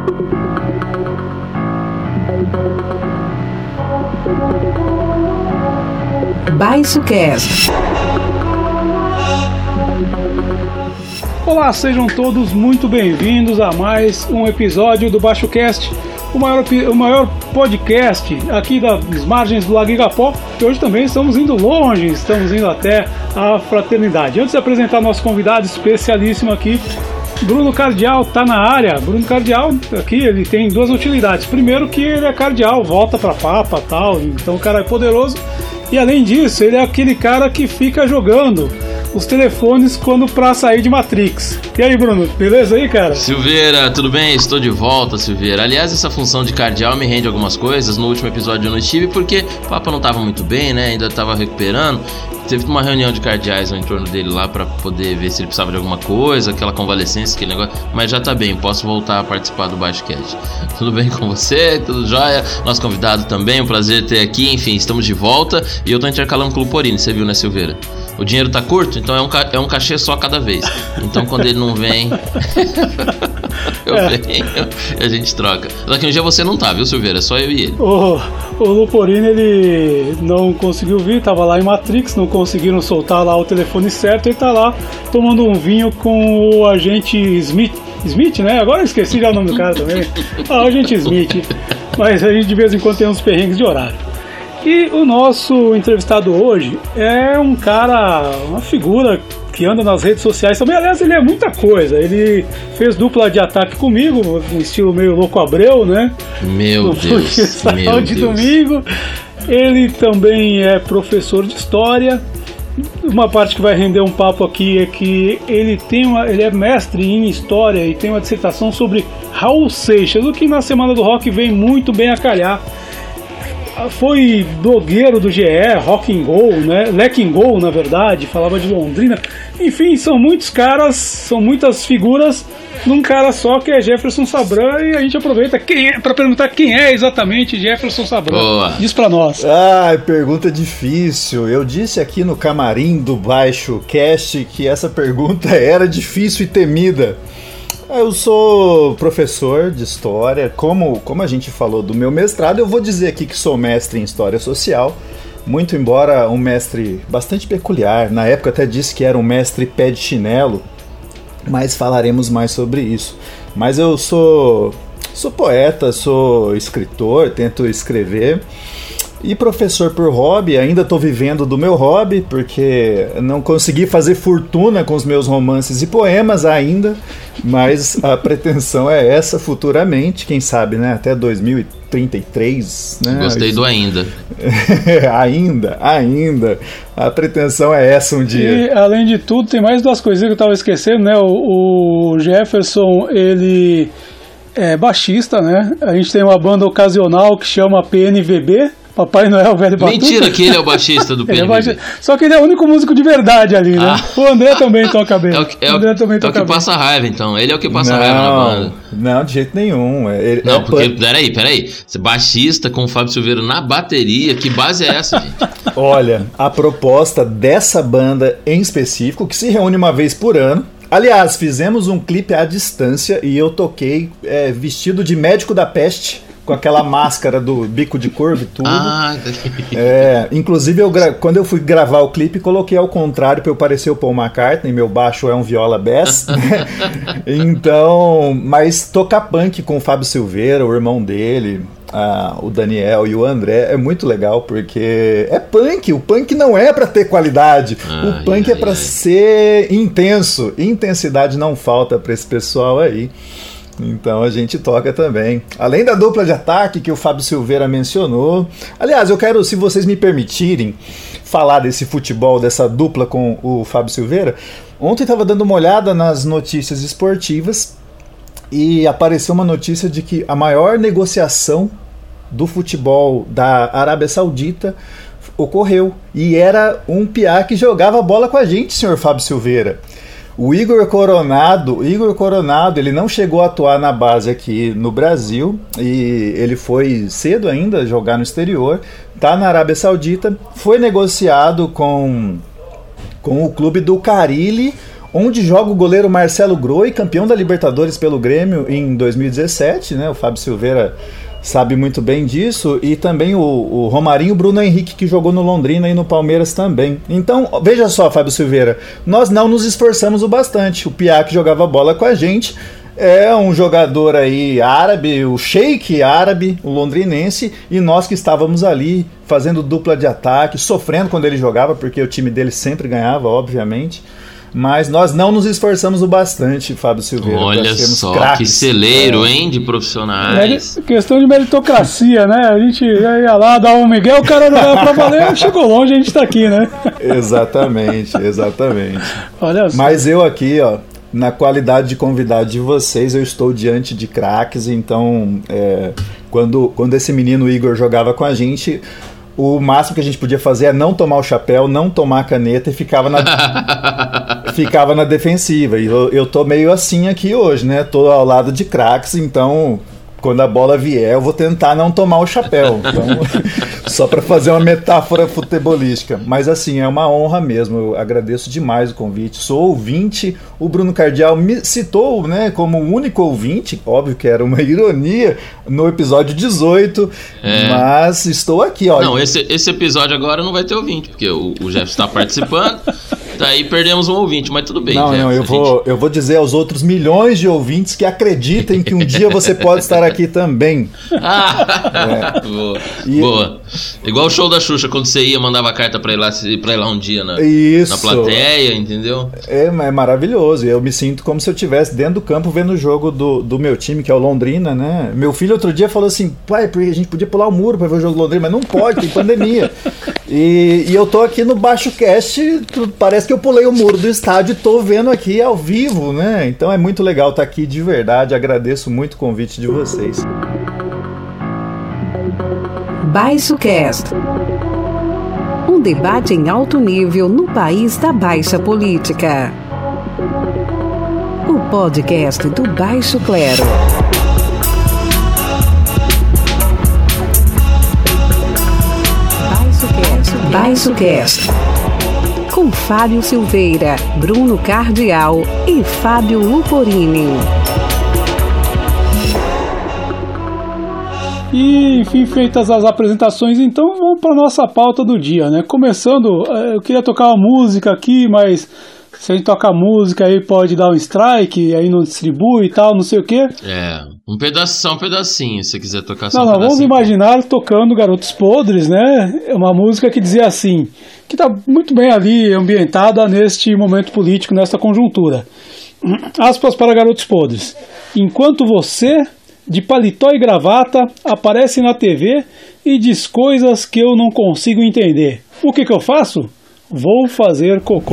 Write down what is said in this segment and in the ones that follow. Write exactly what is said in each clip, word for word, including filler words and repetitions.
BaixoCast. Olá, sejam todos muito bem-vindos a mais um episódio do BaixoCast, o maior, o maior podcast aqui das margens do Lago Igapó, que hoje também estamos indo longe, estamos indo até a Fraternidade. Antes de apresentar nosso convidado especialíssimo aqui, Bruno Cardial está na área. Bruno Cardial, aqui, ele tem duas utilidades. Primeiro que ele é cardeal, volta para papa e tal, então o cara é poderoso. E além disso, ele é aquele cara que fica jogando os telefones quando pra sair de Matrix. E aí, Bruno, beleza aí, cara? Silveira, tudo bem? Estou de volta, Silveira. Aliás, essa função de cardeal me rende algumas coisas. No último episódio eu não estive porque o Papa não estava muito bem, né? Ainda estava recuperando. Teve uma reunião de cardeais em torno dele lá pra poder ver se ele precisava de alguma coisa, aquela convalescência, aquele negócio. Mas já tá bem, posso voltar a participar do BaixoCast. Tudo bem com você? Tudo jóia? Nosso convidado também, um prazer ter aqui. Enfim, estamos de volta e eu tô intercalando com o Luporini, você viu, né, Silveira? O dinheiro tá curto, então é um, ca- é um cachê só cada vez. Então quando ele não vem, eu é. venho e a gente troca. Só que um dia você não tá, viu, Silveira? É só eu e ele. O, o Luporini, ele não conseguiu vir, tava lá em Matrix, não conseguiram soltar lá o telefone certo, ele tá lá tomando um vinho com o agente Smith. Smith, né? Agora eu esqueci já o nome do cara também. Ah, o agente Smith. Mas a gente de vez em quando tem uns perrengues de horário. E o nosso entrevistado hoje é um cara, uma figura que anda nas redes sociais também. Aliás, ele é muita coisa. Ele fez dupla de ataque comigo, um estilo meio Louco Abreu, né? Meu no Deus, meu de Deus. domingo. Ele também é professor de história. Uma parte que vai render um papo aqui é que ele, tem uma, ele é mestre em história e tem uma dissertação sobre Raul Seixas, o que na Semana do Rock vem muito bem a calhar. Foi blogueiro do G E, Rock and Go, né? Leck and Go, na verdade, falava de Londrina. Enfim, são muitos caras, são muitas figuras num cara só, que é Jefferson Sabran, e a gente aproveita quem é, para perguntar quem é exatamente Jefferson Sabran. Boa. Diz pra nós. Ah, pergunta difícil. Eu disse aqui no camarim do BaixoCast que essa pergunta era difícil e temida. Eu sou professor de história, como, como a gente falou do meu mestrado, eu vou dizer aqui que sou mestre em história social, muito embora um mestre bastante peculiar. Na época até disse que era um mestre pé de chinelo, mas falaremos mais sobre isso. Mas eu sou, sou poeta, sou escritor, tento escrever. E professor por hobby, ainda estou vivendo do meu hobby, porque não consegui fazer fortuna com os meus romances e poemas ainda, mas a pretensão é essa futuramente, quem sabe, né? Até dois mil e trinta e três, né? Gostei do ainda. ainda, ainda. A pretensão é essa um dia. E, além de tudo, tem mais duas coisinhas que eu estava esquecendo, né? O, o Jefferson, ele é baixista, né? A gente tem uma banda ocasional que chama P N V B, Papai Noel Velho Batuta. Mentira que ele é o baixista do P N V B. É baixista, só que ele é o único músico de verdade ali, né? Ah. O André também toca bem. É o que, é o André também é toca o que bem. passa raiva, então. Ele é o que passa não, raiva na banda. Não, de jeito nenhum. Ele, não, é porque, pan... peraí, peraí. Baixista com o Fábio Silveira na bateria, que base é essa, gente? Olha, a proposta dessa banda em específico, que se reúne uma vez por ano. Aliás, fizemos um clipe à distância e eu toquei é, vestido de médico da peste, com aquela máscara do bico de corvo e tudo. Ah, é, inclusive, eu gra... quando eu fui gravar o clipe, coloquei ao contrário para eu parecer o Paul McCartney. Meu baixo é um viola bass. Então, mas tocar punk com o Fábio Silveira, o irmão dele, ah, o Daniel e o André, é muito legal, porque é punk. O punk não é para ter qualidade. Ai, o punk ai, é para ser intenso. Intensidade não falta para esse pessoal aí. Então a gente toca também. Além da dupla de ataque que o Fábio Silveira mencionou. Aliás, eu quero, se vocês me permitirem, falar desse futebol, dessa dupla com o Fábio Silveira. Ontem estava dando uma olhada nas notícias esportivas e apareceu uma notícia de que a maior negociação do futebol da Arábia Saudita ocorreu. E era um piá que jogava bola com a gente, senhor Fábio Silveira. O Igor Coronado, Igor Coronado, ele não chegou a atuar na base aqui no Brasil e ele foi cedo ainda jogar no exterior, tá na Arábia Saudita, foi negociado com, com o clube do Carilli, onde joga o goleiro Marcelo Groi, campeão da Libertadores pelo Grêmio em dois mil e dezessete, né? O Fábio Silveira sabe muito bem disso, e também o, o Romarinho, Bruno Henrique, que jogou no Londrina e no Palmeiras também. Então, veja só, Fábio Silveira, nós não nos esforçamos o bastante. O Piá, que jogava bola com a gente, é um jogador aí árabe, o Sheik árabe, o londrinense, e nós que estávamos ali fazendo dupla de ataque, sofrendo quando ele jogava, porque o time dele sempre ganhava, obviamente. Mas nós não nos esforçamos o bastante, Fábio Silveira. Olha só, craques. Que celeiro, é. hein, de profissionais. É questão de meritocracia, né? A gente ia lá, dar um Miguel, o cara não dava pra valer, chegou longe, a gente tá aqui, né? Exatamente, exatamente. Olha só. Mas eu aqui, ó, na qualidade de convidado de vocês, eu estou diante de craques, então é, quando, quando esse menino Igor jogava com a gente, o máximo que a gente podia fazer é não tomar o chapéu, não tomar a caneta e ficava na, ficava na defensiva. E eu, eu tô meio assim aqui hoje, né? Tô ao lado de craques, então quando a bola vier eu vou tentar não tomar o chapéu. Então, só para fazer uma metáfora futebolística. Mas assim, é uma honra mesmo. Eu agradeço demais o convite. Sou ouvinte. O Bruno Cardial me citou, né, como o único ouvinte. Óbvio que era uma ironia no episódio dezoito. É. Mas estou aqui, ó. Não, esse, esse episódio agora não vai ter ouvinte, porque o, o Jeff está participando. Daí perdemos um ouvinte, mas tudo bem. Não, Jeff, não, eu vou, gente... eu vou dizer aos outros milhões de ouvintes que acreditem que um dia você pode estar aqui também. Ah, é. Boa, e... boa. Igual o show da Xuxa, quando você ia, mandava carta pra ir lá, pra ir lá um dia na, Isso. na plateia, entendeu? É, é maravilhoso. Eu me sinto como se eu estivesse dentro do campo vendo o jogo do, do meu time, que é o Londrina, né? Meu filho outro dia falou assim, pai, porque a gente podia pular o muro pra ver o jogo do Londrina, mas não pode, tem pandemia. E, e eu tô aqui no Baixo Cast, parece que eu pulei o muro do estádio e tô vendo aqui ao vivo, né? Então é muito legal estar aqui de verdade, agradeço muito o convite de vocês. Baixo Cast, um debate em alto nível no país da baixa política. O podcast do Baixo Clero. Baixo Cast, com Fábio Silveira, Bruno Cardial e Fábio Luporini. E, enfim, feitas as apresentações, então vamos para nossa pauta do dia, né? Começando, eu queria tocar uma música aqui, mas se a gente tocar música aí pode dar um strike, aí não distribui e tal, não sei o quê. É, um pedaço, só um pedacinho, se você quiser tocar só não, um não, pedacinho. Vamos imaginar tocando Garotos Podres, né? É uma música que dizia assim, que está muito bem ali ambientada neste momento político, nesta conjuntura. Aspas para Garotos Podres. Enquanto você, de paletó e gravata, aparece na T V e diz coisas que eu não consigo entender. O que que eu faço? Vou fazer cocô.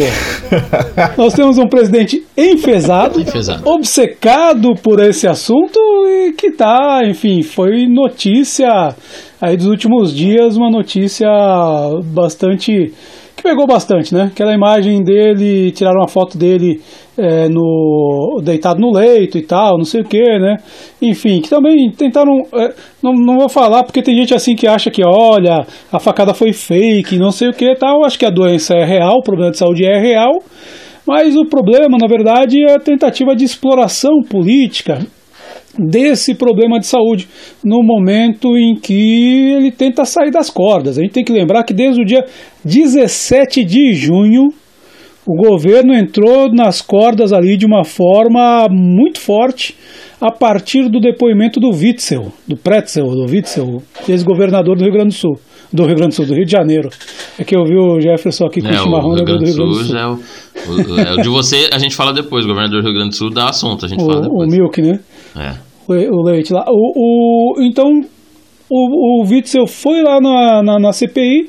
Nós temos um presidente enfesado, enfesado, obcecado por esse assunto e que tá, enfim, foi notícia aí dos últimos dias, uma notícia bastante, que pegou bastante, né? Aquela imagem dele, tiraram uma foto dele é, no, deitado no leito e tal, não sei o que, né? Enfim, que também tentaram, é, não, não vou falar porque tem gente assim que acha que, olha, a facada foi fake, não sei o que e tal. Acho que a doença é real, o problema de saúde é real, mas o problema, na verdade, é a tentativa de exploração política desse problema de saúde no momento em que ele tenta sair das cordas. A gente tem que lembrar que desde o dia dezessete de junho o governo entrou nas cordas ali de uma forma muito forte a partir do depoimento do Witzel, do Pretzel, do Witzel, ex-governador do Rio Grande do Sul, do Rio Grande do Sul, do Rio de Janeiro. É que eu vi o Jefferson aqui com é, o chimarrão do Rio Grande do Sul. Sul. É o, o, é, o de você a gente fala depois, o governador do Rio Grande do Sul dá assunto, a gente o, fala depois. O Milk, né? É. O, o leite lá. O, o, então, o, o Witzel foi lá na, na, na C P I,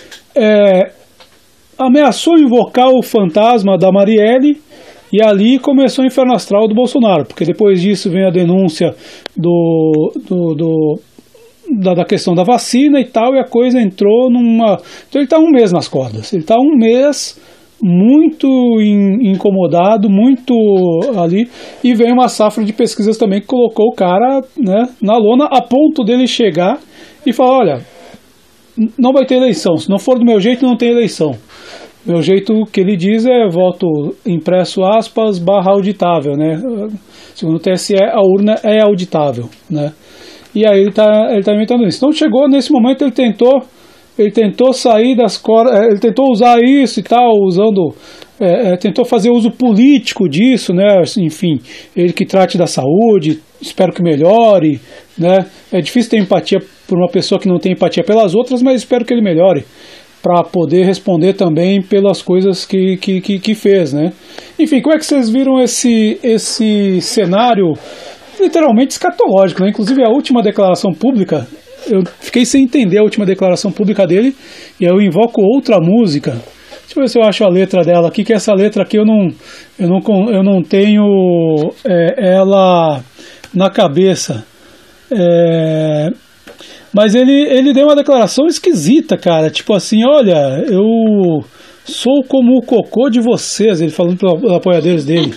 é, ameaçou invocar o fantasma da Marielle e ali começou o inferno astral do Bolsonaro, porque depois disso vem a denúncia do, do, do, da, da questão da vacina e tal, e a coisa entrou numa... Então ele está um mês nas cordas, ele está um mês muito in, incomodado, muito ali, e vem uma safra de pesquisas também que colocou o cara, né, na lona, a ponto dele chegar e falar, olha, não vai ter eleição, se não for do meu jeito não tem eleição. Meu jeito que ele diz é voto impresso aspas barra auditável, né? Segundo o T S E, a urna é auditável, né? E aí ele está ele tá inventando isso. Então chegou nesse momento, ele tentou, ele tentou sair das cordas, ele tentou usar isso e tal, usando, é, tentou fazer uso político disso, né? Enfim, ele que trate da saúde, espero que melhore, né? É difícil ter empatia por uma pessoa que não tem empatia pelas outras, mas espero que ele melhore, para poder responder também pelas coisas que, que, que, que fez, né? Enfim, como é que vocês viram esse, esse cenário literalmente escatológico, né? Inclusive a última declaração pública, eu fiquei sem entender a última declaração pública dele, e aí eu invoco outra música. Deixa eu ver se eu acho a letra dela aqui, que essa letra aqui eu não, eu não, eu não tenho é, ela na cabeça. É... Mas ele, ele deu uma declaração esquisita, cara. Tipo assim, olha, eu sou como o cocô de vocês. Ele falando para os apoiadores dele.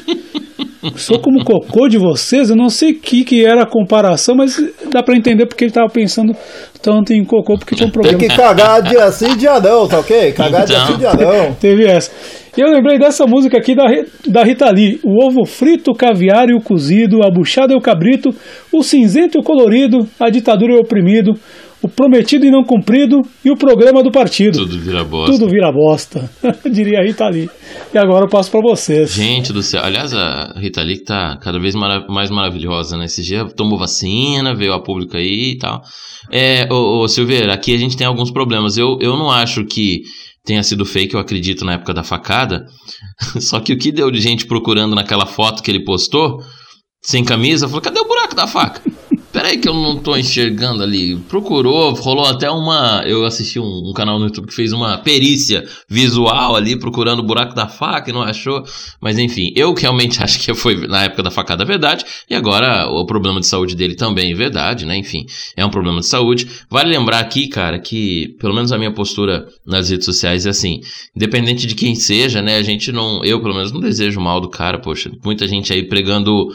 Sou como o cocô de vocês. Eu não sei o que, que era a comparação, mas dá para entender porque ele estava pensando tanto em cocô, porque tinha um problema. Tem que cagar dia sim, dia não, tá ok? Cagar dia sim, dia não. Teve essa. E eu lembrei dessa música aqui da, da Rita Lee. O ovo frito, o caviar e o cozido, a buchada e o cabrito, o cinzento e o colorido, a ditadura e o oprimido, o prometido e não cumprido e o programa do partido. Tudo vira bosta. Tudo vira bosta, diria a Rita Lee. E agora eu passo pra vocês. Gente do céu. Aliás, a Rita Lee que tá cada vez mara- mais maravilhosa, né? Esse dia tomou vacina, veio a público aí e tal. É, ô, ô Silveira, aqui a gente tem alguns problemas. Eu, eu não acho que tenha sido fake, eu acredito, na época da facada. Só que o que deu de gente procurando naquela foto que ele postou, sem camisa, falou, cadê o buraco da faca? Peraí que eu não tô enxergando ali. Procurou, rolou até uma... Eu assisti um, um canal no YouTube que fez uma perícia visual ali, procurando o buraco da faca e não achou. Mas enfim, eu realmente acho que foi na época da facada verdade. E agora o problema de saúde dele também é verdade, né? Enfim, é um problema de saúde. Vale lembrar aqui, cara, que pelo menos a minha postura nas redes sociais é assim, independente de quem seja, né? A gente não... Eu, pelo menos, não desejo mal do cara, poxa. Muita gente aí pregando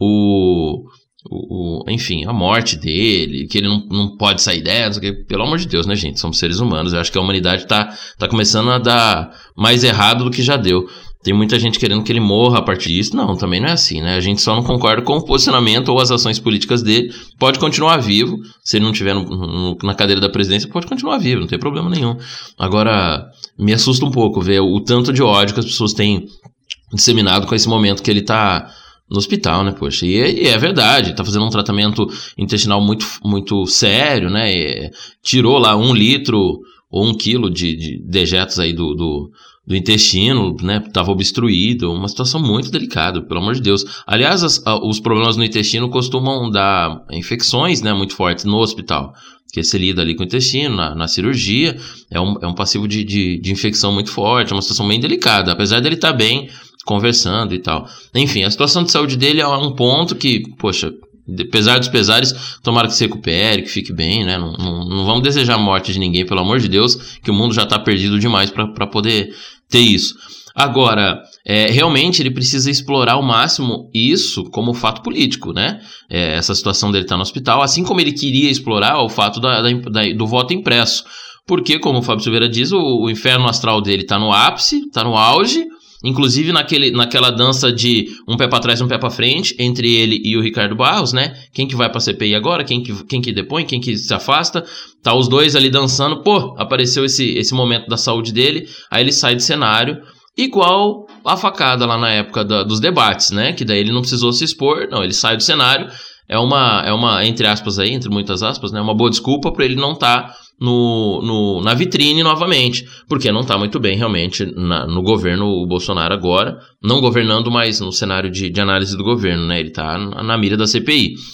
o... O, o, enfim, a morte dele, que ele não, não pode sair dessa, que, pelo amor de Deus, né, gente? Somos seres humanos. Eu acho que a humanidade tá, tá começando a dar mais errado do que já deu. Tem muita gente querendo que ele morra a partir disso. Não, também não é assim, né? A gente só não concorda com o posicionamento ou as ações políticas dele. Pode continuar vivo. Se ele não estiver no, no, na cadeira da presidência, pode continuar vivo, não tem problema nenhum. Agora, me assusta um pouco ver o tanto de ódio que as pessoas têm disseminado com esse momento que ele tá no hospital, né, poxa, e é, e é verdade, tá fazendo um tratamento intestinal muito, muito sério, né, e tirou lá um litro ou um quilo de, de dejetos aí do, do, do intestino, né, tava obstruído, uma situação muito delicada, pelo amor de Deus. Aliás, as, a, os problemas no intestino costumam dar infecções, né, muito fortes no hospital, que você lida ali com o intestino, na, na cirurgia, é um, é um passivo de, de, de infecção muito forte, é uma situação bem delicada, apesar dele estar bem, conversando e tal. Enfim, a situação de saúde dele é um ponto que, poxa, apesar dos pesares, tomara que se recupere, que fique bem, né? Não, não, não vamos desejar a morte de ninguém, pelo amor de Deus, que o mundo já está perdido demais para poder ter isso. Agora, é, realmente ele precisa explorar ao máximo isso como fato político, né? É, essa situação dele estar tá no hospital, assim como ele queria explorar o fato da, da, da, do voto impresso. Porque, como o Fábio Silveira diz, o, o inferno astral dele está no ápice, está no auge. Inclusive naquele, naquela dança de um pé pra trás e um pé pra frente, entre ele e o Ricardo Barros, né? Quem que vai pra C P I agora? Quem que, quem que depõe? Quem que se afasta? Tá os dois ali dançando. Pô, apareceu esse, esse momento da saúde dele. Aí ele sai do cenário. Igual a facada lá na época da, dos debates, né? Que daí ele não precisou se expor. Não, ele sai do cenário. É uma, é uma entre aspas aí, entre muitas aspas, né? Uma boa desculpa pra ele não estar... Tá No, no, na vitrine novamente, porque não está muito bem realmente na, no governo o Bolsonaro agora, não governando, mas no cenário de, de análise do governo, né? Ele está na, na mira da C P I.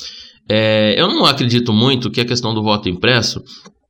É, eu não acredito muito que a questão do voto impresso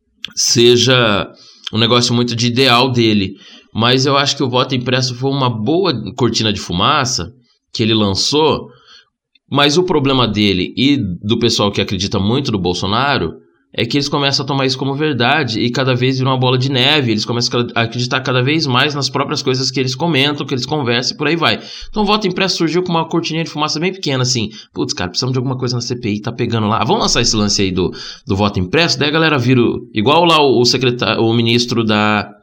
seja um negócio muito de ideal dele, mas eu acho que o voto impresso foi uma boa cortina de fumaça que ele lançou, mas o problema dele e do pessoal que acredita muito no Bolsonaro é que eles começam a tomar isso como verdade e cada vez vira uma bola de neve, eles começam a acreditar cada vez mais nas próprias coisas que eles comentam, que eles conversam e por aí vai. Então o voto impresso surgiu com uma cortininha de fumaça bem pequena, assim, putz, cara, precisamos de alguma coisa na C P I, tá pegando lá, vamos lançar esse lance aí do, do voto impresso, daí a galera vira, igual lá o, o secretário, o ministro da...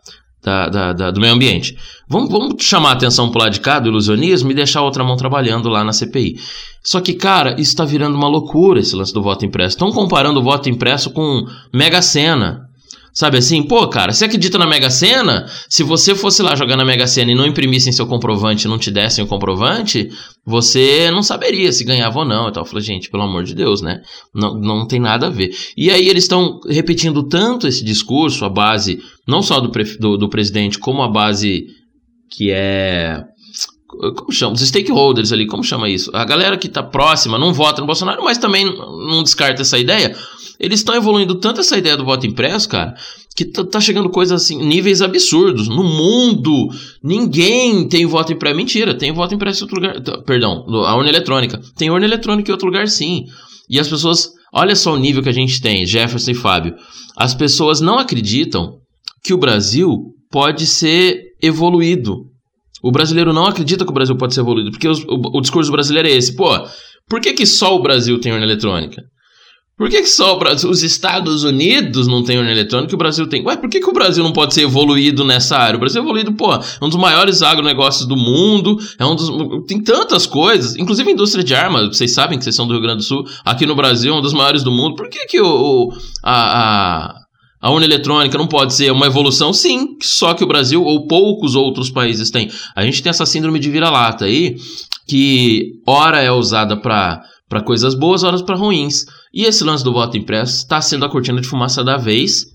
da, da, da, do meio ambiente. Vamos, vamos chamar a atenção pro lado de cá do ilusionismo e deixar a outra mão trabalhando lá na C P I. Só que, cara, isso tá virando uma loucura, esse lance do voto impresso. Estão comparando o voto impresso com Mega Sena. Sabe assim, pô, cara, você acredita na Mega Sena? Se você fosse lá jogar na Mega Sena e não imprimissem seu comprovante e não te dessem o comprovante, você não saberia se ganhava ou não. Então eu falei, gente, pelo amor de Deus, né? Não, não tem nada a ver. E aí eles estão repetindo tanto esse discurso, a base, não só do, pre, do, do presidente, como a base que é... Como chama? Os stakeholders ali, como chama isso? A galera que tá próxima, não vota no Bolsonaro, mas também não descarta essa ideia. Eles estão evoluindo tanto essa ideia do voto impresso, cara, que tá, tá chegando coisas assim, níveis absurdos. No mundo, ninguém tem voto impresso. Mentira, tem voto impresso em outro lugar. Perdão, a urna eletrônica. Tem urna eletrônica em outro lugar, sim. E as pessoas, olha só o nível que a gente tem, Jefferson e Fábio. As pessoas não acreditam que o Brasil pode ser evoluído. O brasileiro não acredita que o Brasil pode ser evoluído, porque os, o, o discurso brasileiro é esse. Pô, por que que só o Brasil tem urna eletrônica? Por que que só o Brasil, os Estados Unidos não tem urna eletrônica e o Brasil tem? Ué, por que que o Brasil não pode ser evoluído nessa área? O Brasil é evoluído, pô, é um dos maiores agronegócios do mundo, é um dos... tem tantas coisas, inclusive a indústria de armas, vocês sabem que vocês são do Rio Grande do Sul, aqui no Brasil é um dos maiores do mundo. Por que que o, o, a, a, a urna eletrônica não pode ser uma evolução? Sim, só que o Brasil ou poucos outros países têm. A gente tem essa síndrome de vira-lata aí, que ora é usada para... para coisas boas, horas para ruins. E esse lance do voto impresso está sendo a cortina de fumaça da vez.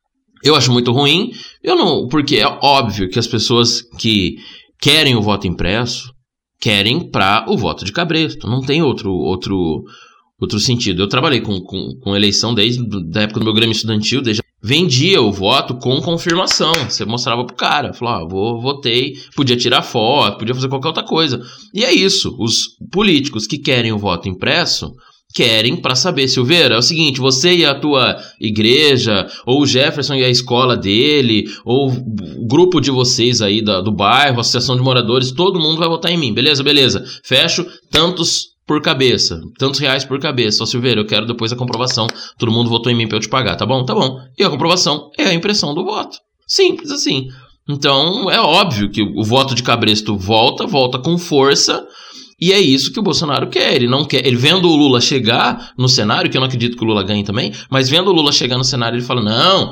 Eu acho muito ruim. Eu não, porque é óbvio que as pessoas que querem o voto impresso querem para o voto de cabresto. Não tem outro, outro, outro sentido. Eu trabalhei com, com, com eleição desde a época do meu Grêmio Estudantil. Desde, vendia o voto com confirmação. Você mostrava pro cara. Falou, ah, vou, votei. Podia tirar foto, podia fazer qualquer outra coisa. E é isso. Os políticos que querem o voto impresso querem para saber, Silveira, é o seguinte, você e a tua igreja, ou o Jefferson e a escola dele, ou o grupo de vocês aí da, do bairro, a associação de moradores, todo mundo vai votar em mim, beleza? Beleza. Fecho tantos por cabeça, tantos reais por cabeça. Ó, Silveira, eu quero depois a comprovação, todo mundo votou em mim para eu te pagar, tá bom? Tá bom. E a comprovação é a impressão do voto. Simples assim. Então, é óbvio que o voto de cabresto volta, volta com força. E é isso que o Bolsonaro quer. Ele não quer. Ele vendo o Lula chegar no cenário, que eu não acredito que o Lula ganhe também, mas vendo o Lula chegar no cenário, ele fala: não,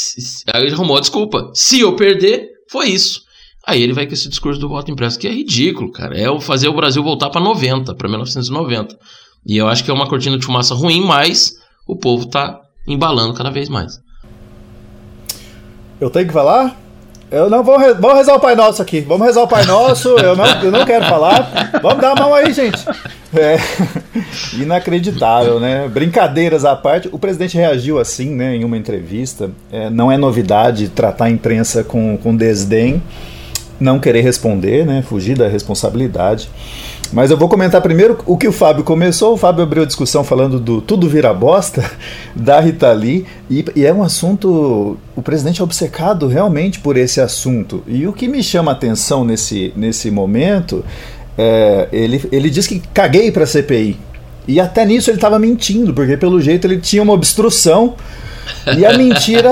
aí ele arrumou a desculpa. Se eu perder, foi isso. Aí ele vai com esse discurso do voto impresso, que é ridículo, cara. É fazer o Brasil voltar para noventa, para mil novecentos e noventa. E eu acho que é uma cortina de fumaça ruim, mas o povo tá embalando cada vez mais. Eu tenho que falar? Eu não vou, re- vamos rezar o Pai Nosso aqui. Vamos rezar o Pai Nosso. Eu não, eu não quero falar. Vamos dar a mão aí, gente. É inacreditável, né? Brincadeiras à parte. O presidente reagiu assim, né, em uma entrevista. É, não é novidade tratar a imprensa com, com desdém, não querer responder, né? Fugir da responsabilidade. Mas eu vou comentar primeiro o que o Fábio começou. O Fábio abriu a discussão falando do Tudo Vira Bosta, da Rita Lee, e, e é um assunto... O presidente é obcecado realmente por esse assunto. E o que me chama a atenção nesse, nesse momento, é, ele, ele diz que caguei para a C P I. E até nisso ele estava mentindo, porque pelo jeito ele tinha uma obstrução. E a mentira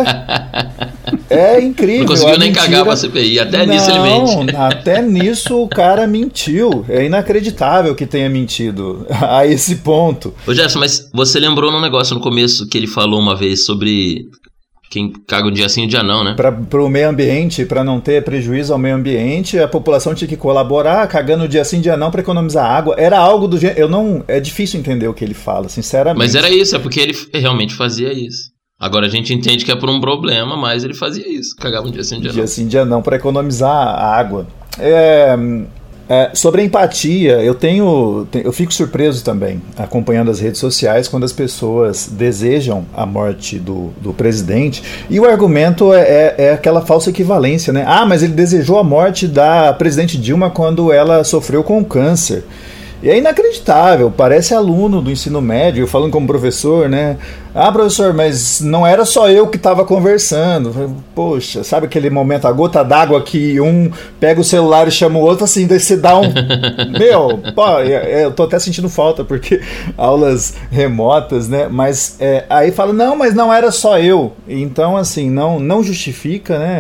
é incrível. Não conseguiu nem mentira... cagar pra C P I, até não, nisso ele mente. Até nisso o cara mentiu. É inacreditável que tenha mentido a esse ponto. Ô Gerson, mas você lembrou num negócio no começo que ele falou uma vez sobre quem caga um dia sim e um dia não, né? Para o meio ambiente, para não ter prejuízo ao meio ambiente, a população tinha que colaborar, cagando um dia sim, dia não, para economizar água. Era algo do gênero. Eu não, é difícil entender o que ele fala, sinceramente. Mas era isso, é porque ele realmente fazia isso. Agora a gente entende que é por um problema, mas ele fazia isso. Cagava um dia sim, um dia não. Dia sim, dia não, para economizar a água. É, é, sobre a empatia, eu tenho, eu fico surpreso também, acompanhando as redes sociais, quando as pessoas desejam a morte do, do presidente, e o argumento é, é, é aquela falsa equivalência, né? Ah, mas ele desejou a morte da presidente Dilma quando ela sofreu com câncer. E é inacreditável, parece aluno do ensino médio, eu falando como professor, né? Ah, professor, mas não era só eu que estava conversando. Poxa, sabe aquele momento, a gota d'água que um pega o celular e chama o outro, assim, daí você dá um... Meu, pô, eu tô até sentindo falta, porque aulas remotas, né? Mas é, aí fala, não, mas não era só eu. Então, assim, não, não justifica, né?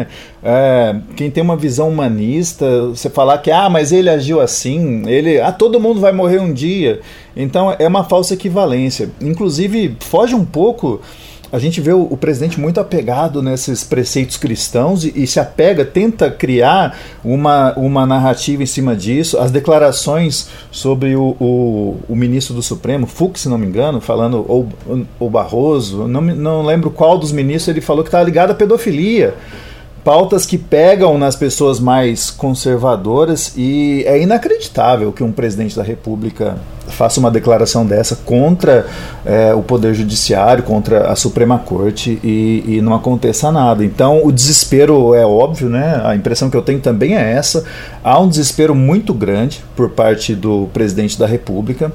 é, quem tem uma visão humanista, você falar que, ah, mas ele agiu assim, ele, ah, todo mundo vai morrer um dia. Então é uma falsa equivalência. Inclusive, foge um pouco. A gente vê o, o presidente muito apegado nesses preceitos cristãos e, e se apega, tenta criar uma, uma narrativa em cima disso. As declarações sobre o, o, o ministro do Supremo, Fux, se não me engano, falando, ou, ou Barroso, não, não lembro qual dos ministros, ele falou que estava ligado à pedofilia. Pautas que pegam nas pessoas mais conservadoras, e é inacreditável que um presidente da República faça uma declaração dessa contra é, o Poder Judiciário, contra a Suprema Corte, e, e não aconteça nada. Então o desespero é óbvio, né? A impressão que eu tenho também é essa. Há um desespero muito grande por parte do presidente da República,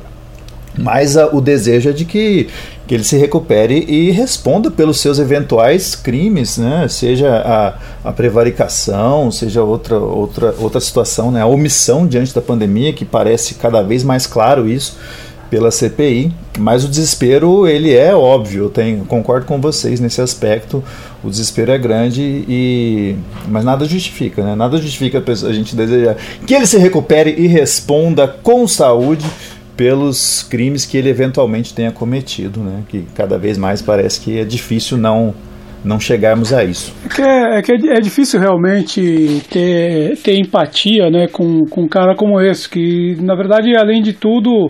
mas a, o desejo é de que, que ele se recupere e responda pelos seus eventuais crimes, né? Seja a, a prevaricação, seja outra, outra, outra situação, né? A omissão diante da pandemia, que parece cada vez mais claro isso pela C P I, mas o desespero, ele é óbvio, eu tenho, concordo com vocês nesse aspecto, o desespero é grande, e, mas nada justifica, né? Nada justifica a, pessoa, a gente desejar que ele se recupere e responda com saúde pelos crimes que ele eventualmente tenha cometido, né? Que cada vez mais parece que é difícil não, não chegarmos a isso. É que é, é, que é difícil realmente ter, ter empatia, né, com, com um cara como esse, que na verdade, além de tudo,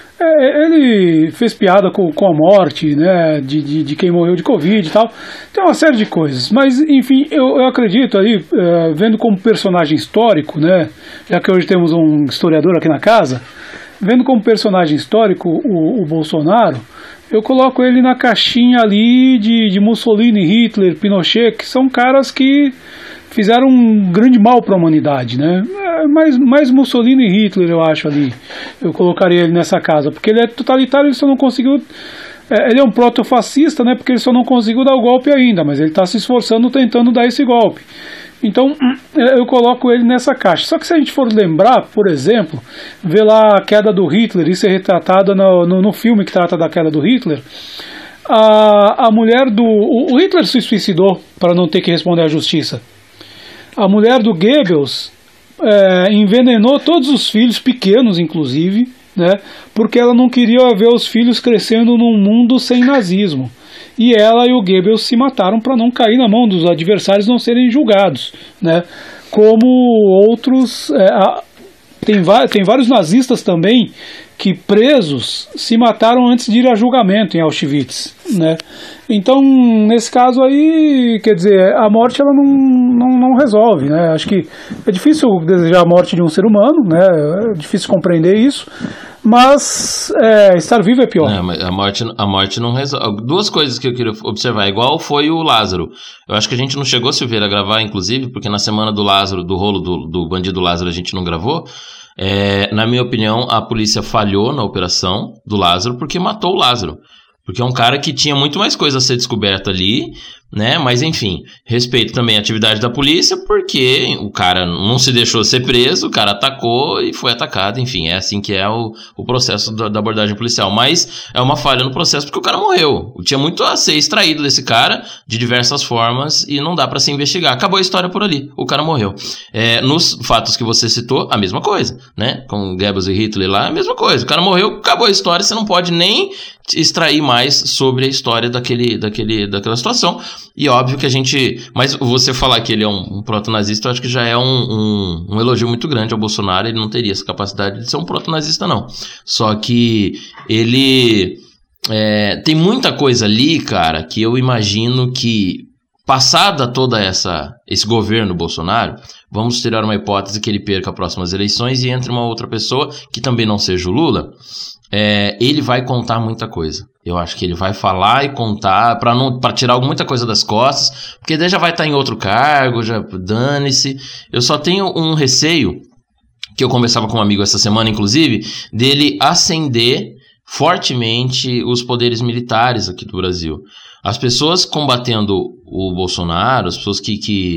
é, ele fez piada com, com a morte, né, de, de, de quem morreu de Covid e tal. Tem uma série de coisas, mas enfim, eu, eu acredito aí, uh, vendo como personagem histórico, né, já que hoje temos um historiador aqui na casa, vendo como personagem histórico o, o Bolsonaro, eu coloco ele na caixinha ali de, de Mussolini, Hitler, Pinochet, que são caras que fizeram um grande mal para a humanidade, né? Mais, mais Mussolini e Hitler, eu acho, ali. Eu colocaria ele nessa casa, porque ele é totalitário, ele só não conseguiu... É, ele é um protofascista, né? Porque ele só não conseguiu dar o golpe ainda, mas ele está se esforçando, tentando dar esse golpe. Então eu coloco ele nessa caixa. Só que se a gente for lembrar, por exemplo, ver lá a queda do Hitler, isso é retratado no, no, no filme que trata da queda do Hitler, a, a mulher do... O, o Hitler se suicidou para não ter que responder à justiça. A mulher do Goebbels é, envenenou todos os filhos, pequenos inclusive, né, porque ela não queria ver os filhos crescendo num mundo sem nazismo. E ela e o Goebbels se mataram para não cair na mão dos adversários, não serem julgados, né? Como outros... É, a, tem, tem vários nazistas também que, presos, se mataram antes de ir a julgamento em Auschwitz, né? Então, nesse caso aí, quer dizer, a morte ela não, não, não resolve, né? Acho que é difícil desejar a morte de um ser humano, né? É difícil compreender isso. Mas é, estar vivo é pior. É, mas a morte, a morte não resolve. Duas coisas que eu queria observar. Igual foi o Lázaro. Eu acho que a gente não chegou, Silveira, a gravar, inclusive, porque na semana do Lázaro, do rolo do, do bandido Lázaro, a gente não gravou. É, na minha opinião, a polícia falhou na operação do Lázaro porque matou o Lázaro. Porque é um cara que tinha muito mais coisa a ser descoberta ali, né? Mas enfim, respeito também a atividade da polícia, porque o cara não se deixou ser preso, o cara atacou e foi atacado, enfim, é assim que é o, o processo da, da abordagem policial. Mas é uma falha no processo porque o cara morreu. Tinha muito a ser extraído desse cara de diversas formas e não dá pra se investigar. Acabou a história por ali, o cara morreu. É, nos fatos que você citou, a mesma coisa, né? Com Goebbels e Hitler lá, a mesma coisa. O cara morreu, acabou a história, você não pode nem extrair mais sobre a história daquele, daquele, daquela situação. E óbvio que a gente... Mas você falar que ele é um, um proto-nazista, eu acho que já é um, um, um elogio muito grande ao Bolsonaro. Ele não teria essa capacidade de ser um proto-nazista, não. Só que ele... É, tem muita coisa ali, cara, que eu imagino que, passada toda essa esse governo Bolsonaro, vamos tirar uma hipótese que ele perca as próximas eleições e entre uma outra pessoa que também não seja o Lula... É, ele vai contar muita coisa. Eu acho que ele vai falar e contar para não para tirar muita coisa das costas, porque daí já vai estar em outro cargo, já dane-se. Eu só tenho um receio, que eu conversava com um amigo essa semana, inclusive, dele acender fortemente os poderes militares aqui do Brasil. As pessoas combatendo o Bolsonaro, as pessoas que... que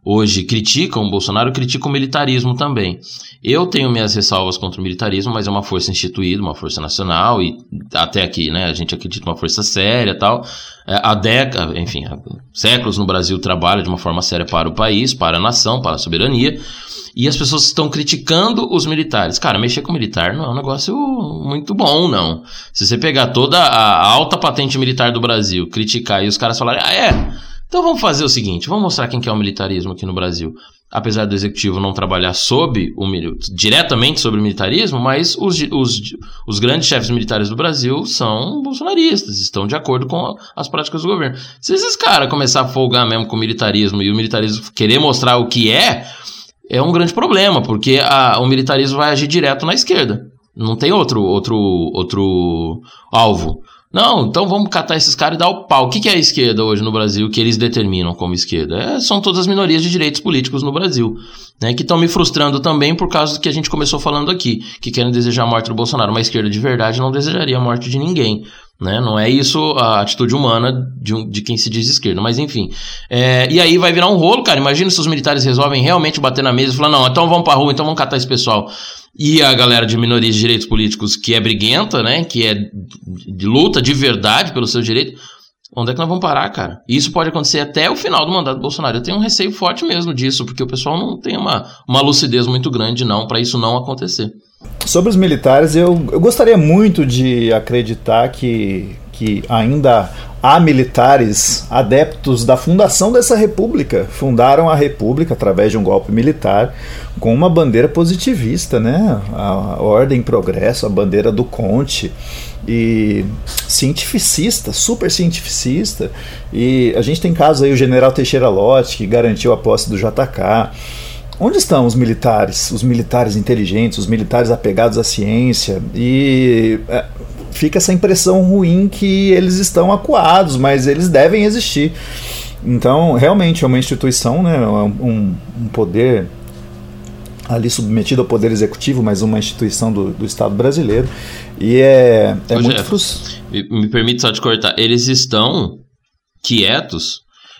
hoje criticam o Bolsonaro, criticam o militarismo também. Eu tenho minhas ressalvas contra o militarismo, mas é uma força instituída, uma força nacional, e até aqui, né, a gente acredita uma força séria e tal. É, há décadas, enfim, há séculos no Brasil trabalha de uma forma séria para o país, para a nação, para a soberania, e as pessoas estão criticando os militares. Cara, mexer com militar não é um negócio muito bom, não. Se você pegar toda a alta patente militar do Brasil, criticar e os caras falarem, ah, é? Então vamos fazer o seguinte, vamos mostrar quem que é o militarismo aqui no Brasil. Apesar do executivo não trabalhar sob o, diretamente sobre o militarismo, mas os, os, os grandes chefes militares do Brasil são bolsonaristas, estão de acordo com as práticas do governo. Se esses caras começarem a folgar mesmo com o militarismo e o militarismo querer mostrar o que é, é um grande problema, porque a, o militarismo vai agir direto na esquerda. Não tem outro, outro, outro alvo. Não, então vamos catar esses caras e dar o pau. O que, que é a esquerda hoje no Brasil que eles determinam como esquerda? É, são todas as minorias de direitos políticos no Brasil, né, que estão me frustrando também por causa do que a gente começou falando aqui, que querem desejar a morte do Bolsonaro. Uma esquerda de verdade não desejaria a morte de ninguém, né? Não é isso a atitude humana de, um, de quem se diz esquerda, mas enfim. É, e aí vai virar um rolo, cara. Imagina se os militares resolvem realmente bater na mesa e falar, não, então vamos pra rua, então vamos catar esse pessoal. E a galera de minorias de direitos políticos que é briguenta, né, que é de luta de verdade pelos seus direitos, onde é que nós vamos parar, cara? E isso pode acontecer até o final do mandato do Bolsonaro. Eu tenho um receio forte mesmo disso, porque o pessoal não tem uma, uma lucidez muito grande não para isso não acontecer. Sobre os militares, eu, eu gostaria muito de acreditar que, que ainda há militares adeptos da fundação dessa república. Fundaram a república através de um golpe militar com uma bandeira positivista, né? A ordem e progresso, a bandeira do Conte, e cientificista, super cientificista. E a gente tem casos aí, o general Teixeira Lott, que garantiu a posse do J K. Onde estão os militares, os militares inteligentes, os militares apegados à ciência? E é, fica essa impressão ruim que eles estão acuados, mas eles devem existir. Então, realmente é uma instituição, né, um, um poder ali submetido ao poder executivo, mas uma instituição do, do Estado brasileiro. E é, é muito frustrante. Me, me permite só te cortar. Eles estão quietos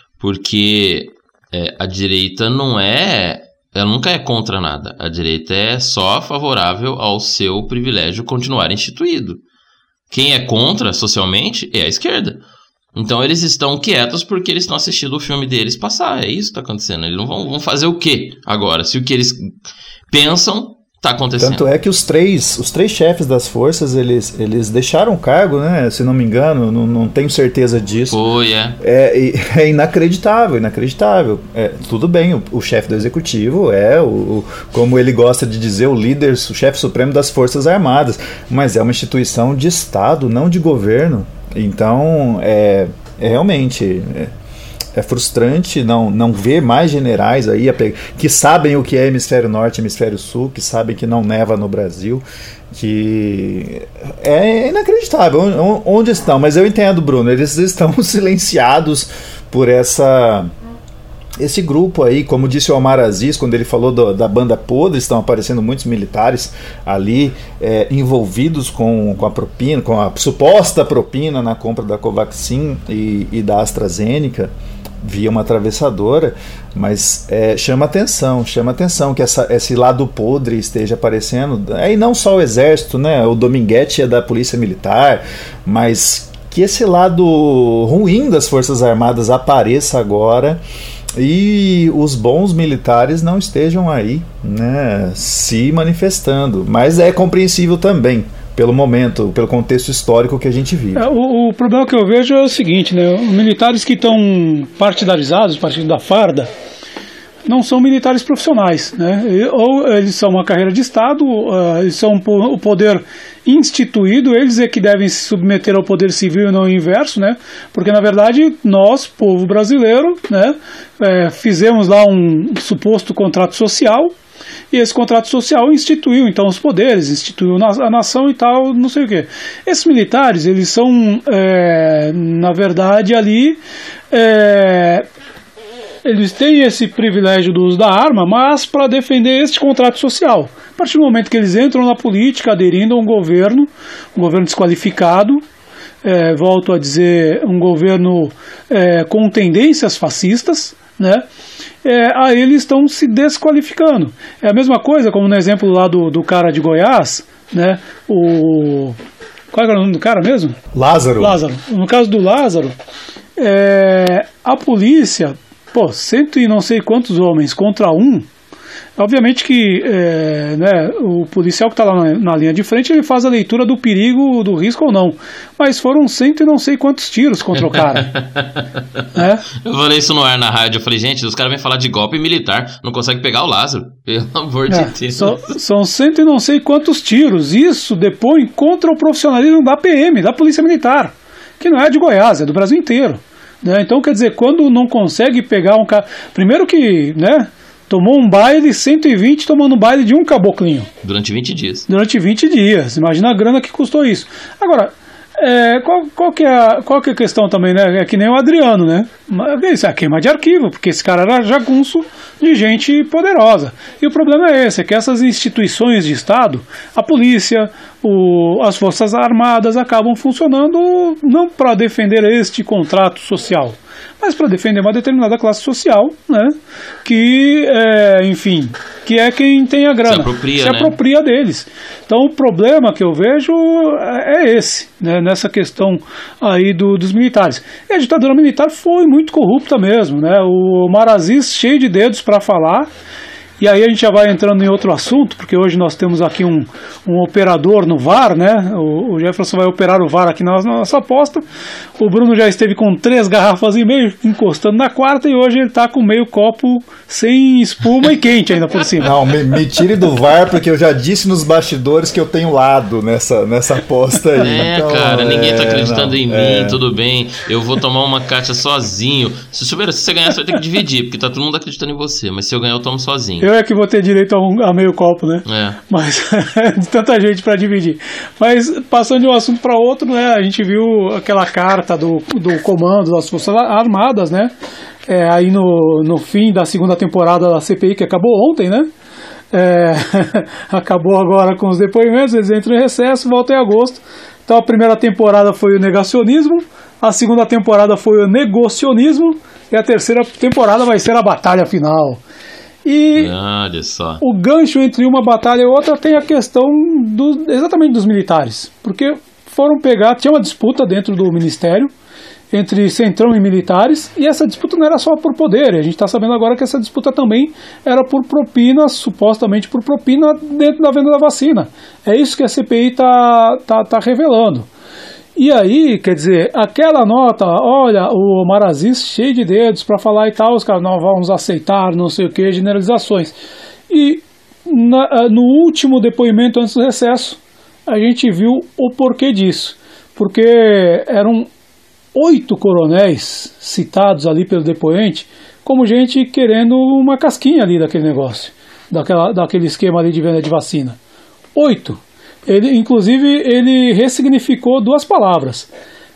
porque é, a direita não é... Ela nunca é contra nada. A direita é só favorável ao seu privilégio continuar instituído. Quem é contra socialmente é a esquerda. Então eles estão quietos porque eles estão assistindo o filme deles passar. É isso que está acontecendo. Eles não vão, vão fazer o quê agora? Se o que eles pensam está acontecendo. Tanto é que os três, os três chefes das forças, eles, eles deixaram o cargo, né? Se não me engano, não, não tenho certeza disso. Foi, é. É, é inacreditável, inacreditável. É, tudo bem, o, o chefe do executivo é, o, o, como ele gosta de dizer, o líder, o chefe supremo das Forças Armadas, mas é uma instituição de Estado, não de governo. Então, é, é realmente... É, É frustrante não, não ver mais generais aí que sabem o que é hemisfério norte e hemisfério sul, que sabem que não neva no Brasil, que é inacreditável onde estão. Mas eu entendo, Bruno, eles estão silenciados por essa... esse grupo aí, como disse o Omar Aziz, quando ele falou do, da banda podre, estão aparecendo muitos militares ali é, envolvidos com, com a propina, com a suposta propina na compra da Covaxin e, e da AstraZeneca, via uma atravessadora, mas é, chama atenção, chama atenção que essa, esse lado podre esteja aparecendo, aí não só o exército, né, o Dominguete é da polícia militar, mas que esse lado ruim das Forças Armadas apareça agora e os bons militares não estejam aí, né, se manifestando. Mas é compreensível também, pelo momento, pelo contexto histórico que a gente vive. É, o, o problema que eu vejo é o seguinte, né, os militares que estão partidarizados, partido da farda, não são militares profissionais, né? Ou eles são uma carreira de Estado, uh, eles são o poder instituído, eles é que devem se submeter ao poder civil e não o inverso, né? Porque na verdade nós, povo brasileiro, né, é, fizemos lá um suposto contrato social, e esse contrato social instituiu então os poderes, instituiu a nação e tal, não sei o que. Esses militares, eles são, é, na verdade, ali... É, eles têm esse privilégio do uso da arma, mas para defender este contrato social. A partir do momento que eles entram na política, aderindo a um governo, um governo desqualificado, é, volto a dizer, um governo é, com tendências fascistas, né? É, aí eles estão se desqualificando. É a mesma coisa como no exemplo lá do, do cara de Goiás, né? O... Qual era o nome do cara mesmo? Lázaro. Lázaro. No caso do Lázaro, é, a polícia, pô, cento e não sei quantos homens contra um. Obviamente que é, né, o policial que está lá na, na linha de frente, ele faz a leitura do perigo, do risco ou não. Mas foram cento e não sei quantos tiros contra o cara. É? Eu falei isso no ar na rádio. Eu falei, gente, os caras vêm falar de golpe militar, não conseguem pegar o Lázaro. Pelo amor é, de Deus. São, são cento e não sei quantos tiros. Isso depõe contra o profissionalismo da P M, da Polícia Militar, que não é de Goiás, é do Brasil inteiro. Né? Então, quer dizer, quando não consegue pegar um cara... Primeiro que, né... Tomou um baile, cento e vinte tomando um baile de um caboclinho. Durante vinte dias. Durante vinte dias. Imagina a grana que custou isso. Agora, é, qual, qual, que é a, qual que é a questão também, né? É que nem o Adriano, né? Isso é queima de arquivo, porque esse cara era jagunço de gente poderosa. E o problema é esse, é que essas instituições de Estado, a polícia, o, as Forças Armadas, acabam funcionando não para defender este contrato social, mas para defender uma determinada classe social, né, que, é, enfim, que é quem tem a grana, se apropria, se né? apropria deles. Então o problema que eu vejo é esse, né, nessa questão aí do, dos militares. E a ditadura militar foi muito corrupta mesmo, né, o Maraziz cheio de dedos para falar. E aí a gente já vai entrando em outro assunto, porque hoje nós temos aqui um, um operador no V A R, né? O, o Jefferson vai operar o V A R aqui na, na nossa aposta. O Bruno já esteve com três garrafas e meio, encostando na quarta, e hoje ele está com meio copo sem espuma e quente ainda por cima. Não, me, me tire do V A R, porque eu já disse nos bastidores que eu tenho lado nessa, nessa aposta aí. É, então, cara, é, ninguém tá acreditando não, em é. mim, tudo bem. Eu vou tomar uma caixa sozinho. Se, souber, se você ganhar, você vai ter que dividir, porque tá todo mundo acreditando em você. Mas se eu ganhar, eu tomo sozinho. Eu é que vou ter direito a, um, a meio copo, né? É. Mas de tanta gente para dividir. Mas passando de um assunto para outro, né? A gente viu aquela carta do, do comando das Forças Armadas, né? É, aí no, no fim da segunda temporada da C P I, que acabou ontem, né? É, acabou agora com os depoimentos, eles entram em recesso, voltam em agosto. Então a primeira temporada foi o negacionismo, a segunda temporada foi o negocionismo e a terceira temporada vai ser a batalha final. E olha só. O gancho entre uma batalha e outra tem a questão do, exatamente dos militares, porque foram pegar, tinha uma disputa dentro do ministério entre Centrão e militares, e essa disputa não era só por poder, a gente está sabendo agora que essa disputa também era por propina, supostamente por propina dentro da venda da vacina. É isso que a C P I está tá, tá revelando. E aí, quer dizer, aquela nota, olha, o Maraziz cheio de dedos para falar e tal, os caras não vamos aceitar, não sei o que, generalizações. E na, no último depoimento antes do recesso, a gente viu o porquê disso. Porque eram oito coronéis citados ali pelo depoente, como gente querendo uma casquinha ali daquele negócio, daquela, daquele esquema ali de venda de vacina. Oito. Ele, inclusive, ele ressignificou duas palavras.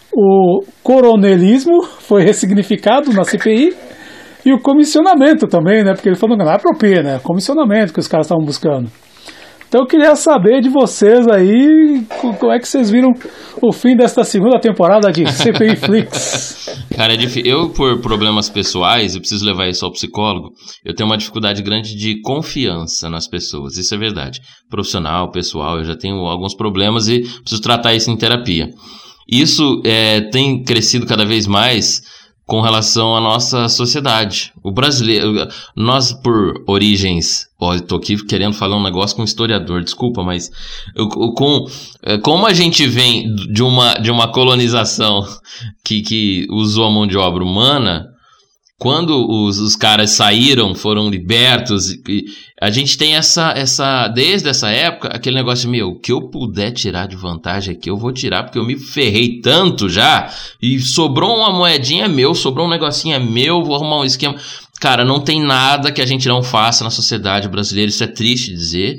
O coronelismo foi ressignificado na C P I e o comissionamento também, né? Porque ele falou que não é propina, né? Comissionamento que os caras estavam buscando. Então eu queria saber de vocês aí, como é que vocês viram o fim desta segunda temporada de C P I Flix? Cara, é difícil. Eu, por problemas pessoais, eu preciso levar isso ao psicólogo, eu tenho uma dificuldade grande de confiança nas pessoas, isso é verdade. Profissional, pessoal, eu já tenho alguns problemas e preciso tratar isso em terapia. Isso é, tem crescido cada vez mais com relação à nossa sociedade. O brasileiro, nós por origens, ó, eu tô aqui querendo falar um negócio com um historiador, desculpa, mas eu, com, como a gente vem de uma, de uma colonização que, que usou a mão de obra humana, quando os, os caras saíram, foram libertos, e a gente tem essa, essa, desde essa época, aquele negócio de, meu, o que eu puder tirar de vantagem aqui, eu vou tirar, porque eu me ferrei tanto já, e sobrou uma moedinha meu, sobrou um negocinho é meu, vou arrumar um esquema. Cara, não tem nada que a gente não faça na sociedade brasileira, isso é triste dizer,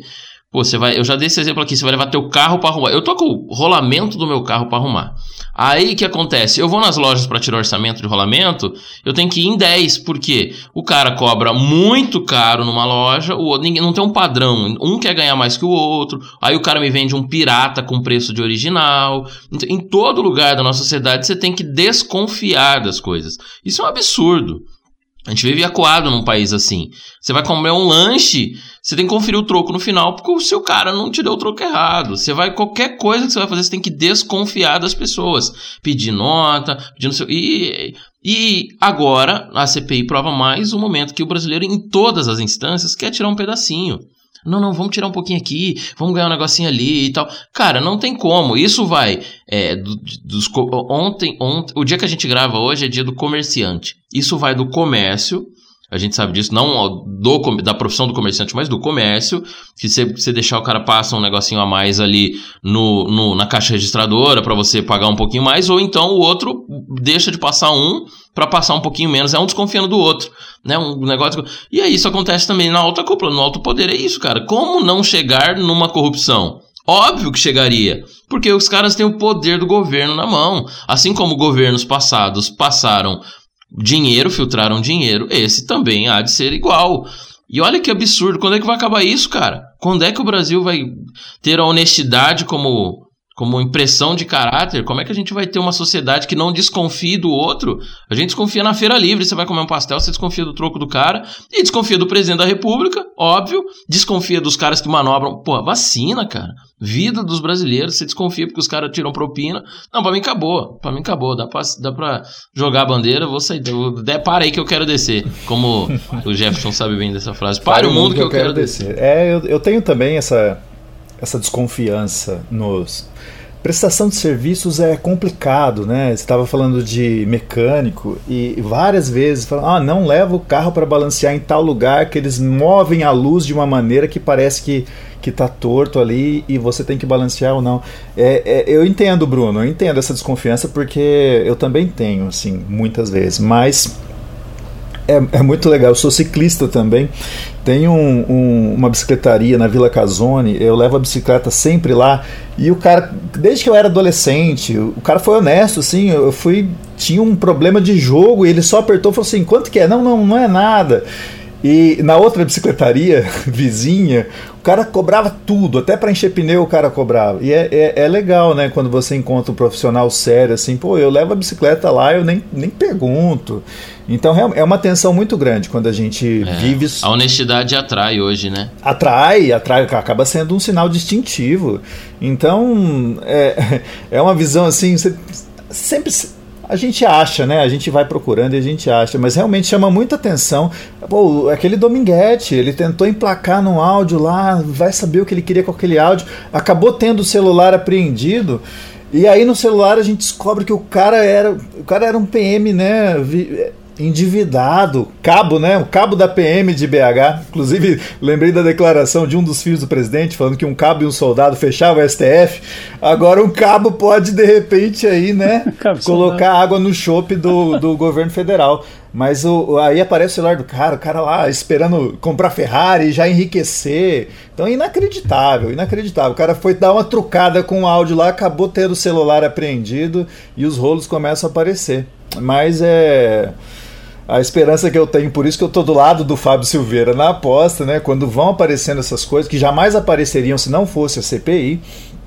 Pô, você vai, eu já dei esse exemplo aqui, você vai levar teu carro pra arrumar. Eu tô com o rolamento do meu carro pra arrumar. Aí o que acontece? Eu vou nas lojas pra tirar orçamento de rolamento, eu tenho que ir em dez, porque o cara cobra muito caro numa loja, o outro, ninguém, não tem um padrão, um quer ganhar mais que o outro, aí o cara me vende um pirata com preço de original. Em todo lugar da nossa sociedade você tem que desconfiar das coisas. Isso é um absurdo. A gente vive acuado num país assim. Você vai comer um lanche, você tem que conferir o troco no final, porque o seu cara não te deu o troco errado. Você vai, qualquer coisa que você vai fazer, você tem que desconfiar das pessoas. Pedir nota, pedir no seu... E, e agora, a C P I prova mais o momento que o brasileiro, em todas as instâncias, quer tirar um pedacinho. Não, não, vamos tirar um pouquinho aqui, vamos ganhar um negocinho ali e tal. Cara, não tem como. Isso vai... É, do, dos, ontem, ontem, o dia que a gente grava hoje é dia do comerciante. Isso vai do comércio, a gente sabe disso, não do, da profissão do comerciante, mas do comércio, que você, você deixar o cara passa um negocinho a mais ali no, no, na caixa registradora para você pagar um pouquinho mais, ou então o outro deixa de passar um para passar um pouquinho menos, é um desconfiando do outro, né? Um negócio. E aí isso acontece também na alta cúpula, no alto poder, é isso, cara. Como não chegar numa corrupção? Óbvio que chegaria, porque os caras têm o poder do governo na mão. Assim como governos passados passaram dinheiro, filtraram dinheiro, esse também há de ser igual. E olha que absurdo, quando é que vai acabar isso, cara? Quando é que o Brasil vai ter a honestidade como, como impressão de caráter? Como é que a gente vai ter uma sociedade que não desconfie do outro? A gente desconfia na feira livre, você vai comer um pastel, você desconfia do troco do cara, e desconfia do presidente da república, óbvio, desconfia dos caras que manobram. Pô, vacina, cara. Vida dos brasileiros, você desconfia porque os caras tiram propina. Não, pra mim acabou, pra mim acabou, dá pra, dá pra jogar a bandeira, vou sair, vou, para aí que eu quero descer, como o Jefferson sabe bem dessa frase, para, para o mundo, mundo que, que eu, eu quero, quero descer. descer. É, eu, eu tenho também essa, essa desconfiança nos... Prestação de serviços é complicado, né? Você estava falando de mecânico e várias vezes falam, ah, não leva o carro para balancear em tal lugar que eles movem a luz de uma maneira que parece que que tá torto ali e você tem que balancear ou não. É, é, eu entendo, Bruno, eu entendo essa desconfiança porque eu também tenho, assim, muitas vezes, mas é, é muito legal. Eu sou ciclista também, tenho um, um, uma bicicletaria na Vila Casone, eu levo a bicicleta sempre lá e o cara, desde que eu era adolescente, o cara foi honesto, assim, eu fui, tinha um problema de jogo e ele só apertou e falou assim, quanto que é? Não, não, não é nada. E na outra bicicletaria vizinha, o cara cobrava tudo, até para encher pneu o cara cobrava. E é, é, é legal, né, quando você encontra um profissional sério, assim, pô, eu levo a bicicleta lá, eu nem, nem pergunto. Então é uma tensão muito grande quando a gente é, vive... A honestidade atrai hoje, né? Atrai, atrai, acaba sendo um sinal distintivo. Então, é, é uma visão assim, você sempre... A gente acha, né? A gente vai procurando e a gente acha, mas realmente chama muita atenção. Pô, aquele Dominguete, ele tentou emplacar num áudio lá, vai saber o que ele queria com aquele áudio, acabou tendo o celular apreendido, e aí no celular a gente descobre que o cara era, o cara era um P M, né? Endividado, cabo, né? O cabo da P M de B H. Inclusive, lembrei da declaração de um dos filhos do presidente falando que um cabo e um soldado fechavam o S T F. Agora um cabo pode, de repente, aí, né? colocar água no chope do, do governo federal. Mas o, aí aparece o celular do cara, o cara lá esperando comprar Ferrari e já enriquecer. Então é inacreditável, inacreditável. O cara foi dar uma trucada com o áudio lá, acabou tendo o celular apreendido e os rolos começam a aparecer. Mas é... A esperança que eu tenho, por isso que eu estou do lado do Fábio Silveira na aposta, né? Quando vão aparecendo essas coisas, que jamais apareceriam se não fosse a C P I,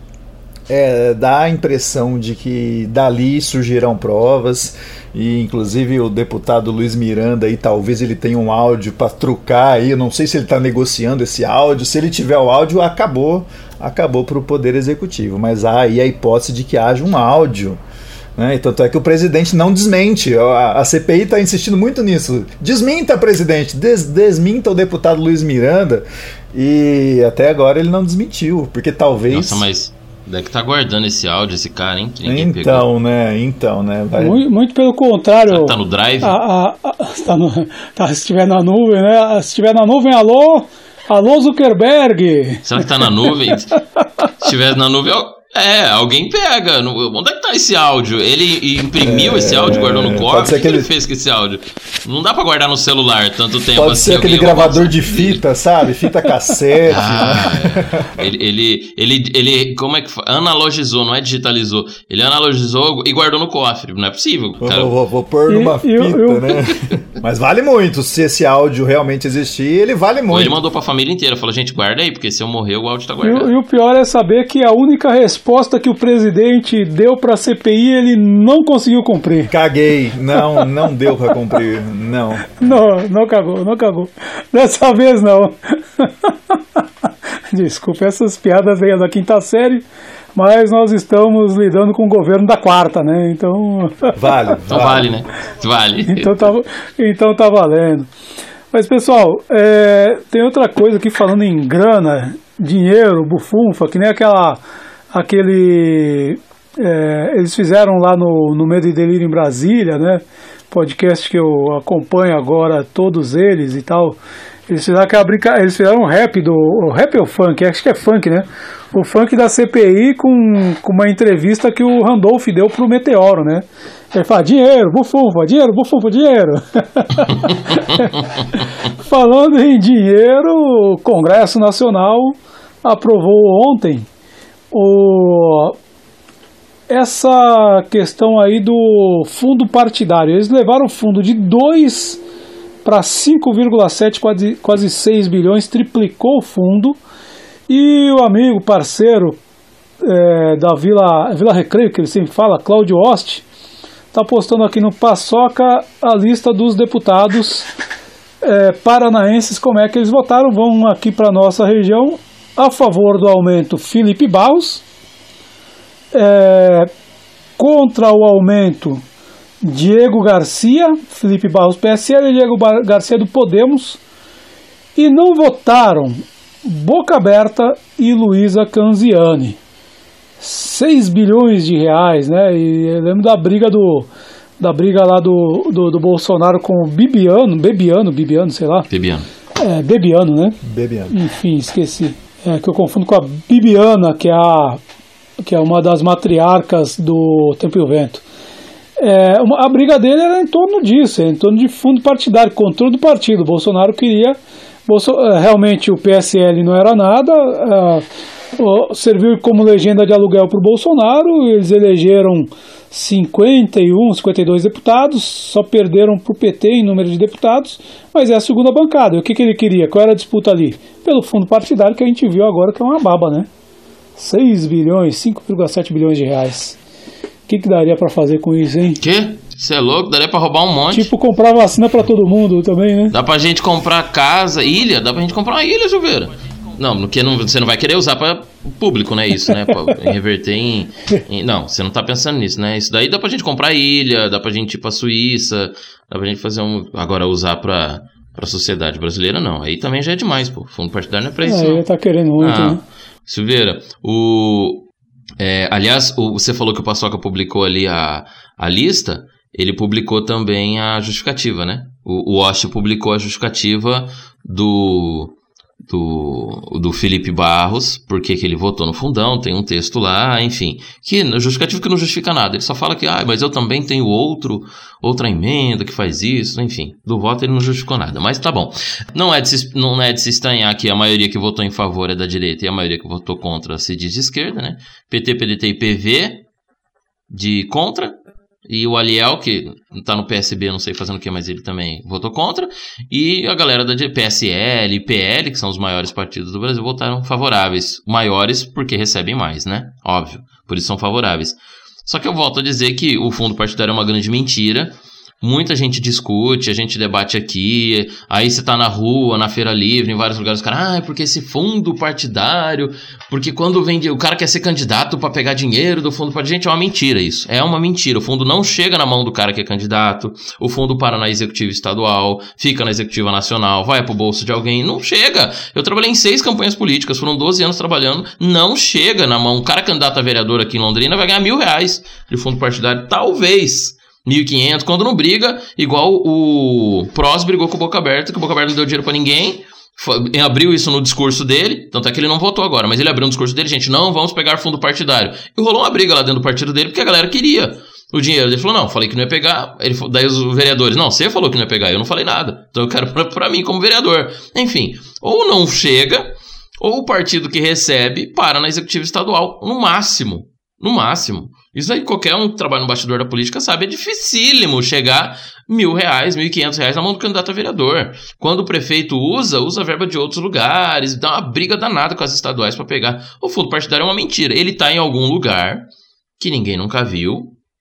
é, dá a impressão de que dali surgirão provas, e inclusive o deputado Luiz Miranda, aí, talvez ele tenha um áudio para trucar, aí, eu não sei se ele está negociando esse áudio, se ele tiver o áudio, acabou, acabou para o Poder Executivo, mas há aí a hipótese de que haja um áudio. Né? Tanto é que o presidente não desmente. A, a C P I está insistindo muito nisso. Desminta, presidente, des, desminta o deputado Luiz Miranda. E até agora ele não desmentiu, porque talvez... Nossa, mas deve estar tá guardando esse áudio, esse cara, hein? Que então, pegou. né? Então, né? Vai... Muito, muito pelo contrário. Será que tá no drive? A, a, a, tá no, tá, se estiver na nuvem, né? Se estiver na nuvem, alô? Alô, Zuckerberg! Será que tá na nuvem? Se estiver na nuvem... Eu... É, alguém pega. Onde é que tá esse áudio? Ele imprimiu é, esse áudio, guardou no cofre? O que, aquele... que ele fez com esse áudio? Não dá pra guardar no celular tanto tempo pode assim. Pode ser aquele gravador de fita, sabe? Fita cassete. Ah, é. ele, ele, ele, ele, como é que fala? Analogizou, não é digitalizou. Ele analogizou e guardou no cofre. Não é possível. Vou, vou, vou, vou pôr numa e, fita, eu, eu... né? Mas vale muito. Se esse áudio realmente existir, ele vale muito. Ele mandou pra família inteira. Falou, gente, guarda aí, porque se eu morrer, o áudio tá guardado. E, e o pior é saber que a única resposta resposta que o presidente deu pra C P I, ele não conseguiu cumprir. Caguei. Não, não deu pra cumprir. Não. Não, não cagou, não cagou. Dessa vez não. Desculpa essas piadas aí da quinta série, mas nós estamos lidando com o governo da quarta, né? Então... Vale. Então vale, né? Vale. Então tá, então tá valendo. Mas, pessoal, é, tem outra coisa aqui falando em grana, dinheiro, bufunfa, que nem aquela... Aquele, é, eles fizeram lá no, no Medo e Delírio em Brasília, né? Podcast que eu acompanho agora, todos eles e tal. Eles fizeram aquela brinca, eles fizeram um rap do. O rap ou funk? Acho que é funk, né? O funk da C P I com, com uma entrevista que o Randolph deu pro Meteoro, né? Ele fala, dinheiro, bufunfa, dinheiro, bufunfa, dinheiro. Falando em dinheiro, o Congresso Nacional aprovou ontem O, essa questão aí do fundo partidário. Eles levaram o fundo de dois para cinco vírgula sete, quase, quase seis bilhões, triplicou o fundo. E o amigo, parceiro é, da Vila, Vila Recreio, que ele sempre fala, Cláudio Ost, está postando aqui no Paçoca a lista dos deputados é, paranaenses, como é que eles votaram. Vão aqui para a nossa região. A favor do aumento, Felipe Barros. É, contra o aumento, Diego Garcia, Felipe Barros P S L e Diego Garcia do Podemos. E não votaram Boca Aberta e Luísa Canziani. seis bilhões de reais, né? E eu lembro da briga do da briga lá do, do, do Bolsonaro com o Bibiano, Bebiano, Bibiano, sei lá. Bebiano. É, Bebiano, né? Bebiano. Enfim, esqueci. É que eu confundo com a Bibiana, que é, a, que é uma das matriarcas do Tempo e o Vento. É, uma, a briga dele era em torno disso, em torno de fundo partidário, controle do partido. O Bolsonaro queria... Bolso, realmente o P S L não era nada, uh, serviu como legenda de aluguel para o Bolsonaro, eles elegeram cinquenta e um, cinquenta e dois deputados, só perderam para o P T em número de deputados, mas é a segunda bancada. E o que, que ele queria? Qual era a disputa ali? Pelo fundo partidário, que a gente viu agora que é uma baba, né? seis bilhões, cinco vírgula sete bilhões de reais. O que, que daria para fazer com isso, hein? Que? Você é louco? Daria pra roubar um monte. Tipo, comprar vacina pra todo mundo também, né? Dá pra gente comprar casa, ilha, dá pra gente comprar uma ilha, Silveira. Não, porque não, você não vai querer usar pra público, né? Isso, né? Pra reverter em, em... Não, você não tá pensando nisso, né? Isso daí dá pra gente comprar ilha, dá pra gente ir pra Suíça, dá pra gente fazer um... Agora, usar pra, pra sociedade brasileira, não. Aí também já é demais, pô. Fundo partidário não é pra isso. Aí tá querendo muito, ah, né? Silveira, o... É, aliás, o, você falou que o Paçoca publicou ali a, a lista... Ele publicou também a justificativa, né? O, o Ost publicou a justificativa do, do, do Felipe Barros, porque que ele votou no fundão, tem um texto lá, enfim. Que justificativo que não justifica nada. Ele só fala que, ah, mas eu também tenho outro, outra emenda que faz isso, enfim. Do voto ele não justificou nada, mas tá bom. Não é de se, não é de se estranhar que a maioria que votou em favor é da direita e a maioria que votou contra se diz de esquerda, né? P T, P D T e P V de contra. E o Aliel, que tá no P S B, não sei fazendo o que, mas ele também votou contra. E a galera da P S L e P L, que são os maiores partidos do Brasil, votaram favoráveis. Maiores porque recebem mais, né? Óbvio, por isso são favoráveis. Só que eu volto a dizer que o fundo partidário é uma grande mentira. Muita gente discute, a gente debate aqui, aí você tá na rua, na feira livre, em vários lugares, os caras, ah, porque esse fundo partidário, porque quando vem, o cara quer ser candidato pra pegar dinheiro do fundo partidário. Gente, é uma mentira isso, é uma mentira. O fundo não chega na mão do cara que é candidato, o fundo para na executiva estadual, fica na executiva nacional, vai pro bolso de alguém, não chega. Eu trabalhei em seis campanhas políticas, foram doze anos trabalhando, não chega na mão. O cara candidato a vereador aqui em Londrina vai ganhar mil reais de fundo partidário, talvez mil e quinhentos, quando não briga, igual o Prós brigou com o Boca Aberta, que o Boca Aberta não deu dinheiro pra ninguém, abriu isso no discurso dele, tanto é que ele não votou agora, mas ele abriu no discurso dele, gente, não vamos pegar fundo partidário. E rolou uma briga lá dentro do partido dele, porque a galera queria o dinheiro. Ele falou, não, falei que não ia pegar. Ele, daí os vereadores, não, você falou que não ia pegar, eu não falei nada. Então eu quero pra, pra mim como vereador. Enfim, ou não chega, ou o partido que recebe para na executiva estadual, no máximo. No máximo. Isso aí qualquer um que trabalha no bastidor da política sabe, é dificílimo chegar mil reais, mil e quinhentos reais na mão do candidato a vereador. Quando o prefeito usa, usa a verba de outros lugares, dá uma briga danada com as estaduais para pegar. O fundo partidário é uma mentira. Ele tá em algum lugar que ninguém nunca viu,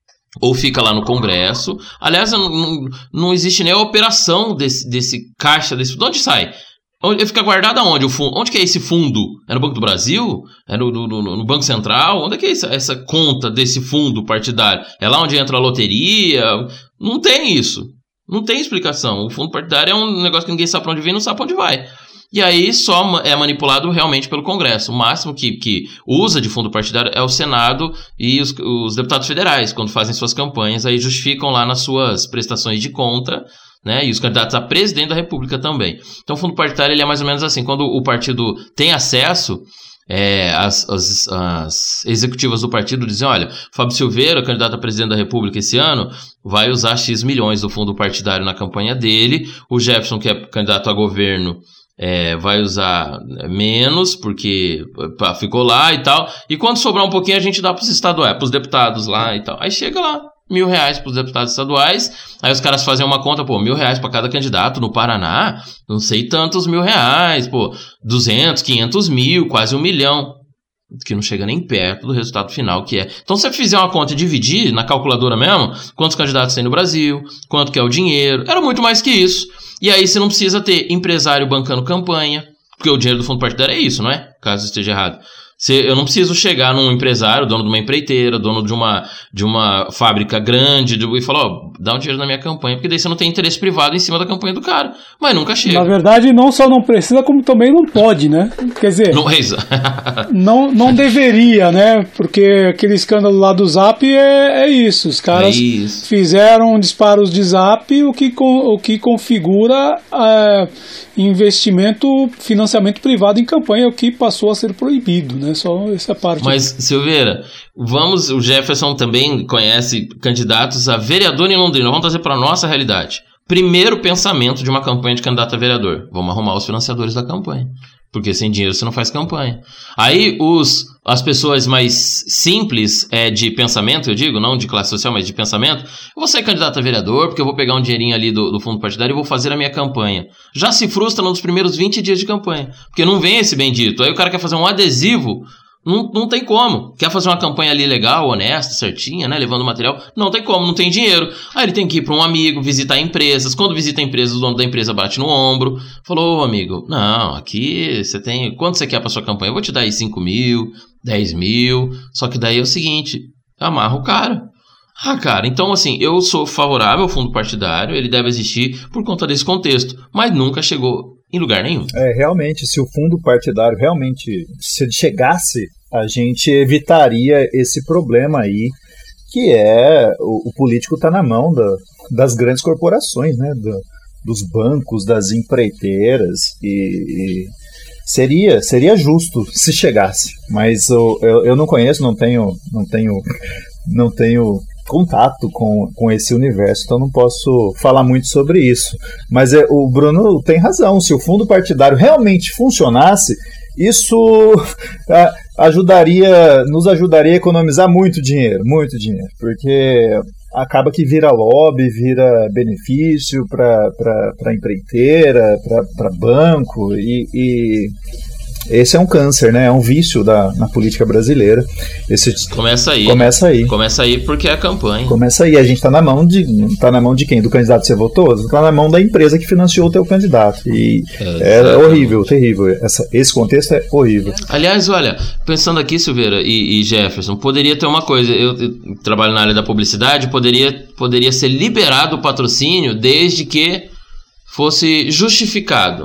ou fica lá no Congresso. Aliás, não, não existe nem a operação desse, desse caixa, desse... De onde sai? Ele fica guardado aonde? O fundo? Onde que é esse fundo? É no Banco do Brasil? É no, no, no Banco Central? Onde é que é essa, essa conta desse fundo partidário? É lá onde entra a loteria? Não tem isso. Não tem explicação. O fundo partidário é um negócio que ninguém sabe pra onde vem e não sabe pra onde vai. E aí só é manipulado realmente pelo Congresso. O máximo que, que usa de fundo partidário é o Senado e os, os deputados federais, quando fazem suas campanhas, aí justificam lá nas suas prestações de conta, né? E os candidatos a presidente da República também. Então o fundo partidário ele é mais ou menos assim, quando o partido tem acesso, é, as, as, as executivas do partido dizem, olha, Fábio Silveira, candidato a presidente da República esse ano, vai usar X milhões do fundo partidário na campanha dele, o Jefferson, que é candidato a governo, É, vai usar menos, porque pá, ficou lá e tal. E quando sobrar um pouquinho, a gente dá para os estaduais, para os deputados lá e tal. Aí chega lá, mil reais para os deputados estaduais. Aí os caras fazem uma conta, pô, mil reais para cada candidato no Paraná, não sei tantos mil reais, pô, duzentos, quinhentos mil, quase um milhão. Que não chega nem perto do resultado final que é. Então, se você fizer uma conta e dividir na calculadora mesmo, quantos candidatos tem no Brasil, quanto que é o dinheiro, era muito mais que isso. E aí você não precisa ter empresário bancando campanha, porque o dinheiro do fundo partidário é isso, não é? Caso esteja errado. Se, eu não preciso chegar num empresário, dono de uma empreiteira, dono de uma, de uma fábrica grande, de, e falar, ó, dá um dinheiro na minha campanha, porque daí você não tem interesse privado em cima da campanha do cara. Mas nunca chega. Na verdade, não só não precisa, como também não pode, né? Quer dizer, não, é não, não deveria, né? Porque aquele escândalo lá do Zap é, é isso. Os caras é isso. Fizeram disparos de Zap, o que, o que configura é, investimento, financiamento privado em campanha, o que passou a ser proibido, né? Só essa parte. Mas, aqui. Silveira, vamos, o Jefferson também conhece candidatos a vereador em Londrina. Vamos trazer para a nossa realidade. Primeiro pensamento de uma campanha de candidato a vereador: vamos arrumar os financiadores da campanha. Porque sem dinheiro você não faz campanha. Aí os, as pessoas mais simples é, de pensamento, eu digo, não de classe social, mas de pensamento, eu vou ser candidato a vereador porque eu vou pegar um dinheirinho ali do, do fundo partidário e vou fazer a minha campanha. Já se frustra nos primeiros vinte dias de campanha, porque não vem esse bendito. Aí o cara quer fazer um adesivo, não, não tem como. Quer fazer uma campanha ali legal, honesta, certinha, né, levando material, não tem como, não tem dinheiro. Aí ele tem que ir para um amigo, visitar empresas. Quando visita a empresa, o dono da empresa bate no ombro, falou, ô amigo, não, aqui você tem, quanto você quer para sua campanha? Eu vou te dar aí cinco mil, dez mil, só que daí é o seguinte, amarra o cara. Ah, cara, então assim, eu sou favorável ao fundo partidário, ele deve existir por conta desse contexto, mas nunca chegou em lugar nenhum. É, realmente, se o fundo partidário realmente, se ele chegasse, a gente evitaria esse problema aí, que é, o, o político está na mão da, das grandes corporações, né, do, dos bancos, das empreiteiras, e, e seria, seria justo se chegasse, mas eu, eu, eu não conheço, não tenho, não tenho, não tenho contato com, com esse universo, então não posso falar muito sobre isso. Mas é, o Bruno tem razão, se o fundo partidário realmente funcionasse, isso a, ajudaria, nos ajudaria a economizar muito dinheiro, muito dinheiro, porque acaba que vira lobby, vira benefício para empreiteira, para banco, e, e esse é um câncer, né? É um vício da, na política brasileira. Esse, começa aí. Começa aí. Começa aí porque é a campanha. Começa aí. A gente tá na mão de. Tá na mão de quem? Do candidato que você votou? Tá na mão da empresa que financiou o teu candidato. E é, é horrível, terrível. Essa, esse contexto é horrível. Aliás, olha, pensando aqui, Silveira e, e Jefferson, poderia ter uma coisa. Eu, eu trabalho na área da publicidade, poderia, poderia ser liberado o patrocínio desde que fosse justificado.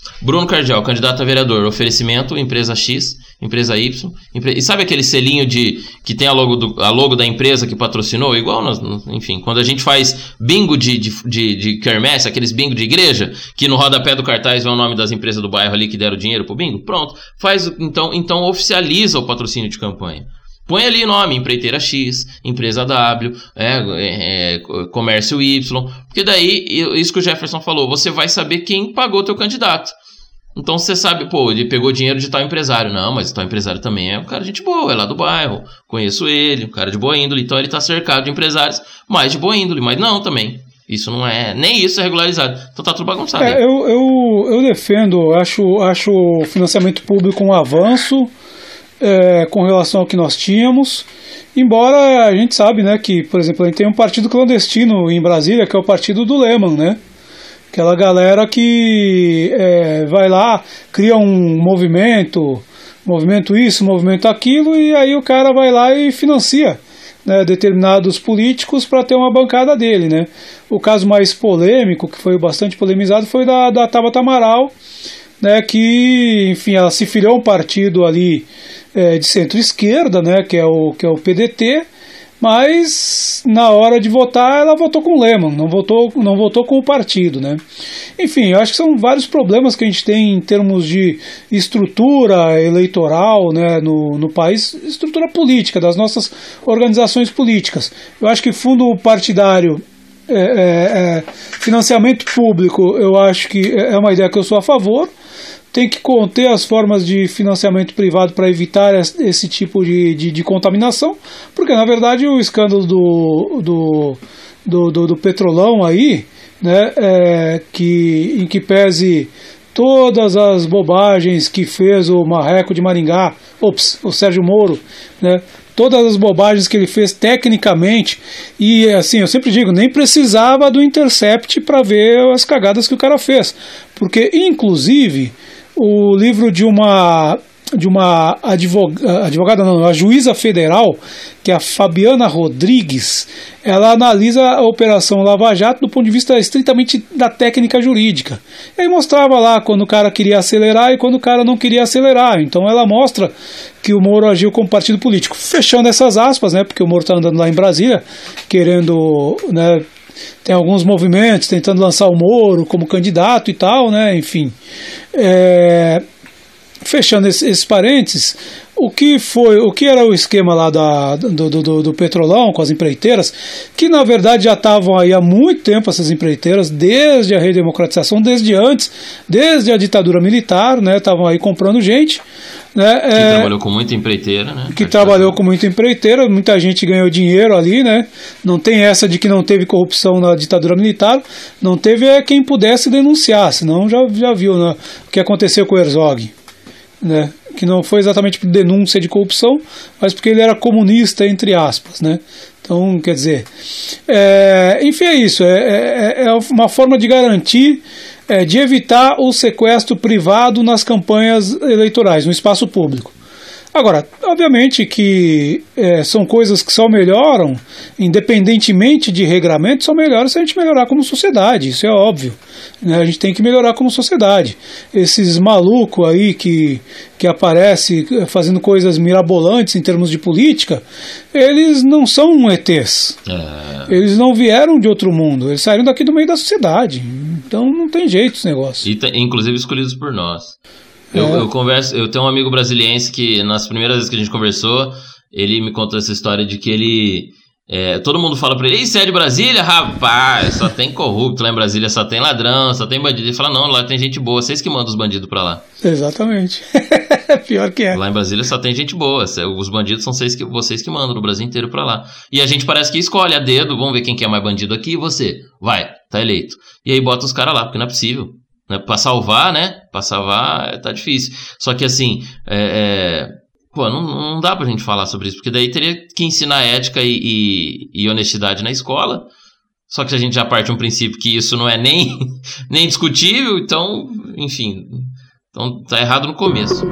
Bruno Cardial, candidato a vereador, oferecimento, empresa X, empresa Y, empre... e sabe aquele selinho de que tem a logo, do, a logo da empresa que patrocinou? Igual, no, enfim, quando a gente faz bingo de, de, de, de quermesse, aqueles bingo de igreja, que no rodapé do cartaz vem o nome das empresas do bairro ali que deram dinheiro pro bingo, pronto, faz, então, então oficializa o patrocínio de campanha. Põe ali o nome, empreiteira X, empresa W, é, é, é, comércio Y, porque daí, isso que o Jefferson falou, você vai saber quem pagou teu candidato. Então você sabe, pô, ele pegou dinheiro de tal empresário. Não, mas tal empresário também é um cara de gente boa, é lá do bairro, conheço ele, um cara de boa índole, então ele tá cercado de empresários mais de boa índole, mas não também. Isso não é, nem isso é regularizado. Então tá tudo bagunçado. É, eu, eu, eu defendo, acho, acho o financiamento público um avanço, É, com relação ao que nós tínhamos, embora a gente sabe, né, que, por exemplo, a gente tem um partido clandestino em Brasília, que é o partido do Lehman, né, aquela galera que é, vai lá, cria um movimento, movimento isso, movimento aquilo, e aí o cara vai lá e financia, né, determinados políticos para ter uma bancada dele, né. O caso mais polêmico, que foi bastante polemizado, foi da, da Tabata Amaral, né, que, enfim, ela se filiou a um partido ali é, de centro-esquerda, né, que é, o, que é o P D T, mas na hora de votar ela votou com o Lehman, não votou, não votou com o partido, né. Enfim, eu acho que são vários problemas que a gente tem em termos de estrutura eleitoral, né, no, no país, estrutura política, das nossas organizações políticas. Eu acho que fundo partidário, é, é, é, financiamento público, eu acho que é uma ideia que eu sou a favor. Tem que conter as formas de financiamento privado para evitar esse tipo de, de, de contaminação, porque na verdade o escândalo do, do, do, do, do Petrolão aí, né, é, que, em que pese todas as bobagens que fez o Marreco de Maringá, ops, o Sérgio Moro, né, todas as bobagens que ele fez tecnicamente, e assim, eu sempre digo, nem precisava do Intercept para ver as cagadas que o cara fez, porque inclusive o livro de uma de uma advogada, advogada não, a juíza federal, que é a Fabiana Rodrigues, ela analisa a Operação Lava Jato do ponto de vista estritamente da técnica jurídica. E aí mostrava lá quando o cara queria acelerar e quando o cara não queria acelerar. Então ela mostra que o Moro agiu como partido político. Fechando essas aspas, né, porque o Moro está andando lá em Brasília, querendo, né, tem alguns movimentos tentando lançar o Moro como candidato e tal, né, enfim. É, fechando esses, esses parênteses, o que foi, o que era o esquema lá da, do, do, do Petrolão com as empreiteiras, que na verdade já estavam aí há muito tempo, essas empreiteiras, desde a redemocratização, desde antes, desde a ditadura militar, né, estavam aí comprando gente, né, que é, trabalhou com muita empreiteira, né? Que trabalhou com muita empreiteira, muita gente ganhou dinheiro ali, né? Não tem essa de que não teve corrupção na ditadura militar, não teve é quem pudesse denunciar, senão já, já viu, né, o que aconteceu com o Herzog, né? Que não foi exatamente por denúncia de corrupção, mas porque ele era comunista, entre aspas, né? Então, quer dizer, é, enfim, é isso, é, é, é uma forma de garantir, é, de evitar o sequestro privado nas campanhas eleitorais, no espaço público. Agora, obviamente que é, são coisas que só melhoram, independentemente de regramento, só melhoram se a gente melhorar como sociedade, isso é óbvio, né? A gente tem que melhorar como sociedade. Esses malucos aí que, que aparecem fazendo coisas mirabolantes em termos de política, eles não são E Tês, é... eles não vieram de outro mundo, eles saíram daqui do meio da sociedade, então não tem jeito esse negócio. E tem, inclusive escolhidos por nós. Eu, é. eu converso, eu tenho um amigo brasiliense que nas primeiras vezes que a gente conversou, ele me contou essa história de que ele, é, todo mundo fala pra ele, ei, você é de Brasília? Rapaz, só tem corrupto lá em Brasília, só tem ladrão, só tem bandido. Ele fala, não, lá tem gente boa, vocês que mandam os bandidos pra lá. Exatamente. Pior que é. Lá em Brasília só tem gente boa, os bandidos são vocês que, vocês que mandam no Brasil inteiro pra lá. E a gente parece que escolhe a dedo, vamos ver quem que é mais bandido aqui, e você, vai, tá eleito. E aí bota os caras lá, porque não é possível. Pra salvar, né? Pra salvar tá difícil. Só que assim, é, é, pô, não, não dá pra gente falar sobre isso, porque daí teria que ensinar ética e, e, e honestidade na escola. Só que a gente já parte de um princípio que isso não é nem, nem discutível, então, enfim, então tá errado no começo.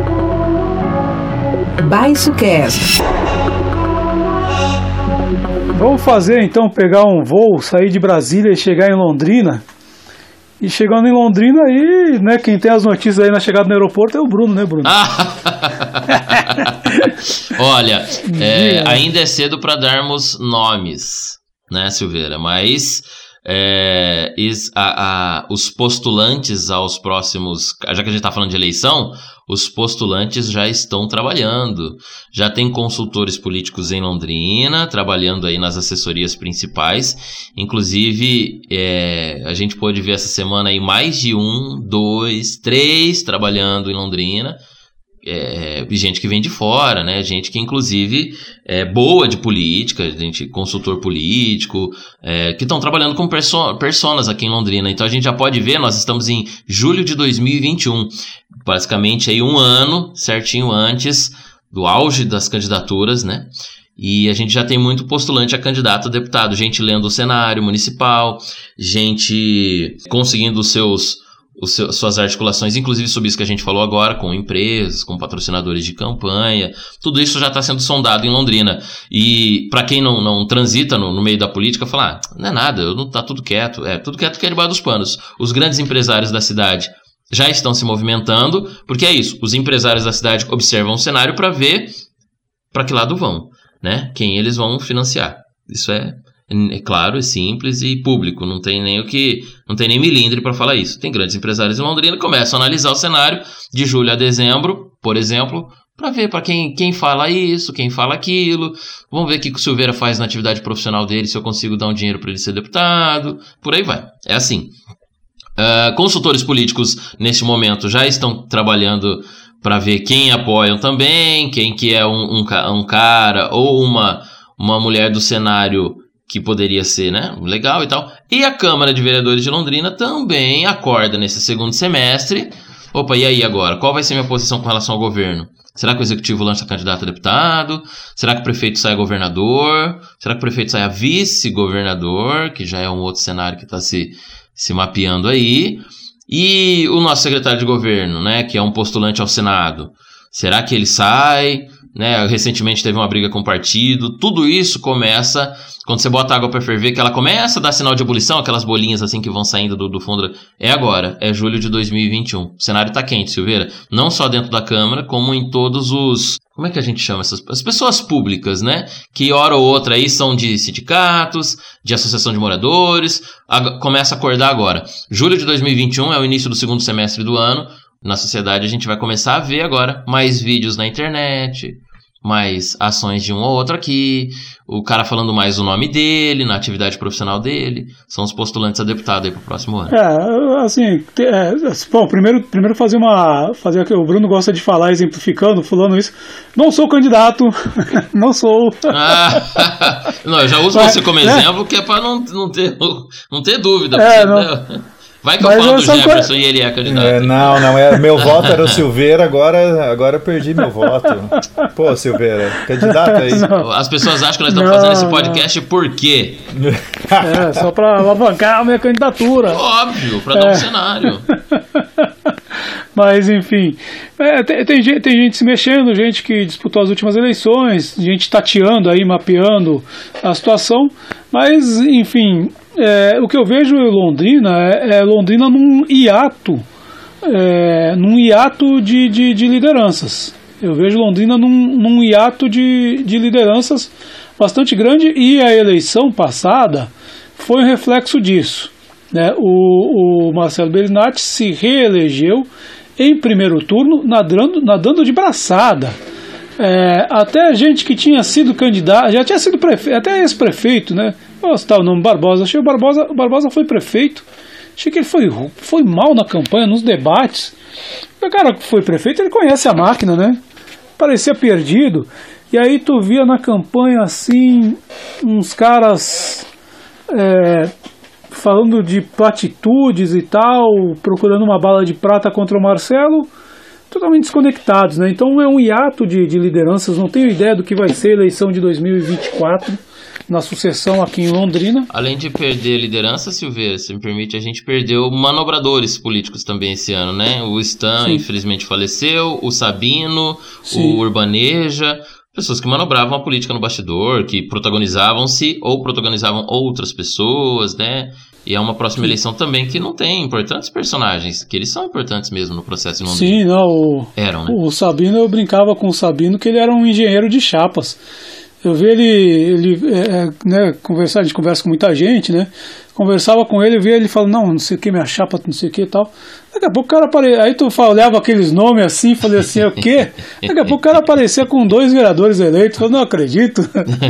BaixoCast. Vamos fazer então, pegar um voo, sair de Brasília e chegar em Londrina. E chegando em Londrina aí, né, quem tem as notícias aí na chegada no aeroporto é o Bruno, né, Bruno? Olha, é, ainda é cedo para darmos nomes, né, Silveira? Mas é, is, a, a, os postulantes aos próximos, já que a gente está falando de eleição, os postulantes já estão trabalhando. Já tem consultores políticos em Londrina, trabalhando aí nas assessorias principais. Inclusive, é, a gente pôde ver essa semana aí mais de um, dois, três trabalhando em Londrina. É, gente que vem de fora, né? Gente que inclusive é boa de política, gente, consultor político, é, que estão trabalhando com perso- personas aqui em Londrina. Então a gente já pode ver, nós estamos em julho de dois mil e vinte e um, basicamente aí um ano certinho antes do auge das candidaturas, né? E a gente já tem muito postulante a candidato a deputado, gente lendo o cenário municipal, gente conseguindo os seus Os seus, suas articulações, inclusive sobre isso que a gente falou agora, com empresas, com patrocinadores de campanha, tudo isso já está sendo sondado em Londrina. E para quem não, não transita no, no meio da política, falar, ah, não é nada, não tá tudo quieto, é tudo quieto que é debaixo dos panos. Os grandes empresários da cidade já estão se movimentando, porque é isso, os empresários da cidade observam o cenário para ver para que lado vão, né? Quem eles vão financiar. Isso é É claro, é simples e público, não tem nem o que, não tem nem milindre para falar isso. Tem grandes empresários em Londrina que começam a analisar o cenário de julho a dezembro, por exemplo, para ver para quem, quem fala isso, quem fala aquilo. Vamos ver o que o Silveira faz na atividade profissional dele, se eu consigo dar um dinheiro para ele ser deputado, por aí vai. É assim. Uh, consultores políticos, neste momento, já estão trabalhando para ver quem apoiam também, quem que é um, um, um cara ou uma, uma mulher do cenário que poderia ser, né, legal e tal. E a Câmara de Vereadores de Londrina também acorda nesse segundo semestre. Opa, e aí agora? Qual vai ser minha posição com relação ao governo? Será que o executivo lança candidato a deputado? Será que o prefeito sai a governador? Será que o prefeito sai a vice-governador? Que já é um outro cenário que está se, se mapeando aí. E o nosso secretário de governo, né, que é um postulante ao Senado. Será que ele sai? Né, recentemente teve uma briga com o partido. Tudo isso começa quando você bota água para ferver, que ela começa a dar sinal de ebulição, aquelas bolinhas assim que vão saindo do, do fundo. É agora, é julho de dois mil e vinte e um. O cenário tá quente, Silveira. Não só dentro da Câmara, como em todos os... Como é que a gente chama essas as pessoas públicas, né? Que hora ou outra aí são de sindicatos, de associação de moradores. A, começa a acordar agora. Julho de dois mil e vinte e um é o início do segundo semestre do ano. Na sociedade a gente vai começar a ver agora mais vídeos na internet, mais ações de um ou outro aqui, o cara falando mais o nome dele, na atividade profissional dele. São os postulantes a deputado aí pro próximo ano. É, assim, é, bom, primeiro, primeiro fazer uma, fazer o que o Bruno gosta de falar, exemplificando, falando isso. Não sou candidato, não sou. Ah, não, eu já uso Mas, você como é. exemplo, que é pra não, não, ter, não ter dúvida. É, não... Né? Vai que eu Mas falo do Jefferson co... e ele é candidato. É, não, não, é, meu voto era o Silveira, agora, agora eu perdi meu voto. Pô, Silveira, candidato aí. Não. As pessoas acham que nós estamos não, fazendo esse podcast não. por quê? É, só para alavancar a minha candidatura. Óbvio, para é. dar um cenário. Mas, enfim, é, tem, tem, gente, tem gente se mexendo, gente que disputou as últimas eleições, gente tateando aí, mapeando a situação, mas, enfim... É, o que eu vejo em Londrina é, é Londrina num hiato, é, num hiato de, de, de lideranças. Eu vejo Londrina num, num hiato de, de lideranças bastante grande e a eleição passada foi um reflexo disso. Né? O, o Marcelo Bellinati se reelegeu em primeiro turno nadando, nadando de braçada. É, até gente que tinha sido candidato, já tinha sido prefeito, até ex-prefeito, né? Vou citar o nome Barbosa. Achei o Barbosa, o Barbosa foi prefeito. Achei que ele foi, foi mal na campanha, nos debates. O cara que foi prefeito, ele conhece a máquina, né? Parecia perdido. E aí tu via na campanha assim, uns caras é, falando de platitudes e tal, procurando uma bala de prata contra o Marcelo, totalmente desconectados, né? Então é um hiato de, de lideranças. Não tenho ideia do que vai ser a eleição de dois mil e vinte e quatro na sucessão aqui em Londrina. Além de perder liderança, Silveira, se me permite, a gente perdeu manobradores políticos também esse ano, né? O Stan, Sim. infelizmente, faleceu, o Sabino, Sim. o Urbaneja, pessoas que manobravam a política no bastidor, que protagonizavam-se ou protagonizavam outras pessoas, né? E é uma próxima eleição também que não tem importantes personagens, que eles são importantes mesmo no processo em Londrina. Sim, não, o, Eram, né? O Sabino, eu brincava com o Sabino que ele era um engenheiro de chapas. Eu vi ele, ele é, né, conversar, a gente conversa com muita gente, né? Conversava com ele, eu via ele falando, não, não sei o que, minha chapa, não sei o que e tal. Daqui a pouco o cara aparecia, aí tu olhava aqueles nomes assim, falei assim, o quê? Daqui a pouco o cara aparecia com dois vereadores eleitos, eu não acredito.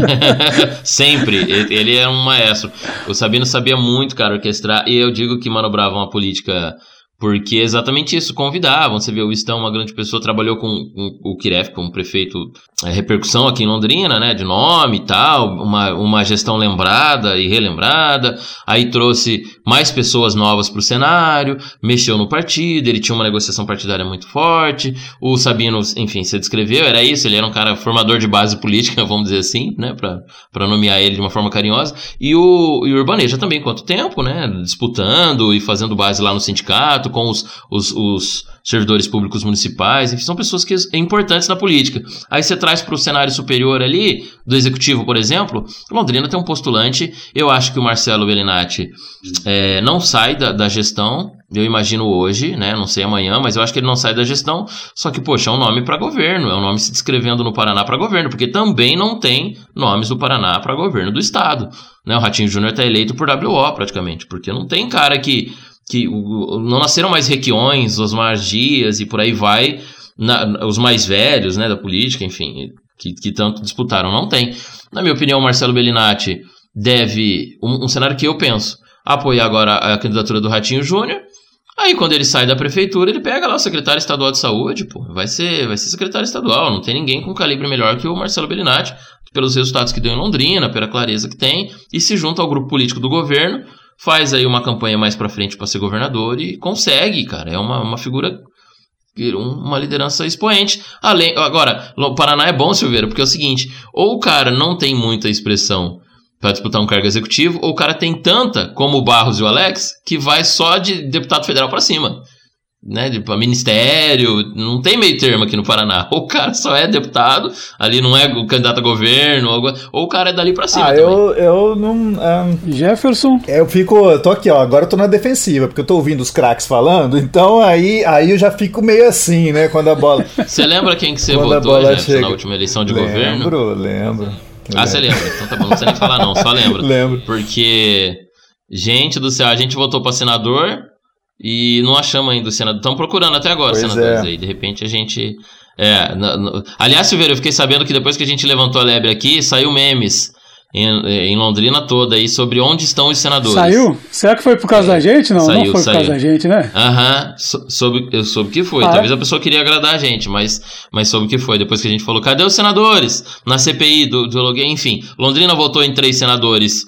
Sempre, ele é um maestro. O Sabino sabia muito, cara, orquestrar, e eu digo que manobrava uma política... Porque é exatamente isso, convidavam. Você vê, o Istão, uma grande pessoa, trabalhou com, com o Kiref, como prefeito, é, repercussão aqui em Londrina, né, de nome e tal, uma, uma gestão lembrada e relembrada, aí trouxe mais pessoas novas para o cenário, mexeu no partido, ele tinha uma negociação partidária muito forte, o Sabino, enfim, você descreveu, era isso, ele era um cara formador de base política, vamos dizer assim, né, para nomear ele de uma forma carinhosa, e o, e o Urbaneja também, quanto tempo, né, disputando e fazendo base lá no sindicato, com os, os, os servidores públicos municipais, enfim, são pessoas que são importantes na política. Aí você traz para o cenário superior ali, do executivo, por exemplo, Londrina tem um postulante, eu acho que o Marcelo Bellinati é, não sai da, da gestão, eu imagino hoje, né, não sei amanhã, mas eu acho que ele não sai da gestão, só que, poxa, é um nome para governo, é um nome se descrevendo no Paraná para governo, porque também não tem nomes do Paraná para governo do estado, né, o Ratinho Júnior está eleito por W O praticamente, porque não tem cara que que não nasceram mais Requiões, Osmar Dias e por aí vai, na, os mais velhos, né, da política, enfim, que, que tanto disputaram, não tem. Na minha opinião, o Marcelo Bellinati deve, um, um cenário que eu penso, apoiar agora a candidatura do Ratinho Júnior, aí quando ele sai da prefeitura, ele pega lá o secretário estadual de saúde, pô, vai ser, vai ser secretário estadual, não tem ninguém com calibre melhor que o Marcelo Bellinati, pelos resultados que deu em Londrina, pela clareza que tem, e se junta ao grupo político do governo, faz aí uma campanha mais pra frente pra ser governador e consegue, cara. É uma, uma figura, uma liderança expoente. Além, agora, o Paraná é bom, Silveira, porque é o seguinte, ou o cara não tem muita expressão pra disputar um cargo executivo, ou o cara tem tanta, como o Barros e o Alex, que vai só de deputado federal pra cima. Né, de ministério, não tem meio termo aqui no Paraná. Ou o cara só é deputado, ali não é o candidato a governo, ou, ou o cara é dali pra cima. Ah, também. eu, eu não. Um, Jefferson. Eu fico. Eu tô aqui, ó. Agora eu tô na defensiva, porque eu tô ouvindo os craques falando, então aí, aí eu já fico meio assim, né? Quando a bola. Você lembra quem que você votou, Jefferson, na última eleição de lembro, governo? Lembro, lembro. Ah, você lembra? Então tá bom, não precisa nem falar, não, só lembro. Lembro. Porque, gente do céu, a gente votou pra senador. E não achamos ainda o senador. Estão procurando até agora pois os senadores é. aí. De repente a gente... É, no, no... Aliás, Silveira, eu fiquei sabendo que depois que a gente levantou a lebre aqui, saiu memes em, em Londrina toda aí sobre onde estão os senadores. Saiu? Será que foi por causa é. da gente? Não, saiu, não foi saiu. por causa da gente, né? Aham, so, soube, eu soube que foi. Ah, Talvez é? a pessoa queria agradar a gente, mas, mas soube que foi. Depois que a gente falou, cadê os senadores? Na C P I do, do enfim. Londrina votou em três senadores...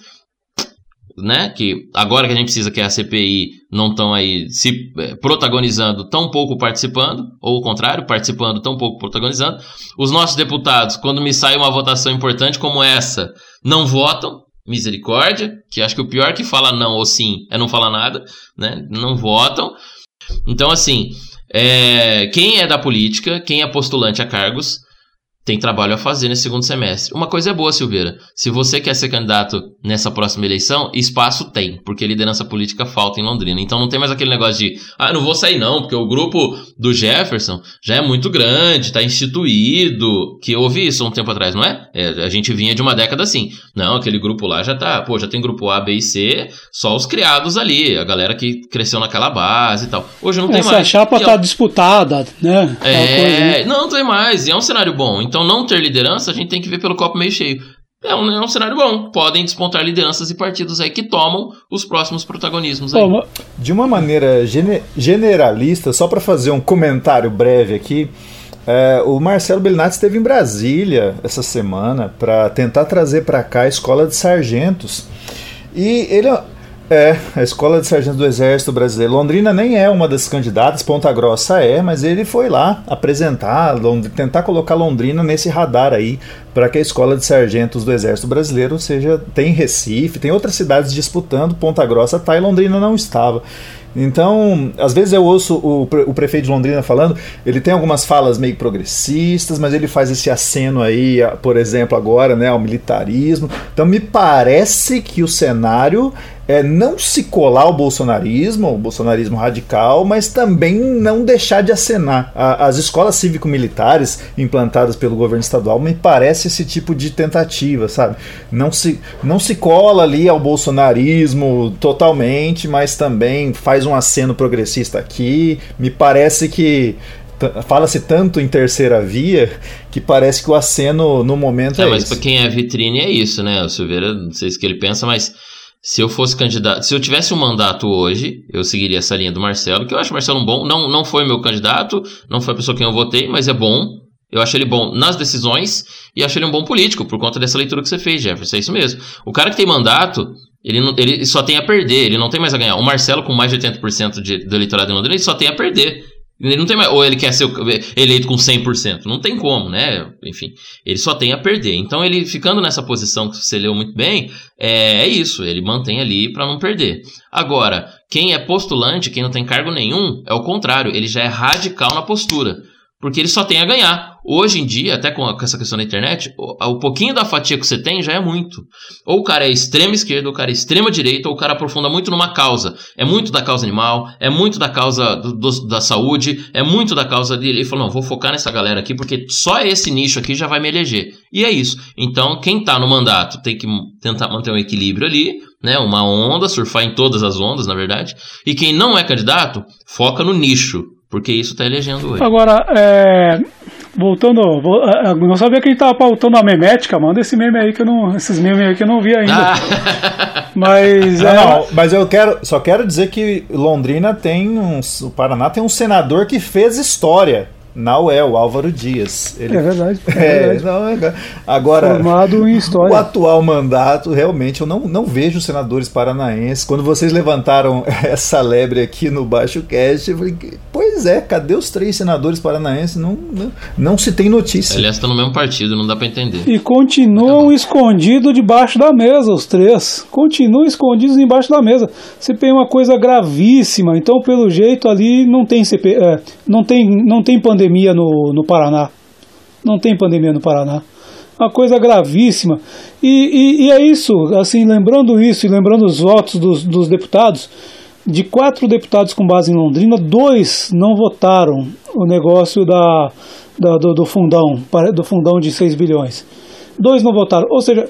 Né, que agora que a gente precisa que a C P I não estão aí se protagonizando, tão pouco participando, ou o contrário, participando, tão pouco protagonizando. Os nossos deputados, quando me sai uma votação importante como essa, não votam, misericórdia, que acho que o pior que fala não ou sim é não falar nada, né, não votam. Então assim, é, quem é da política, quem é postulante a cargos, tem trabalho a fazer nesse segundo semestre. Uma coisa é boa, Silveira. Se você quer ser candidato nessa próxima eleição, espaço tem, porque liderança política falta em Londrina. Então não tem mais aquele negócio de, ah, não vou sair não, porque o grupo do Jefferson já é muito grande, está instituído, que eu ouvi isso há um tempo atrás, não é? é? A gente vinha de uma década assim. Não, aquele grupo lá já tá, pô, já tem grupo A, B e C, só os criados ali, a galera que cresceu naquela base e tal. Hoje não tem Essa mais. Essa chapa tá é... disputada, né? É, coisa, né? Não tem mais, e é um cenário bom. Então, não ter liderança, a gente tem que ver pelo copo meio cheio. É um, é um cenário bom. Podem despontar lideranças e partidos aí que tomam os próximos protagonismos aí. De uma maneira gene- generalista, só para fazer um comentário breve aqui, é, o Marcelo Bellinati esteve em Brasília essa semana para tentar trazer para cá a Escola de Sargentos. E ele... É, a Escola de Sargentos do Exército Brasileiro. Londrina nem é uma das candidatas, Ponta Grossa é, mas ele foi lá apresentar, tentar colocar Londrina nesse radar aí, para que a Escola de Sargentos do Exército Brasileiro seja, tem Recife, tem outras cidades disputando, Ponta Grossa tá e Londrina não estava. Então, às vezes eu ouço o, o prefeito de Londrina falando, ele tem algumas falas meio progressistas, mas ele faz esse aceno aí, por exemplo, agora, né, ao militarismo. Então me parece que o cenário é não se colar ao bolsonarismo, o bolsonarismo radical, mas também não deixar de acenar. A, as escolas cívico-militares implantadas pelo governo estadual me parece esse tipo de tentativa, sabe? Não se, não se cola ali ao bolsonarismo totalmente, mas também faz um aceno progressista aqui. Me parece que fala-se tanto em terceira via que parece que o aceno no momento é, é mas esse. Para quem é vitrine é isso, né? O Silveira, não sei se que ele pensa, mas se eu fosse candidato, se eu tivesse um mandato hoje, eu seguiria essa linha do Marcelo, que eu acho o Marcelo um bom, não, não foi meu candidato, não foi a pessoa que eu votei, mas é bom. Eu acho ele bom nas decisões e acho ele um bom político, por conta dessa leitura que você fez, Jefferson, é isso mesmo. O cara que tem mandato, ele, não, ele só tem a perder, ele não tem mais a ganhar. O Marcelo, com mais de oitenta por cento de, do eleitorado em Londrina, ele só tem a perder. Ele não tem mais, ou ele quer ser eleito com cem por cento. Não tem como, né? Enfim, ele só tem a perder. Então, ele ficando nessa posição que você leu muito bem, é, é isso. Ele mantém ali para não perder. Agora, quem é postulante, quem não tem cargo nenhum, é o contrário. Ele já é radical na postura. Porque ele só tem a ganhar. Hoje em dia, até com essa questão da internet, o, o pouquinho da fatia que você tem já é muito. Ou o cara é extrema esquerda, ou o cara é extrema direita, ou o cara aprofunda muito numa causa. É muito da causa animal, é muito da causa do, do, da saúde, é muito da causa dele. Ele falou, não, vou focar nessa galera aqui, porque só esse nicho aqui já vai me eleger. E é isso. Então, quem tá no mandato tem que tentar manter um equilíbrio ali, né? Uma onda, surfar em todas as ondas, na verdade. E quem não é candidato, foca no nicho. Porque isso está elegendo hoje. Agora, é, voltando, eu não sabia que ele estava pautando a memética, manda esse meme aí que eu não, esses memes aí que eu não vi ainda. Ah. Mas, não, é... não, mas eu quero, só quero dizer que Londrina tem um, o Paraná tem um senador que fez história. Não é o Álvaro Dias. Ele... É verdade. É verdade. É, não, é... Agora, formado em história. O atual mandato, realmente, eu não, não vejo os senadores paranaenses. Quando vocês levantaram essa lebre aqui no Baixo Cast, eu falei, pois é, cadê os três senadores paranaenses? Não, não, não se tem notícia. Aliás, estão no mesmo partido, não dá pra entender. E continuam tá escondidos debaixo da mesa, os três. Continuam escondidos embaixo da mesa. C P I é uma coisa gravíssima, então, pelo jeito, ali não tem C P I, é, não tem, não tem pandemia. pandemia no, no Paraná. Não tem pandemia no Paraná. Uma coisa gravíssima. E, e, e é isso, assim, lembrando isso e lembrando os votos dos, dos deputados, de quatro deputados com base em Londrina, dois não votaram o negócio da, da, do, do fundão, do fundão de seis bilhões. Dois não votaram. Ou seja,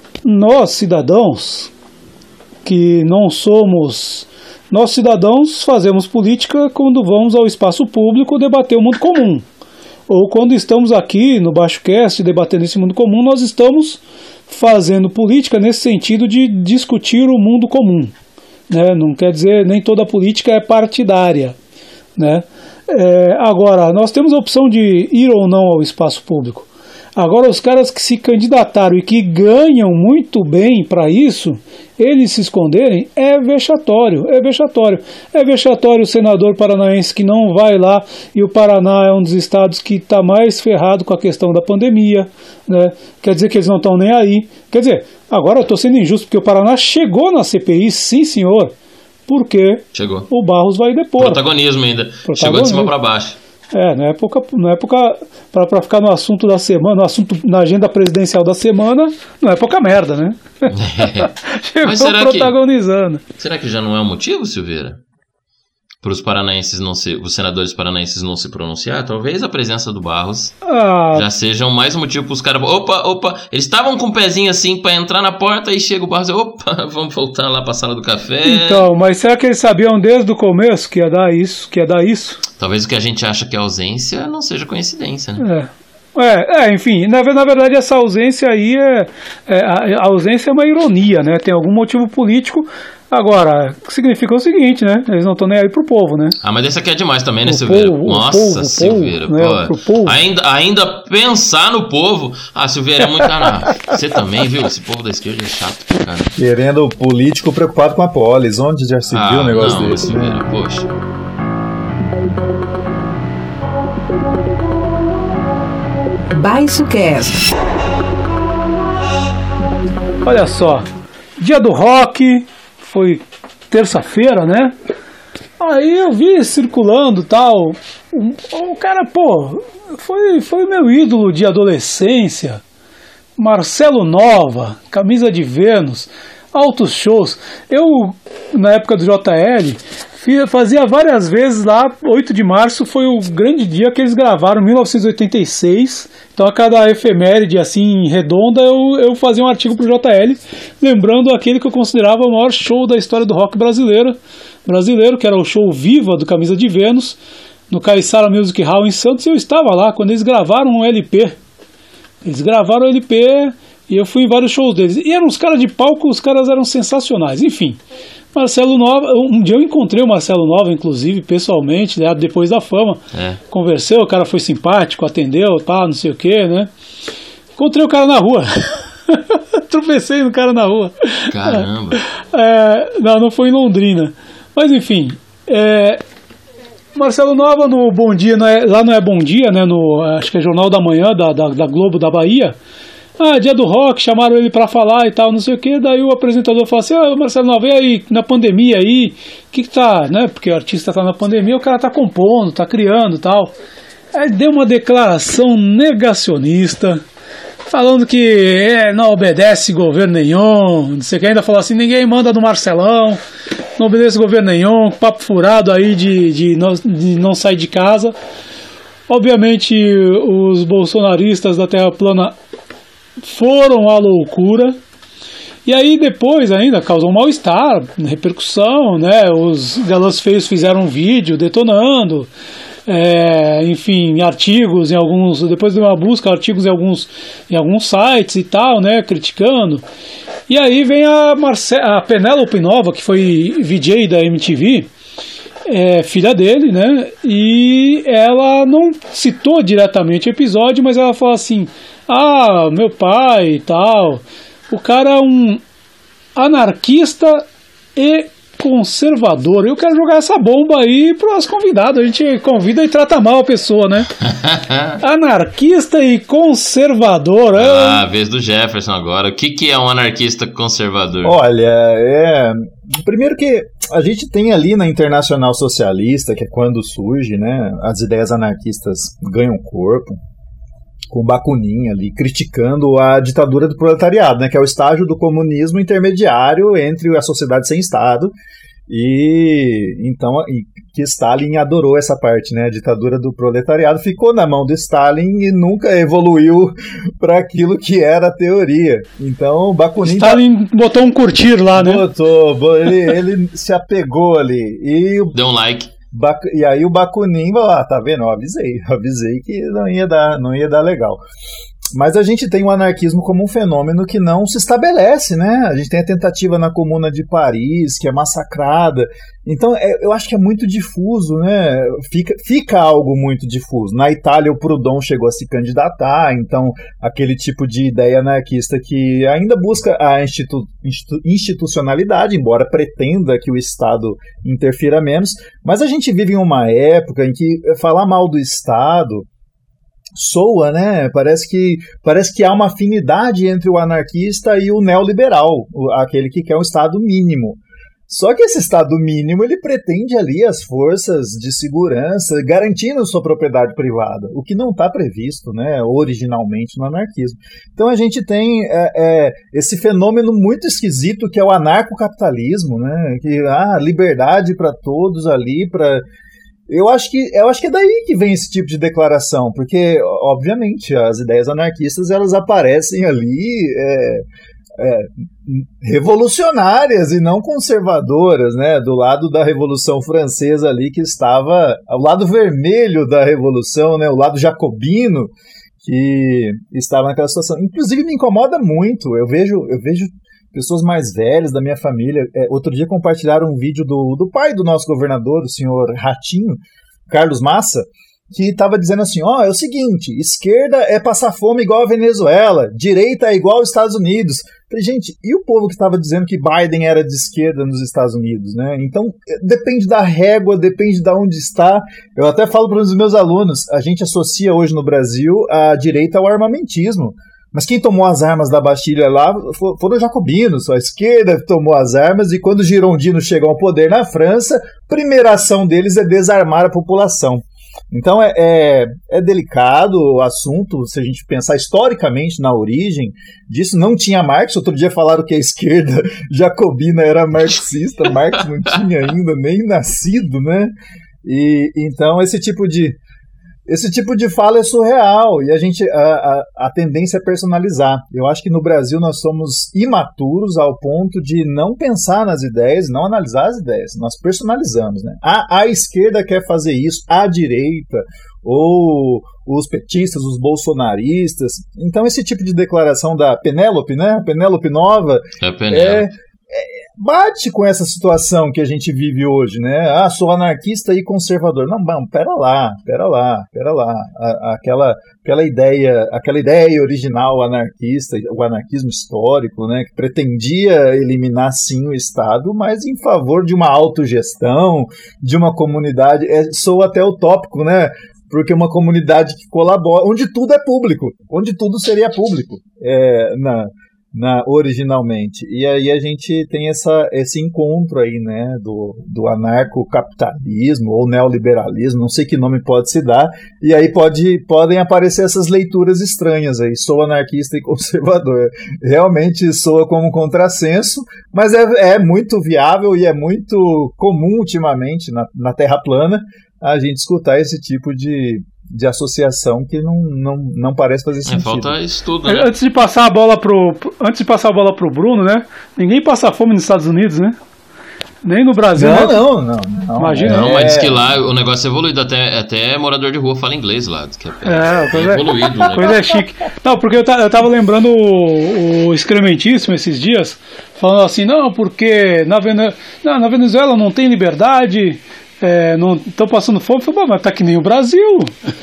nós, cidadãos, que não somos... Nós, cidadãos, fazemos política quando vamos ao espaço público debater o mundo comum. Ou quando estamos aqui no Baixo Cast debatendo esse mundo comum, nós estamos fazendo política nesse sentido de discutir o mundo comum. Né? Não quer dizer, nem toda política é partidária. Né? É, agora, nós temos a opção de ir ou não ao espaço público. Agora, os caras que se candidataram e que ganham muito bem para isso, eles se esconderem, é vexatório, é vexatório. É vexatório o senador paranaense que não vai lá, e o Paraná é um dos estados que está mais ferrado com a questão da pandemia, né? Quer dizer que eles não estão nem aí. Quer dizer, agora eu estou sendo injusto, porque o Paraná chegou na C P I, sim senhor, porque chegou. O Barros vai depor. Protagonismo ainda, Protagonismo. Chegou de cima para baixo. É, na época, na época para ficar no assunto da semana, no assunto, na agenda presidencial da semana, não é pouca merda, né? É. Chegou Mas será protagonizando. Que, será que já não é um motivo, Silveira? Para os paranaenses não se, os senadores paranaenses não se pronunciar? Talvez a presença do Barros ah. já seja mais um motivo para os caras. Opa, opa, eles estavam com o pezinho assim para entrar na porta e chega o Barros e opa, vamos voltar lá para a sala do café. Então, mas será que eles sabiam desde o começo que ia dar isso, que ia dar isso? Talvez o que a gente acha que é ausência não seja coincidência, né? É. É, é, enfim, na, na verdade essa ausência aí é, é a, a ausência é uma ironia, né? Tem algum motivo político. Agora, significa o seguinte, né? Eles não estão nem aí pro povo, né? Ah, mas esse aqui é demais também, né, Silveira? Povo, Nossa, povo, Silveira, povo, pô. Né? Pro povo. Ainda, ainda pensar no povo. Ah, Silveira, é muito. Ah, você também, viu? Esse povo da esquerda é chato, cara. Querendo o político preocupado com a polis. Onde já se ah, viu um negócio não, desse? Silveira, né? Poxa. Baixo Cast. Olha só, dia do rock, foi terça-feira, né? Aí eu vi circulando tal, o, o cara, pô, foi, foi meu ídolo de adolescência, Marcelo Nova, Camisa de Vênus, altos shows. Eu, na época do J L, fazia várias vezes lá, oito de março foi o grande dia que eles gravaram, mil novecentos e oitenta e seis, então a cada efeméride assim, redonda, eu, eu fazia um artigo pro J L, lembrando aquele que eu considerava o maior show da história do rock brasileiro, brasileiro, que era o show Viva do Camisa de Vênus, no Caiçara Music Hall em Santos, e eu estava lá quando eles gravaram um L P, eles gravaram o L P e eu fui em vários shows deles, e eram os caras de palco, os caras eram sensacionais, enfim. Marcelo Nova, um dia eu encontrei o Marcelo Nova, inclusive, pessoalmente, né, depois da fama, é. Conversei, o cara foi simpático, atendeu, pá, não sei o que, né, encontrei o cara na rua, tropecei no cara na rua. Caramba! É, não, não foi em Londrina, mas enfim, é, Marcelo Nova no Bom Dia, não é, lá não é Bom Dia, né, no, acho que é Jornal da Manhã, da, da, da Globo da Bahia. Ah, dia do rock, chamaram ele pra falar e tal, não sei o que, daí o apresentador falou assim, ah, Marcelo Nova, e aí, na pandemia aí, o que que tá, né, porque o artista tá na pandemia, o cara tá compondo, tá criando e tal. Aí deu uma declaração negacionista, falando que é, não obedece governo nenhum, não sei o que, ainda falou assim, ninguém manda no Marcelão, não obedece governo nenhum, papo furado aí de, de, não, de não sair de casa. Obviamente, os bolsonaristas da Terra Plana foram à loucura, e aí depois ainda causou um mal-estar, repercussão, né? Os galãs feios fizeram um vídeo detonando, é, enfim, artigos em alguns, depois de uma busca, artigos em alguns, em alguns sites e tal, né? Criticando. E aí vem a, Marce- a Penélope Nova, que foi V J da M T V, é, filha dele, né? E ela não citou diretamente o episódio, mas ela falou assim, ah, meu pai e tal, o cara é um anarquista e conservador. Eu quero jogar essa bomba aí para os convidados, a gente convida e trata mal a pessoa, né? Anarquista e conservador. Ah, é... vez do Jefferson agora. O que, que é um anarquista conservador? Olha, é... primeiro que a gente tem ali na Internacional Socialista, que é quando surge, né, as ideias anarquistas ganham corpo, com Bakunin ali, criticando a ditadura do proletariado, né, que é o estágio do comunismo intermediário entre a sociedade sem Estado e, então, e que Stalin adorou essa parte, né, a ditadura do proletariado ficou na mão do Stalin e nunca evoluiu para aquilo que era a teoria. Então, Bakunin... Stalin tá... botou um curtir lá, né? Botou, ele, ele se apegou ali. E deu um like. E aí o Bakunin vai lá, tá vendo? Eu avisei, eu avisei que não ia dar, não ia dar legal. Mas a gente tem o anarquismo como um fenômeno que não se estabelece, né? A gente tem a tentativa na Comuna de Paris, que é massacrada. Então, é, eu acho que é muito difuso, né? Fica, fica algo muito difuso. Na Itália, o Proudhon chegou a se candidatar, então, aquele tipo de ideia anarquista que ainda busca a institu, institu, institucionalidade, embora pretenda que o Estado interfira menos. Mas a gente vive em uma época em que falar mal do Estado soa, né? Parece que, parece que há uma afinidade entre o anarquista e o neoliberal, aquele que quer um Estado mínimo. Só que esse Estado mínimo, ele pretende ali as forças de segurança, garantindo sua propriedade privada, o que não está previsto, né, originalmente no anarquismo. Então a gente tem é, é, esse fenômeno muito esquisito que é o anarcocapitalismo, né, que ah, liberdade para todos ali, para... Eu acho, que, eu acho que é daí que vem esse tipo de declaração, porque, obviamente, as ideias anarquistas elas aparecem ali é, é, revolucionárias e não conservadoras, né? Do lado da Revolução Francesa ali, que estava ao lado vermelho da Revolução, né? O lado jacobino, que estava naquela situação. Inclusive, me incomoda muito, eu vejo... Eu vejo pessoas mais velhas da minha família, é, outro dia compartilharam um vídeo do, do pai do nosso governador, o senhor Ratinho, Carlos Massa, que estava dizendo assim, ó, oh, é o seguinte, esquerda é passar fome igual a Venezuela, direita é igual aos Estados Unidos. Falei, gente, e o povo que estava dizendo que Biden era de esquerda nos Estados Unidos, né? Então, depende da régua, depende de onde está. Eu até falo para os meus alunos, a gente associa hoje no Brasil a direita ao armamentismo. Mas quem tomou as armas da Bastilha lá foram os jacobinos, a esquerda tomou as armas, e quando os girondinos chegam ao poder na França, a primeira ação deles é desarmar a população. Então é, é, é delicado o assunto, se a gente pensar historicamente na origem disso. Não tinha Marx. Outro dia falaram que a esquerda jacobina era marxista, Marx não tinha ainda nem nascido, né? E então esse tipo de Esse tipo de fala é surreal, e a, gente, a, a, a tendência é personalizar. Eu acho que no Brasil nós somos imaturos ao ponto de não pensar nas ideias, não analisar as ideias. Nós personalizamos, né? A, a esquerda quer fazer isso, a direita, ou os petistas, os bolsonaristas. Então esse tipo de declaração da Penélope, né? Penélope Nova, é a Penélope. É, É, bate com essa situação que a gente vive hoje, né? Ah, sou anarquista e conservador. Não, não, pera lá, pera lá, pera lá. A, aquela, aquela ideia, aquela ideia original anarquista, o anarquismo histórico, né, que pretendia eliminar sim o Estado, mas em favor de uma autogestão, de uma comunidade, é, soa até utópico, né? Porque uma comunidade que colabora, onde tudo é público, onde tudo seria público, é, na Na, originalmente. E aí a gente tem essa, esse encontro aí, né, do, do anarcocapitalismo ou neoliberalismo, não sei que nome pode se dar, e aí pode, podem aparecer essas leituras estranhas aí, sou anarquista e conservador. Realmente soa como um contrassenso, mas é, é muito viável e é muito comum ultimamente na, na Terra plana a gente escutar esse tipo de de associação que não, não, não parece fazer sentido. É, falta estudo, né? Antes de passar a bola pro, antes de passar a bola pro Bruno, né? Ninguém passa fome nos Estados Unidos, né? Nem no Brasil. Não, né? não, não, não. Imagina. Não, mas diz que lá o negócio é evoluído, até, até morador de rua fala inglês lá. Diz que é, é, é coisa evoluído. É, coisa é chique. Não, porque eu, eu tava lembrando o, o Excrementíssimo esses dias, falando assim, não, porque na, Vene... não, na Venezuela não tem liberdade. É, não estão passando fome, falei, mas tá que nem o Brasil.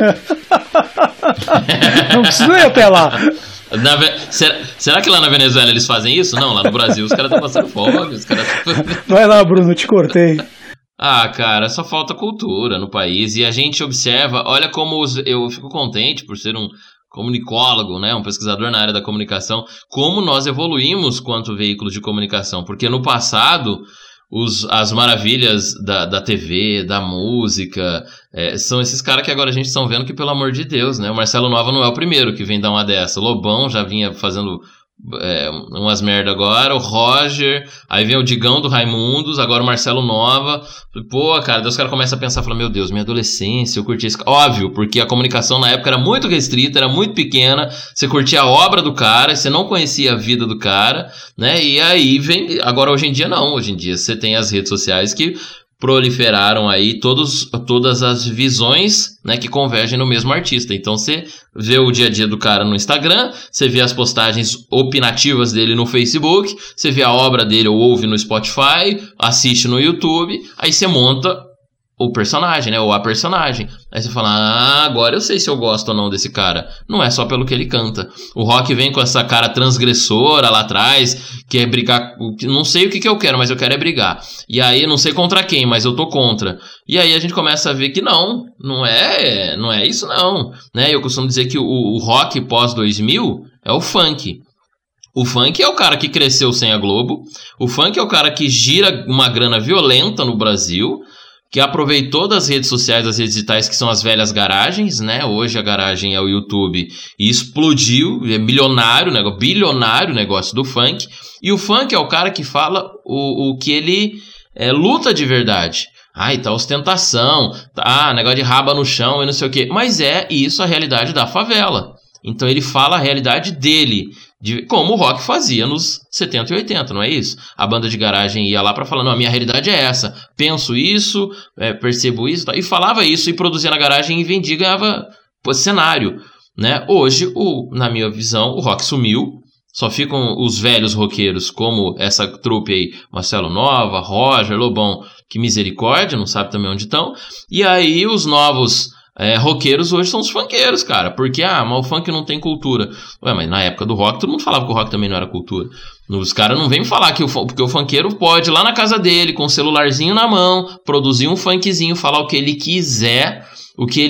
Não precisa ir até lá. Na, será, será que lá na Venezuela eles fazem isso? Não, lá no Brasil os caras estão passando fome. Os caras... Vai lá, Bruno, eu te cortei. Ah, cara, só falta cultura no país. E a gente observa, olha como os, eu fico contente por ser um comunicólogo, né, um pesquisador na área da comunicação, como nós evoluímos quanto veículo de comunicação. Porque no passado... Os, as maravilhas da, da T V, da música, é, são esses caras que agora a gente está vendo que, pelo amor de Deus, né? O Marcelo Nova não é o primeiro que vem dar uma dessa. O Lobão já vinha fazendo é, umas merda agora, o Roger, aí vem o Digão do Raimundos, agora o Marcelo Nova. Pô, cara, daí os caras começam a pensar, falam, meu Deus, minha adolescência, eu curti esse... Óbvio, porque a comunicação na época era muito restrita, era muito pequena, você curtia a obra do cara, você não conhecia a vida do cara, né? E aí vem... Agora, hoje em dia, não. Hoje em dia, você tem as redes sociais que proliferaram aí todos, todas as visões, né, que convergem no mesmo artista. Então você vê o dia a dia do cara no Instagram, você vê as postagens opinativas dele no Facebook, você vê a obra dele ou ouve no Spotify, assiste no YouTube, aí você monta o personagem, né, ou a personagem. Aí você fala, ah, agora eu sei se eu gosto ou não desse cara. Não é só pelo que ele canta. O rock vem com essa cara transgressora lá atrás, que é brigar, não sei o que, que eu quero, mas eu quero é brigar. E aí, não sei contra quem, mas eu tô contra. E aí a gente começa a ver que não, não é, não é isso não. Né? Eu costumo dizer que o, o rock pós dois mil é o funk. O funk é o cara que cresceu sem a Globo. O funk é o cara que gira uma grana violenta no Brasil, que aproveitou das redes sociais, das redes digitais, que são as velhas garagens, né? Hoje a garagem é o YouTube e explodiu, é milionário, né? Bilionário o negócio do funk. E o funk é o cara que fala o, o que ele é, luta de verdade. Ai, tá ostentação, tá, negócio de raba no chão e não sei o quê. Mas é isso a realidade da favela. Então ele fala a realidade dele, de como o rock fazia nos setenta e oitenta, não é isso? A banda de garagem ia lá pra falar, não, a minha realidade é essa, penso isso, é, percebo isso, e falava isso e produzia na garagem e vendia e ganhava pô, cenário, né? Hoje, o, na minha visão, o rock sumiu, só ficam os velhos roqueiros, como essa trupe aí, Marcelo Nova, Roger, Lobão, que misericórdia, não sabe também onde estão, e aí os novos... É, roqueiros hoje são os funkeiros, cara. Porque, ah, mas o funk não tem cultura. Ué, mas na época do rock, todo mundo falava que o rock também não era cultura. Os caras não vêm me falar que o, porque o funkeiro pode ir lá na casa dele, com o celularzinho na mão, produzir um funkzinho, falar o que ele quiser, o que ele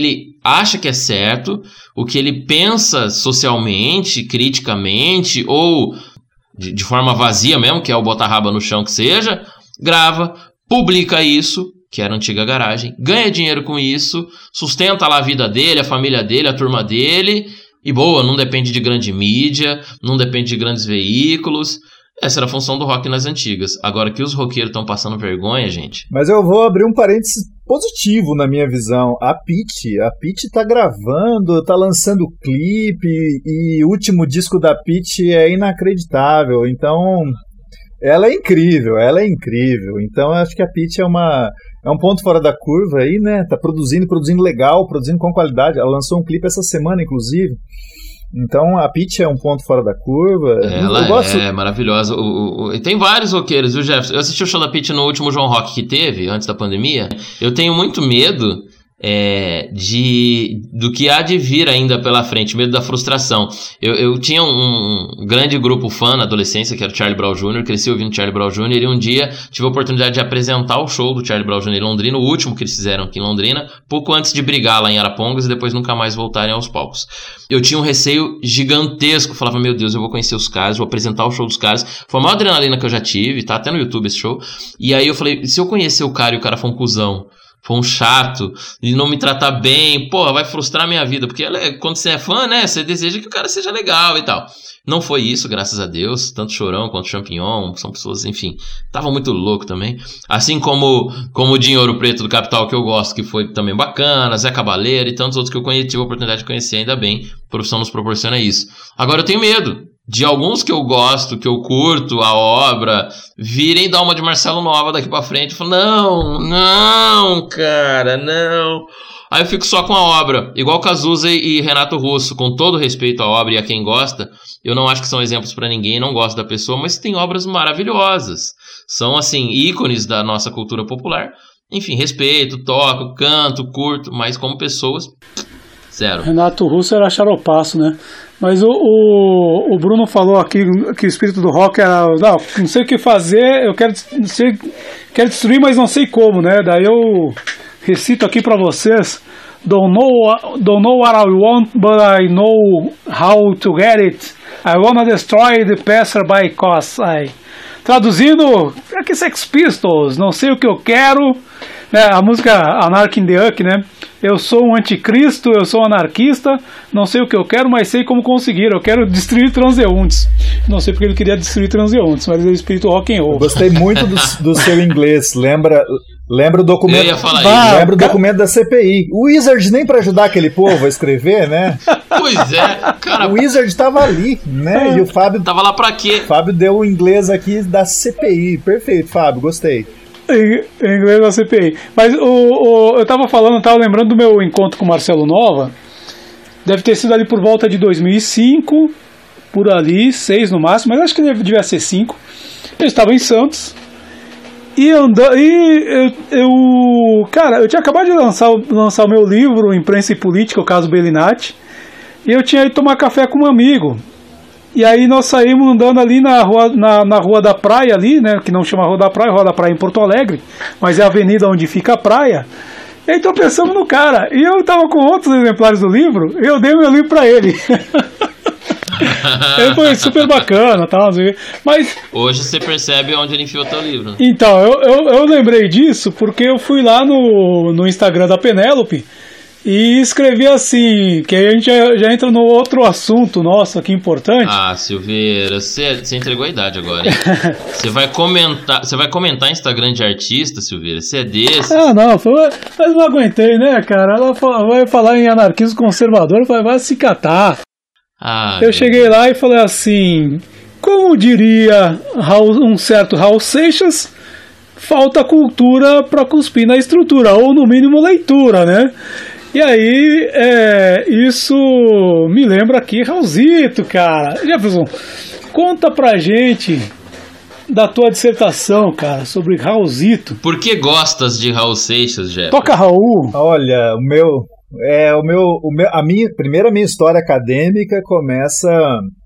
acha que é certo, o que ele pensa socialmente, criticamente, ou de, de forma vazia mesmo, que é o botar a raba no chão que seja, grava, publica isso, que era a antiga garagem, ganha dinheiro com isso, sustenta lá a vida dele, a família dele, a turma dele, e boa, não depende de grande mídia, não depende de grandes veículos. Essa era a função do rock nas antigas. Agora que os roqueiros estão passando vergonha, gente... Mas eu vou abrir um parênteses positivo na minha visão. A Pitty, a Pitty tá gravando, tá lançando clipe, e o último disco da Pitty é inacreditável. Então, ela é incrível, ela é incrível. Então, eu acho que a Pitty é uma... É um ponto fora da curva aí, né? Tá produzindo, produzindo legal, produzindo com qualidade. Ela lançou um clipe essa semana, inclusive. Então a Pitty é um ponto fora da curva. Ela eu gosto... é maravilhosa. O, o, o, tem vários roqueiros, viu, Jefferson? Eu assisti o show da Pitty no último João Rock que teve, antes da pandemia. Eu tenho muito medo é, de, do que há de vir ainda pela frente, medo da frustração. Eu, eu tinha um, um grande grupo fã na adolescência, que era o Charlie Brown Júnior, cresci ouvindo Charlie Brown Júnior, e um dia tive a oportunidade de apresentar o show do Charlie Brown Júnior em Londrina, o último que eles fizeram aqui em Londrina, pouco antes de brigar lá em Arapongas e depois nunca mais voltarem aos palcos. Eu tinha um receio gigantesco, falava, meu Deus, eu vou conhecer os caras, vou apresentar o show dos caras. Foi a maior adrenalina que eu já tive, tá até no YouTube esse show. E aí eu falei, se eu conhecer o cara e o cara for um cuzão, for um chato, e não me tratar bem, porra, vai frustrar a minha vida, porque ela é, quando você é fã, né, você deseja que o cara seja legal e tal. Não foi isso, graças a Deus, tanto Chorão quanto Champignon, são pessoas, enfim, estavam muito louco também, assim como, como o Dinho Ouro Preto do Capital, que eu gosto, que foi também bacana, Zé Cabaleiro e tantos outros que eu conheci, tive a oportunidade de conhecer, ainda bem, a profissão nos proporciona isso. Agora eu tenho medo de alguns que eu gosto, que eu curto a obra, virem dar uma de Marcelo Nova daqui pra frente e falar, não, não, cara, não. Aí eu fico só com a obra, igual Cazuza e Renato Russo, com todo respeito à obra e a quem gosta, eu não acho que são exemplos pra ninguém, não gosto da pessoa, mas tem obras maravilhosas. São, assim, ícones da nossa cultura popular. Enfim, respeito, toco, canto, curto, mas como pessoas, zero. Renato Russo era xaropaço, né? Mas o, o, o Bruno falou aqui que o espírito do rock era, não, não sei o que fazer, eu quero, não sei, quero destruir, mas não sei como, né? Daí eu recito aqui pra vocês, don't know, don't know what I want, but I know how to get it. I wanna destroy the passerby cause I... Traduzindo, aqui Sex Pistols, não sei o que eu quero, né? A música Anarchy in the Uck, né? Eu sou um anticristo, eu sou um anarquista, não sei o que eu quero, mas sei como conseguir. Eu quero destruir transeuntes. Não sei porque ele queria destruir transeuntes, mas é o espírito rock and roll. Eu gostei muito do, do seu inglês. Lembra, lembra o documento, eu ia falar bah, lembra o documento da C P I. O Wizard nem para ajudar aquele povo a escrever, né? Pois é, cara. O Wizard estava ali, né? E o Fábio tava lá pra quê? O Fábio deu o inglês aqui da C P I. Perfeito, Fábio, gostei. Em inglês da C P I. Mas o, o, eu tava falando, tava lembrando do meu encontro com o Marcelo Nova. Deve ter sido ali por volta de dois mil e cinco, por ali, seis no máximo, mas acho que deve, devia ser cinco. Eu estava em Santos. E, anda, e eu, eu. Cara, eu tinha acabado de lançar, lançar o meu livro, Imprensa e Política, o caso Bellinati. E eu tinha ido tomar café com um amigo. E aí nós saímos andando ali na rua, na, na rua da praia ali, né, que não chama Rua da Praia, Rua da Praia em Porto Alegre, mas é a avenida onde fica a praia. E aí pensamos no cara, e eu tava com outros exemplares do livro, e eu dei meu livro pra ele. Ele foi super bacana, tal, mas... Hoje você percebe onde ele enfiou teu livro. Então, eu, eu, eu lembrei disso porque eu fui lá no, no Instagram da Penélope, e escrevi assim, que aí a gente já, já entra no outro assunto nosso aqui importante. Ah, Silveira, você, você entregou a idade agora, hein? Você vai comentar, você vai comentar Instagram de artista, Silveira? Você é desse? Ah, não, foi, mas não aguentei, né, cara? Ela vai falar em anarquismo conservador, vai, vai se catar. Ah, eu cheguei Deus. Lá e falei assim, como diria Raul, um certo Raul Seixas, falta cultura pra cuspir na estrutura, ou no mínimo leitura, né? E aí, é, isso me lembra aqui, Raulzito, cara. Jefferson, conta pra gente da tua dissertação, cara, sobre Raulzito. Por que gostas de Raul Seixas, Jefferson? Toca Raul. Olha, o meu, é, o meu, o meu, a minha, primeiro a minha história acadêmica começa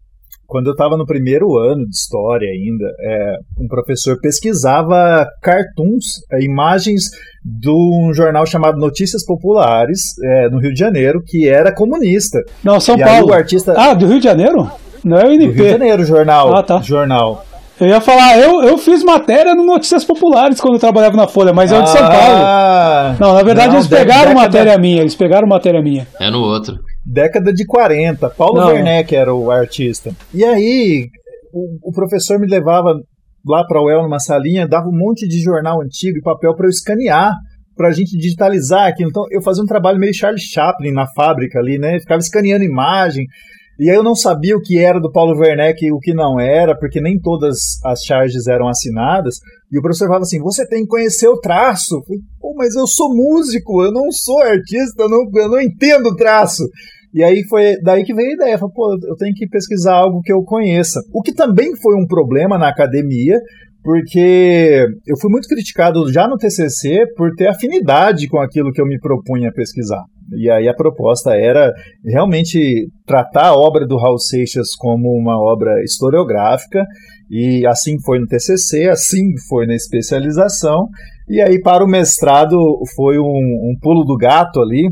quando eu estava no primeiro ano de História ainda, é, um professor pesquisava cartoons, é, imagens de um jornal chamado Notícias Populares, é, no Rio de Janeiro, que era comunista. Não, São e Paulo. Aí o artista... Ah, do Rio de Janeiro? Não é o N P. Do Rio de Janeiro, jornal. Ah, tá. Jornal. Eu ia falar, eu, eu fiz matéria no Notícias Populares quando eu trabalhava na Folha, mas é o de São ah, Paulo. Não, na verdade não, eles pegaram década, matéria minha, eles pegaram matéria minha. É no outro. Década de quarenta, Paulo Não. Werneck era o artista. E aí, o, o professor me levava lá para a U E L numa salinha, dava um monte de jornal antigo e papel para eu escanear, para a gente digitalizar aquilo. Então eu fazia um trabalho meio Charlie Chaplin na fábrica ali, né? Ficava escaneando imagem. E aí eu não sabia o que era do Paulo Werneck e o que não era, porque nem todas as charges eram assinadas. E o professor falava assim, você tem que conhecer o traço. Eu falei, pô, mas eu sou músico, eu não sou artista, eu não, eu não entendo o traço. E aí foi daí que veio a ideia, falei, pô, eu tenho que pesquisar algo que eu conheça. O que também foi um problema na academia, porque eu fui muito criticado já no T C C por ter afinidade com aquilo que eu me propunha a pesquisar. E aí a proposta era realmente tratar a obra do Raul Seixas como uma obra historiográfica, e assim foi no T C C, assim foi na especialização, e aí para o mestrado foi um, um pulo do gato ali.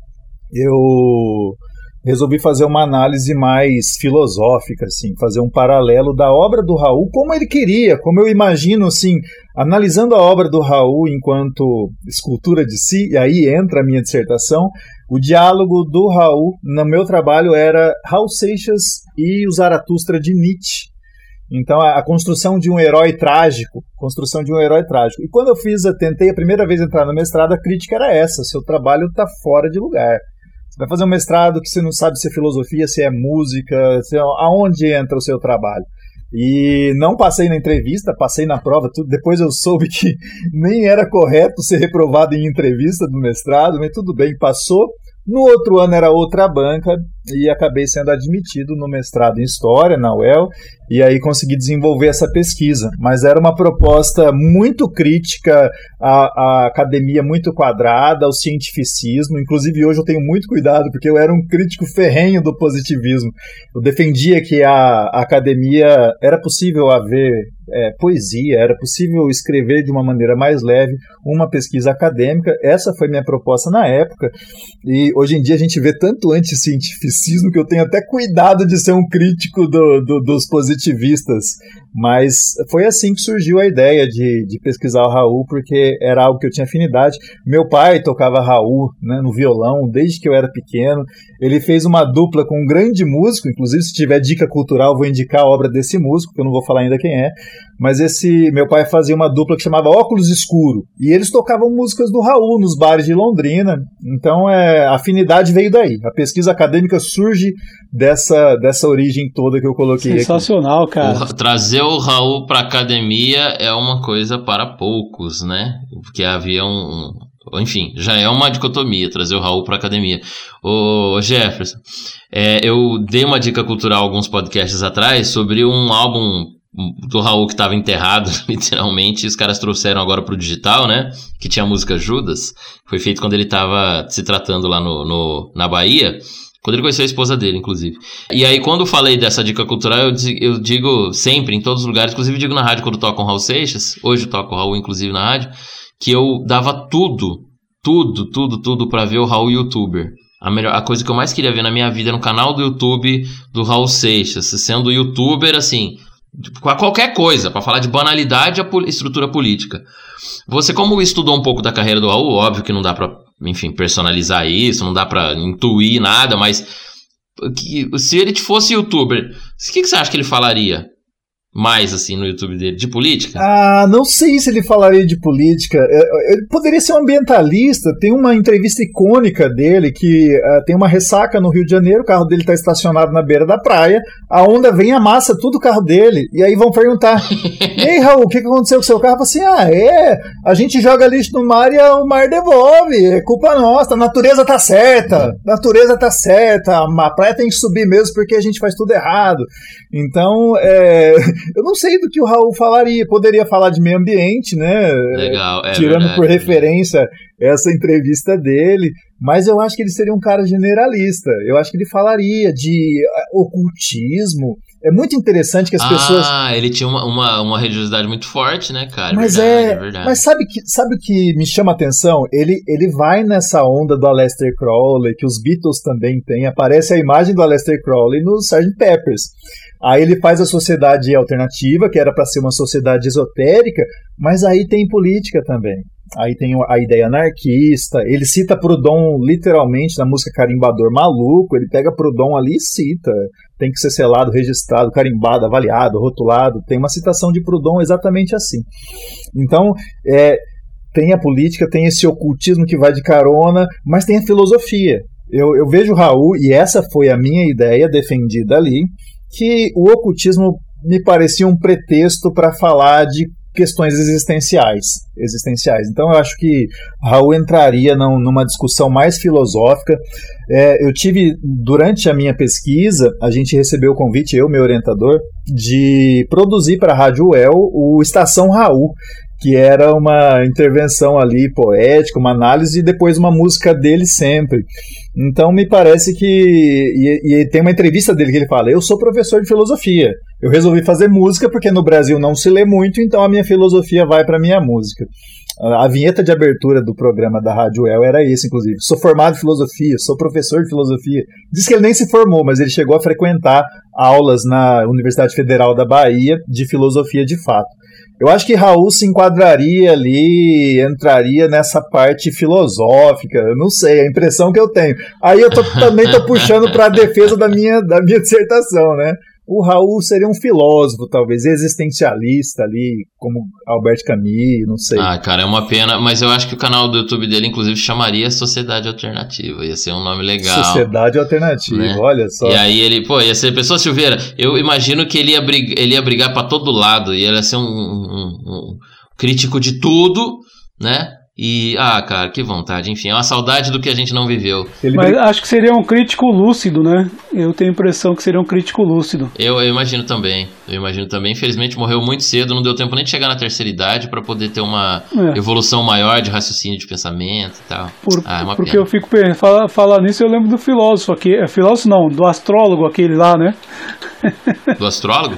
Eu resolvi fazer uma análise mais filosófica, assim, fazer um paralelo da obra do Raul, como ele queria, como eu imagino, assim, analisando a obra do Raul enquanto escultura de si, e aí entra a minha dissertação, o diálogo do Raul, no meu trabalho, era Raul Seixas e o Zaratustra de Nietzsche. Então, a, a construção de um herói trágico, construção de um herói trágico. E quando eu fiz, eu tentei a primeira vez entrar no mestrado, a crítica era essa, seu trabalho está fora de lugar. Você vai fazer um mestrado que você não sabe se é filosofia, se é música, se é, aonde entra o seu trabalho. E não passei na entrevista, passei na prova, tudo. Depois eu soube que nem era correto ser reprovado em entrevista do mestrado, mas tudo bem, passou. No outro ano era outra banca e acabei sendo admitido no mestrado em História, na U E L, e aí consegui desenvolver essa pesquisa. Mas era uma proposta muito crítica à, à academia muito quadrada, ao cientificismo. Inclusive hoje eu tenho muito cuidado, porque eu era um crítico ferrenho do positivismo. Eu defendia que a, a academia era possível haver é, poesia, era possível escrever de uma maneira mais leve uma pesquisa acadêmica. Essa foi minha proposta na época, e hoje em dia a gente vê tanto anticientificismo que eu tenho até cuidado de ser um crítico do, do, dos positivistas, mas foi assim que surgiu a ideia de, de pesquisar o Raul, porque era algo que eu tinha afinidade. Meu pai tocava Raul, né, no violão desde que eu era pequeno. Ele fez uma dupla com um grande músico, inclusive se tiver dica cultural vou indicar a obra desse músico, que eu não vou falar ainda quem é, mas esse meu pai fazia uma dupla que chamava Óculos Escuro, e eles tocavam músicas do Raul nos bares de Londrina. Então é, a afinidade veio daí, a pesquisa acadêmica surge dessa, dessa origem toda que eu coloquei. Sensacional, aqui. cara. O, trazer o Raul para academia é uma coisa para poucos, né? Porque havia um, um enfim, já é uma dicotomia trazer o Raul para academia. Ô Jefferson, é, eu dei uma dica cultural alguns podcasts atrás sobre um álbum do Raul que estava enterrado, literalmente, e os caras trouxeram agora pro digital, né, que tinha a música Judas, foi feito quando ele estava se tratando lá no, no, na Bahia, quando ele conheceu a esposa dele, inclusive. E aí, quando eu falei dessa dica cultural, eu, eu digo sempre, em todos os lugares, inclusive digo na rádio quando toco com o Raul Seixas, hoje eu toco o Raul, inclusive, na rádio, que eu dava tudo, tudo, tudo, tudo pra ver o Raul youtuber. A, melhor, a coisa que eu mais queria ver na minha vida era no canal do YouTube do Raul Seixas, sendo youtuber, assim, com qualquer coisa, para falar de banalidade a estrutura política. Você, como estudou um pouco da carreira do Raul, óbvio que não dá para, enfim, personalizar isso, não dá para intuir nada, mas que, se ele fosse youtuber, o que, que você acha que ele falaria mais, assim, no YouTube dele? De política? Ah, não sei se ele falaria de política. Ele poderia ser um ambientalista. Tem uma entrevista icônica dele que uh, tem uma ressaca no Rio de Janeiro, o carro dele está estacionado na beira da praia, a onda vem e amassa tudo o carro dele, e aí vão perguntar, e aí, Raul, o que aconteceu com o seu carro? Assim, ah, é, a gente joga lixo no mar e o mar devolve, é culpa nossa, a natureza tá certa, a natureza tá certa, a praia tem que subir mesmo porque a gente faz tudo errado. Então, é... eu não sei do que o Raul falaria. Poderia falar de meio ambiente, né? Legal, é tirando verdade, por referência essa entrevista dele. Mas eu acho que ele seria um cara generalista. Eu acho que ele falaria de ocultismo. é muito interessante que as ah, pessoas... Ah, ele tinha uma, uma, uma religiosidade muito forte, né, cara? Mas verdade, é, é verdade. Mas sabe que, sabe o que me chama a atenção? Ele, ele vai nessa onda do Aleister Crowley, que os Beatles também têm. Aparece a imagem do Aleister Crowley no sergeant Pepper's. Aí ele faz a sociedade alternativa, que era para ser uma sociedade esotérica, mas aí tem política também. Aí tem a ideia anarquista, ele cita Proudhon literalmente na música Carimbador Maluco, ele pega Proudhon ali e cita, tem que ser selado, registrado, carimbado, avaliado, rotulado, tem uma citação de Proudhon exatamente assim. Então, é, tem a política, tem esse ocultismo que vai de carona, mas tem a filosofia. Eu, eu vejo Raul, e essa foi a minha ideia defendida ali, que o ocultismo me parecia um pretexto para falar de questões existenciais, existenciais. Então eu acho que Raul entraria num, numa discussão mais filosófica. É, eu tive, durante a minha pesquisa, a gente recebeu o convite, eu, meu orientador, de produzir para a Rádio U E L o Estação Raul, que era uma intervenção ali poética, uma análise e depois uma música dele sempre. Então me parece que... E, e tem uma entrevista dele que ele fala, eu sou professor de filosofia, eu resolvi fazer música porque no Brasil não se lê muito, então a minha filosofia vai para a minha música. A vinheta de abertura do programa da Rádio U E L era esse, inclusive. Sou formado em filosofia, sou professor de filosofia. Diz que ele nem se formou, mas ele chegou a frequentar aulas na Universidade Federal da Bahia de filosofia de fato. Eu acho que Raul se enquadraria ali, entraria nessa parte filosófica, eu não sei, a impressão que eu tenho. Aí eu tô, também estou puxando para a defesa da minha, da minha dissertação, né? O Raul seria um filósofo, talvez, existencialista ali, como Albert Camus, não sei. Ah, cara, é uma pena, mas eu acho que o canal do YouTube dele, inclusive, chamaria Sociedade Alternativa, ia ser um nome legal. Sociedade Alternativa, né? Olha só. E aí ele, pô, ia ser, pessoa Silveira, eu imagino que ele ia, brig, ele ia brigar pra todo lado, e ele ia ser um, um, um crítico de tudo, né? E, ah, cara, que vontade, enfim, é uma saudade do que a gente não viveu. Ele Mas brig... acho que seria um crítico lúcido, né? Eu tenho a impressão que seria um crítico lúcido. Eu, eu imagino também, eu imagino também. Infelizmente morreu muito cedo, não deu tempo nem de chegar na terceira idade para poder ter uma é. evolução maior de raciocínio, de pensamento e tal. Por, ah, é uma porque pena. eu fico pensando, falar, falar nisso eu lembro do filósofo aqui, é filósofo não, do astrólogo aquele lá, né? Do astrólogo?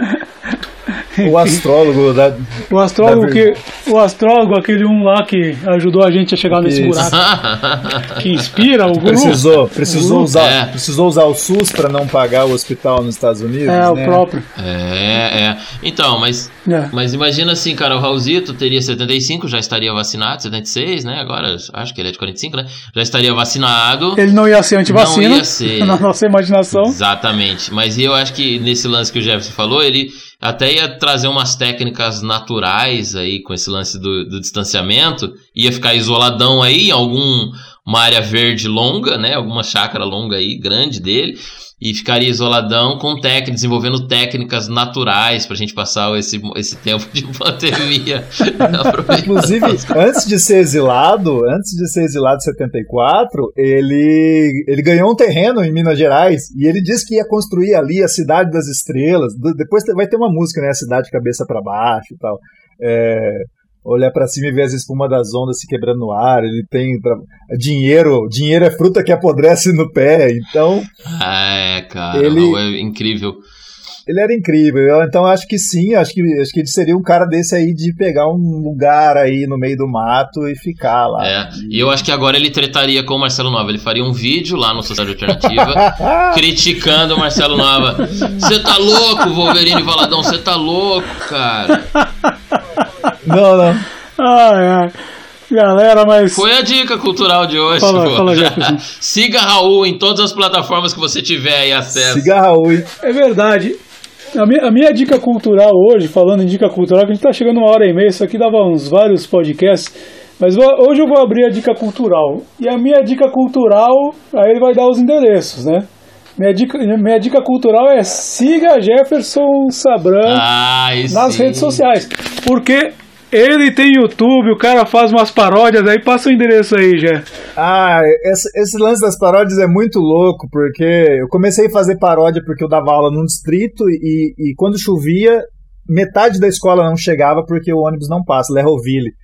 O astrólogo da, o astrólogo da... que o astrólogo aquele um lá que ajudou a gente a chegar nesse buraco, que inspira o guru. Precisou, precisou o guru. usar, é. precisou usar o SUS para não pagar o hospital nos Estados Unidos. É, né? O próprio. É, é. Então, mas, é. mas imagina assim, cara, o Raulzito teria setenta e cinco, já estaria vacinado, setenta e seis, né? Agora acho que ele é de quarenta e cinco, né? Já estaria vacinado. Ele não ia ser antivacina. Não ia ser. Na nossa imaginação. Exatamente. Mas eu acho que nesse lance que o Jefferson falou, ele até ia trazer umas técnicas naturais aí com esse lance do, do distanciamento, ia ficar isoladão aí em alguma área verde longa, né, alguma chácara longa aí, grande dele, e ficaria isoladão com técnicas, desenvolvendo técnicas naturais pra gente passar esse, esse tempo de pandemia. Inclusive, antes de ser exilado, antes de ser exilado em setenta e quatro, ele, ele ganhou um terreno em Minas Gerais e ele disse que ia construir ali a Cidade das Estrelas. Depois vai ter uma música, né? A Cidade de Cabeça para Baixo e tal. É... Olhar pra cima e ver as espumas das ondas se quebrando no ar. Ele tem pra... dinheiro, dinheiro é fruta que apodrece no pé, então... É, cara, ele... não, é incrível. Ele era incrível, então acho que sim, acho que, acho que ele seria um cara desse aí de pegar um lugar aí no meio do mato e ficar lá. É, e eu acho que agora ele tretaria com o Marcelo Nova, ele faria um vídeo lá no Sociedade Alternativa criticando o Marcelo Nova. Você tá louco, Wolverine Valadão, você tá louco, cara. Não, não. Ah, é. Galera, mas... Foi a dica cultural de hoje. Fala, fala, Siga Raul em todas as plataformas que você tiver aí acesso. Siga Raul. É verdade. A minha, a minha dica cultural hoje, falando em dica cultural, que a gente tá chegando uma hora e meia, isso aqui dava uns vários podcasts, mas vou, hoje eu vou abrir a dica cultural. E a minha dica cultural, aí ele vai dar os endereços, né? Minha dica, minha dica cultural é siga Jefferson Sabran ah, nas sim. redes sociais. Porque ele tem YouTube, o cara faz umas paródias, aí passa o endereço aí, Jé. Ah, esse, esse lance das paródias é muito louco, porque eu comecei a fazer paródia porque eu dava aula num distrito e, e quando chovia, metade da escola não chegava porque o ônibus não passa, Lerroville.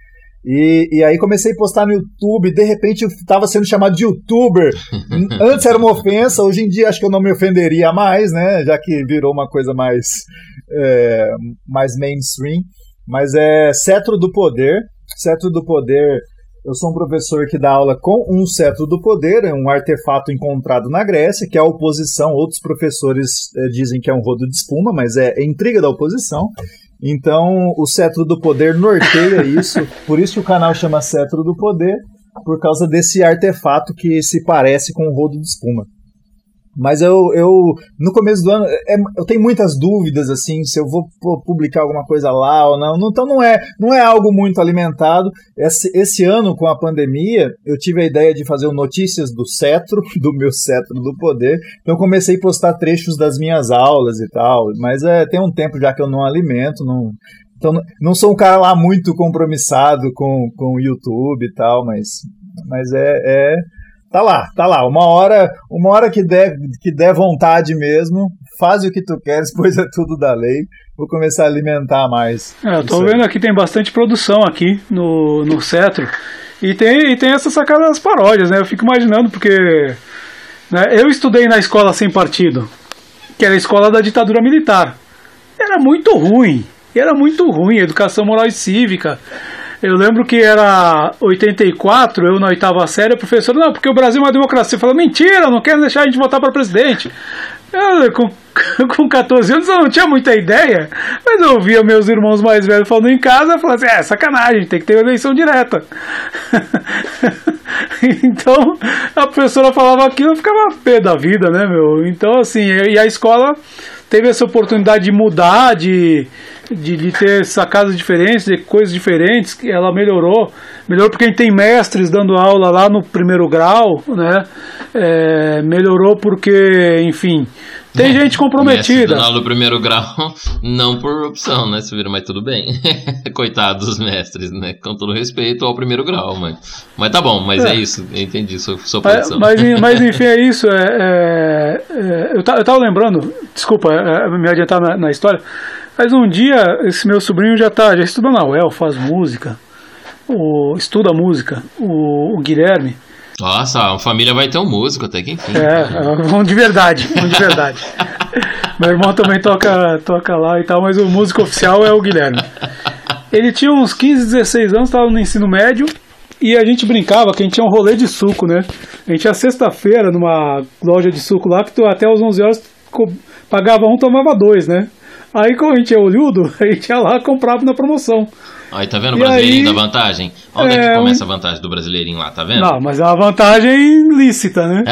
E, e aí comecei a postar no YouTube, de repente eu estava sendo chamado de youtuber. Antes era uma ofensa, hoje em dia acho que eu não me ofenderia mais, né? Já que virou uma coisa mais, é, mais mainstream. Mas é Cetro do Poder. Cetro do Poder, eu sou um professor que dá aula com um cetro do poder, é um artefato encontrado na Grécia, que é a oposição. Outros professores é, dizem que é um rodo de espuma, mas é, é intriga da oposição. Então, o Cetro do Poder norteia isso, por isso que o canal chama Cetro do Poder, por causa desse artefato que se parece com um rodo de espuma. Mas eu, eu no começo do ano, é, eu tenho muitas dúvidas, assim, se eu vou publicar alguma coisa lá ou não. Então não é, não é algo muito alimentado. Esse, esse ano, com a pandemia, eu tive a ideia de fazer o Notícias do Cetro, do meu Cetro do Poder. Então comecei a postar trechos das minhas aulas e tal. Mas é, tem um tempo já que eu não alimento, não... Então não sou um cara lá muito compromissado com, com o YouTube e tal, mas, mas é... é Tá lá, tá lá. Uma hora, uma hora que der, que der vontade mesmo, faz o que tu queres, pois é tudo da lei. Vou começar a alimentar mais. É, eu tô vendo aqui, tem bastante produção aqui no, no Cetro. E tem, e tem essa sacada das paródias, né? Eu fico imaginando, porque né, eu estudei na escola sem partido, que era a escola da ditadura militar. Era muito ruim. Era muito ruim, educação moral e cívica. Eu lembro que era oitenta e quatro, eu na oitava série, o professor, não, porque o Brasil é uma democracia. Eu falei, mentira, não quero deixar a gente votar para presidente. Eu, com, com catorze anos eu não tinha muita ideia, mas eu ouvia meus irmãos mais velhos falando em casa, eu falava assim, é sacanagem, tem que ter eleição direta. Então, a professora falava aquilo, eu ficava pé da vida, né, meu? Então, assim, e a escola teve essa oportunidade de mudar, de... De, de ter sacadas diferentes, de coisas diferentes, ela melhorou, melhorou porque a gente tem mestres dando aula lá no primeiro grau, né? É, melhorou porque, enfim, tem é, gente comprometida. Dando aula no primeiro grau, não por opção, né, Silveira, mas tudo bem. Coitado dos mestres, né? Com todo respeito ao primeiro grau, mas, mas tá bom, mas é, é isso, eu entendi sua, sua posição. Mas, mas, mas enfim, é isso. É, é, é, eu, tava, eu tava lembrando, desculpa é, me adiantar na, na história. Mas um dia, esse meu sobrinho já tá, já estuda na U E L, faz música, o, estuda música, o, o Guilherme. Nossa, a família vai ter um músico até que enfim. É, vamos de verdade, vamos de verdade. Meu irmão também toca, toca lá e tal, mas o músico oficial é o Guilherme. Ele tinha uns quinze, dezesseis anos, estava no ensino médio, e a gente brincava que a gente tinha um rolê de suco, né? A gente ia sexta-feira numa loja de suco lá, que tu, até às onze horas pagava um, tomava dois, né? Aí, como a gente é olhudo, a gente ia lá e comprava na promoção. Aí, tá vendo o brasileirinho aí, da vantagem? Onde é, é que começa a vantagem do brasileirinho lá, tá vendo? Não, mas é uma vantagem lícita, né?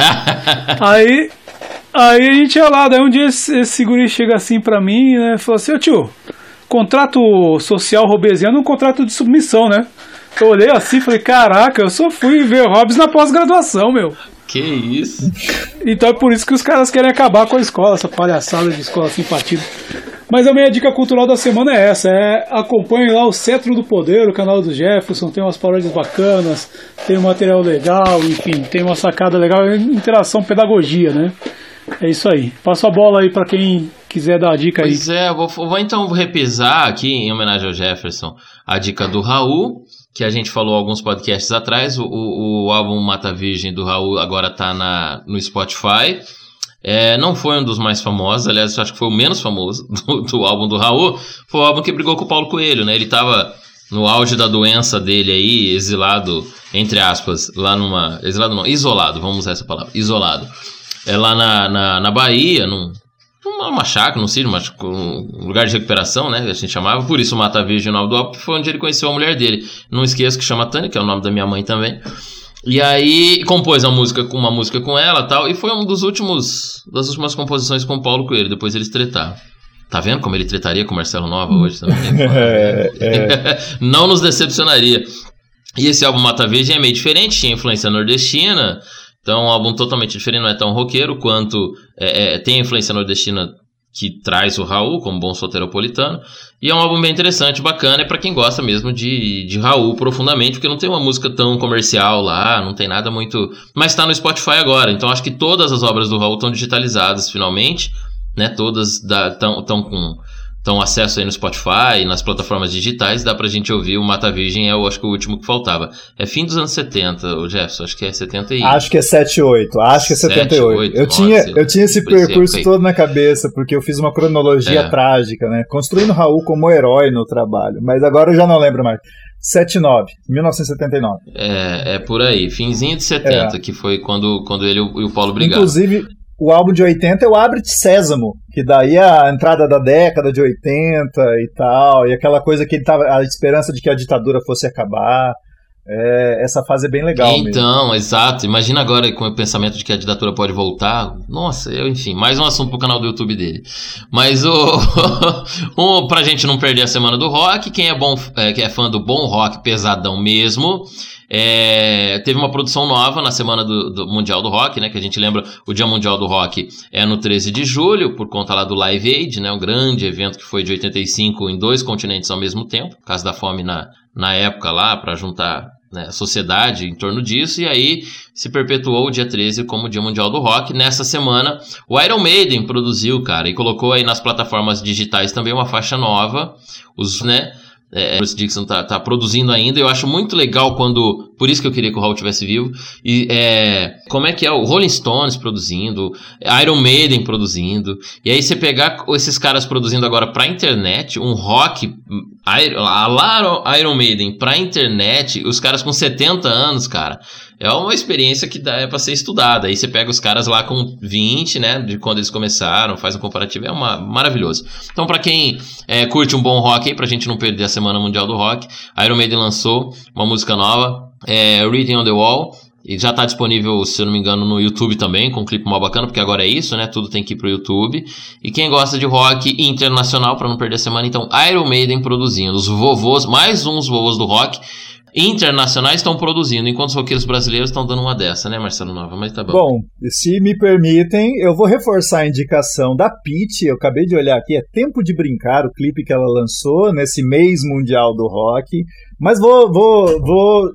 aí, aí a gente ia lá, daí um dia esse, esse guri chega assim pra mim, né? Falou assim, ô tio, contrato social robesiano é um contrato de submissão, né? Eu olhei assim e falei, caraca, eu só fui ver Hobbes na pós-graduação, meu. Que isso? Então é por isso que os caras querem acabar com a escola, essa palhaçada de escola sem partido. Mas a minha dica cultural da semana é essa, é acompanhem lá o Cetro do Poder, o canal do Jefferson, tem umas paródias bacanas, tem um material legal, enfim, tem uma sacada legal, interação, pedagogia, né? É isso aí. Passo a bola aí pra quem quiser dar a dica aí. Pois é, eu vou, vou então repisar aqui, em homenagem ao Jefferson, a dica do Raul, que a gente falou alguns podcasts atrás. O, o, o álbum Mata Virgem do Raul agora tá na, no Spotify. É, não foi um dos mais famosos, aliás, acho que foi o menos famoso do, do álbum do Raul. Foi o álbum que brigou com o Paulo Coelho, né? Ele tava no auge da doença dele aí, exilado, entre aspas, lá numa... Exilado não, isolado, vamos usar essa palavra, isolado. É lá na, na, na Bahia, num, numa chácara, num sítio, um lugar de recuperação, né? A gente chamava, por isso o Mata Virgem, o nome do álbum, foi onde ele conheceu a mulher dele. Não esqueço que chama Tânia, que é o nome da minha mãe também. E aí compôs a música, uma música com ela e tal, e foi um dos últimos, das últimas composições com o Paulo Coelho, depois eles tretaram. Tá vendo como ele tretaria com o Marcelo Nova hoje também? é, é. Não nos decepcionaria. E esse álbum Mata Virgem é meio diferente, tinha influência nordestina, então é um álbum totalmente diferente, não é tão roqueiro quanto é, é, tem a influência nordestina que traz o Raul como bom soteropolitano, e é um álbum bem interessante, bacana, é pra quem gosta mesmo de, de Raul profundamente, porque não tem uma música tão comercial lá, não tem nada muito... Mas tá no Spotify agora, então acho que todas as obras do Raul estão digitalizadas finalmente, né, todas estão com... Então, acesso aí no Spotify e nas plataformas digitais, dá pra gente ouvir o Mata Virgem, é eu acho que o último que faltava. É fim dos anos setenta, o Jefferson, acho que é setenta e... Acho que é setenta e oito, acho que é setenta e oito. Eu, tinha, eu tinha esse percurso todo na cabeça, porque eu fiz uma cronologia é. trágica, né? Construindo o Raul como herói no trabalho, mas agora eu já não lembro mais. setenta e nove, mil novecentos e setenta e nove. É, é por aí, finzinho de setenta, é. que foi quando, quando ele e o Paulo brigaram. Inclusive, o álbum de oitenta é o Abre-te Sésamo, que daí é a entrada da década de oitenta e tal, e aquela coisa que ele tava, a esperança de que a ditadura fosse acabar. É, essa fase é bem legal então, mesmo. Então, exato. Imagina agora com o pensamento de que a ditadura pode voltar. Nossa, eu, enfim, mais um assunto pro canal do YouTube dele. Mas o, o pra gente não perder a semana do rock, quem é bom, é, que é fã do bom rock pesadão mesmo, é, teve uma produção nova na semana do, do Mundial do Rock, né? Que a gente lembra, o Dia Mundial do Rock é no treze de julho, por conta lá do Live Aid, né? Um grande evento que foi de oitenta e cinco em dois continentes ao mesmo tempo, por causa da fome na, na época lá, para juntar, né, a sociedade em torno disso, e aí se perpetuou o dia treze como o Dia Mundial do Rock. Nessa semana, o Iron Maiden produziu, cara, e colocou aí nas plataformas digitais também uma faixa nova, os, né, É, Bruce Dickinson tá, tá produzindo ainda. Eu acho muito legal quando... Por isso que eu queria que o Raul estivesse vivo. E é, como é que é? O Rolling Stones produzindo, Iron Maiden produzindo. E aí você pegar esses caras produzindo agora pra internet, um rock a lá Iron Maiden pra internet, os caras com setenta anos, cara. É uma experiência que dá, é pra ser estudada. Aí você pega os caras lá com vinte, né, de quando eles começaram, faz um comparativo, é uma, maravilhoso. Então, pra quem é, curte um bom rock aí, pra gente não perder a Semana Mundial do Rock, a Iron Maiden lançou uma música nova, é, Written on the Wall, e já tá disponível, se eu não me engano, no YouTube também, com um clipe mó bacana, porque agora é isso, né, tudo tem que ir pro YouTube. E quem gosta de rock internacional, pra não perder a semana, então, Iron Maiden produzindo, os vovôs, mais uns vovôs do rock, internacionais estão produzindo, enquanto os roqueiros brasileiros estão dando uma dessa, né, Marcelo Nova? Mas tá bom. Bom, se me permitem, eu vou reforçar a indicação da Pitty. Eu acabei de olhar aqui, é Tempo de Brincar, o clipe que ela lançou nesse mês mundial do rock. Mas vou, vou, vou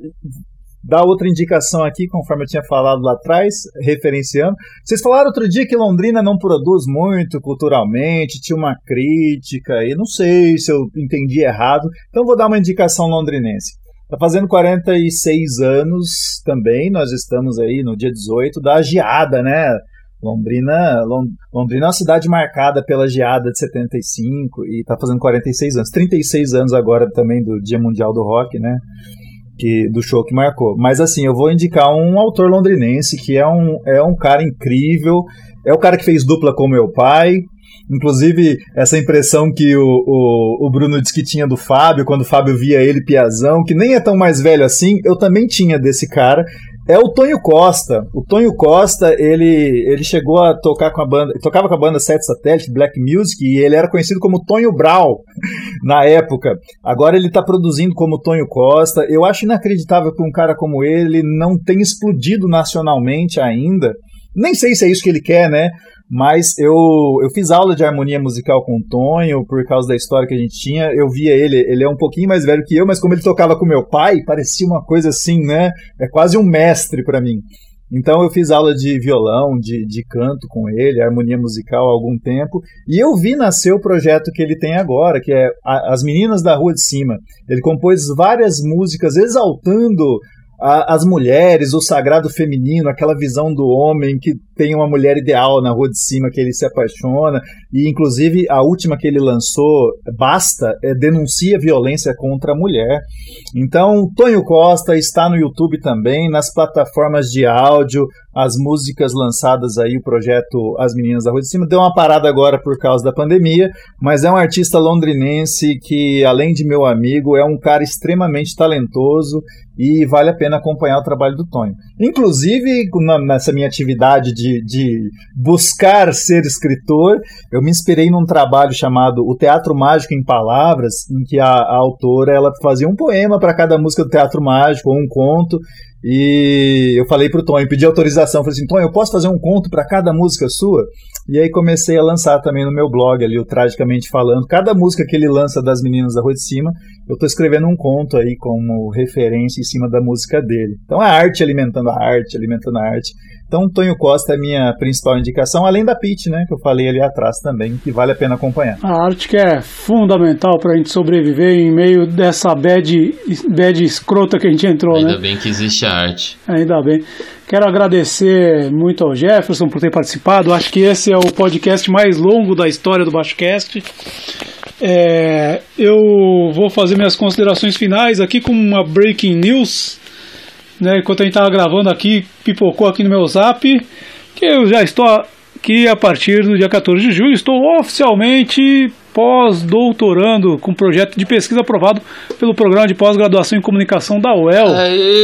dar outra indicação aqui, conforme eu tinha falado lá atrás, referenciando. Vocês falaram outro dia que Londrina não produz muito culturalmente, tinha uma crítica, e não sei se eu entendi errado, então vou dar uma indicação londrinense. Está fazendo quarenta e seis anos também, nós estamos aí no dia dezoito da geada, né? Londrina, Londrina é uma cidade marcada pela geada de setenta e cinco e está fazendo quarenta e seis anos, trinta e seis anos agora também do Dia Mundial do Rock, né? Que, do show que marcou. Mas assim, eu vou indicar um autor londrinense que é um, é um cara incrível, é o cara que fez dupla com meu pai. Inclusive, essa impressão que o, o, o Bruno disse que tinha do Fábio, quando o Fábio via ele piazão, que nem é tão mais velho assim, eu também tinha desse cara, é o Tonho Costa. O Tonho Costa, ele, ele chegou a tocar com a banda, tocava com a banda Sete Satélite, Black Music, e ele era conhecido como Tonho Brau na época. Agora ele está produzindo como Tonho Costa. Eu acho inacreditável que um cara como ele não tenha explodido nacionalmente ainda. Nem sei se é isso que ele quer, né? Mas eu, eu fiz aula de harmonia musical com o Tonho, por causa da história que a gente tinha. Eu via ele, ele é um pouquinho mais velho que eu, mas como ele tocava com meu pai, parecia uma coisa assim, né? É quase um mestre para mim. Então eu fiz aula de violão, de, de canto com ele, harmonia musical há algum tempo, e eu vi nascer o projeto que ele tem agora, que é As Meninas da Rua de Cima. Ele compôs várias músicas exaltando a, as mulheres, o sagrado feminino, aquela visão do homem que tem uma mulher ideal na Rua de Cima que ele se apaixona, e inclusive a última que ele lançou, Basta, é, denuncia violência contra a mulher. Então, Tonho Costa está no YouTube também, nas plataformas de áudio, as músicas lançadas aí, o projeto As Meninas da Rua de Cima, deu uma parada agora por causa da pandemia, mas é um artista londrinense que, além de meu amigo, é um cara extremamente talentoso e vale a pena acompanhar o trabalho do Tonho. Inclusive, na, nessa minha atividade de, de buscar ser escritor, eu me inspirei num trabalho chamado O Teatro Mágico em Palavras, em que a, a autora ela fazia um poema para cada música do Teatro Mágico, ou um conto, E eu falei pro Tonho, pedi autorização, falei assim, Tonho, eu posso fazer um conto para cada música sua? E aí comecei a lançar também no meu blog ali, o Tragicamente Falando. Cada música que ele lança das Meninas da Rua de Cima, eu tô escrevendo um conto aí como referência em cima da música dele. Então a arte alimentando a arte, alimentando a arte. Então Tonho Costa é a minha principal indicação, além da Pitty, né, que eu falei ali atrás também, que vale a pena acompanhar. A arte que é fundamental pra gente sobreviver em meio dessa bad, bad escrota que a gente entrou, Ainda né? Ainda bem que existe a arte. Ainda bem. Quero agradecer muito ao Jefferson por ter participado. Acho que esse é o podcast mais longo da história do BaixoCast. É, eu vou fazer minhas considerações finais aqui com uma breaking news, né? Enquanto a gente estava gravando aqui, pipocou aqui no meu zap que eu já estou aqui a partir do dia quatorze de julho, estou oficialmente pós-doutorando com projeto de pesquisa aprovado pelo Programa de Pós-Graduação em Comunicação da U E L.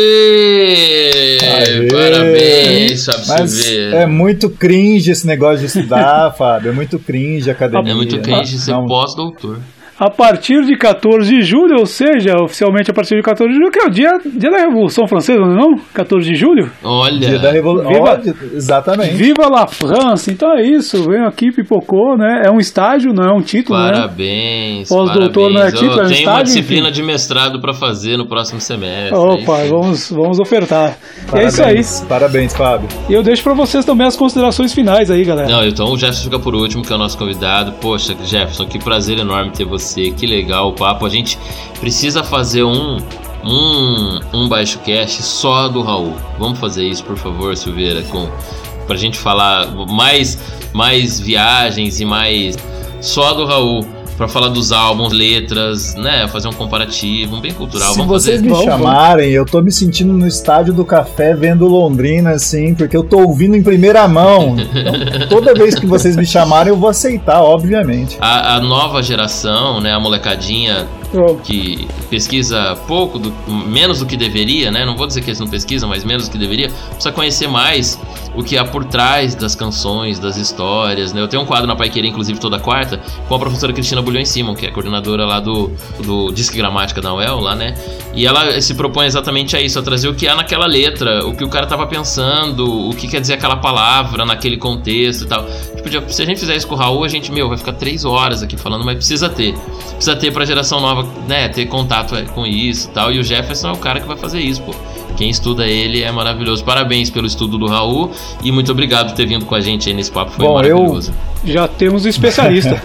Aê! Aê! Parabéns, Fábio Mas Silveira. É muito cringe esse negócio de estudar, Fábio. É muito cringe a academia. É muito cringe ser Não. pós-doutor. A partir de quatorze de julho, ou seja, oficialmente a partir de quatorze de julho, que é o dia, dia da Revolução Francesa, não é não? quatorze de julho? Olha! Dia da Revolução. Viva- Exatamente. Viva la France! Então é isso, venho aqui, pipocou, né? É um estágio, não é um título, né? Parabéns, Pós-doutor não é parabéns. título, é Eu um tenho uma estágio, disciplina enfim. de mestrado pra fazer no próximo semestre. Opa, Enfim. vamos, vamos ofertar. E é Parabéns. isso aí. Parabéns, Fábio. E eu deixo pra vocês também as considerações finais aí, galera. Não, então o Jefferson fica por último, que é o nosso convidado. Poxa, Jefferson, que prazer enorme ter você, que legal o papo. A gente precisa fazer um, um, um BaixoCast só do Raul. Vamos fazer isso, por favor, Silveira, com, pra gente falar mais, mais viagens e mais só do Raul. Pra falar dos álbuns, letras, né? Fazer um comparativo, um bem cultural. Se Vamos vocês fazer? me Vamos, chamarem, eu tô me sentindo no estádio do café vendo Londrina, assim, porque eu tô ouvindo em primeira mão. Então, toda vez que vocês me chamarem, eu vou aceitar, obviamente. A, a nova geração, né? A molecadinha Oh. que pesquisa pouco, do, menos do que deveria, né? Não vou dizer que eles não pesquisam, mas menos do que deveria. Precisa conhecer mais o que há por trás das canções, das histórias, né? Eu tenho um quadro na Paiquerê, inclusive, toda quarta, com a professora Cristina Bulhões Simon, que é coordenadora lá do, do Disque Gramática da U E L, lá, né? E ela se propõe exatamente a isso, a trazer o que há naquela letra, o que o cara tava pensando, o que quer dizer aquela palavra naquele contexto e tal. Tipo, se a gente fizer isso com o Raul, a gente, meu, vai ficar três horas aqui falando, mas precisa ter. Precisa ter pra geração nova, né, ter contato com isso e tal. E o Jefferson é o cara que vai fazer isso, pô. Quem estuda ele é maravilhoso. Parabéns pelo estudo do Raul e muito obrigado por ter vindo com a gente aí nesse papo, foi Bom, maravilhoso. Já temos um especialista.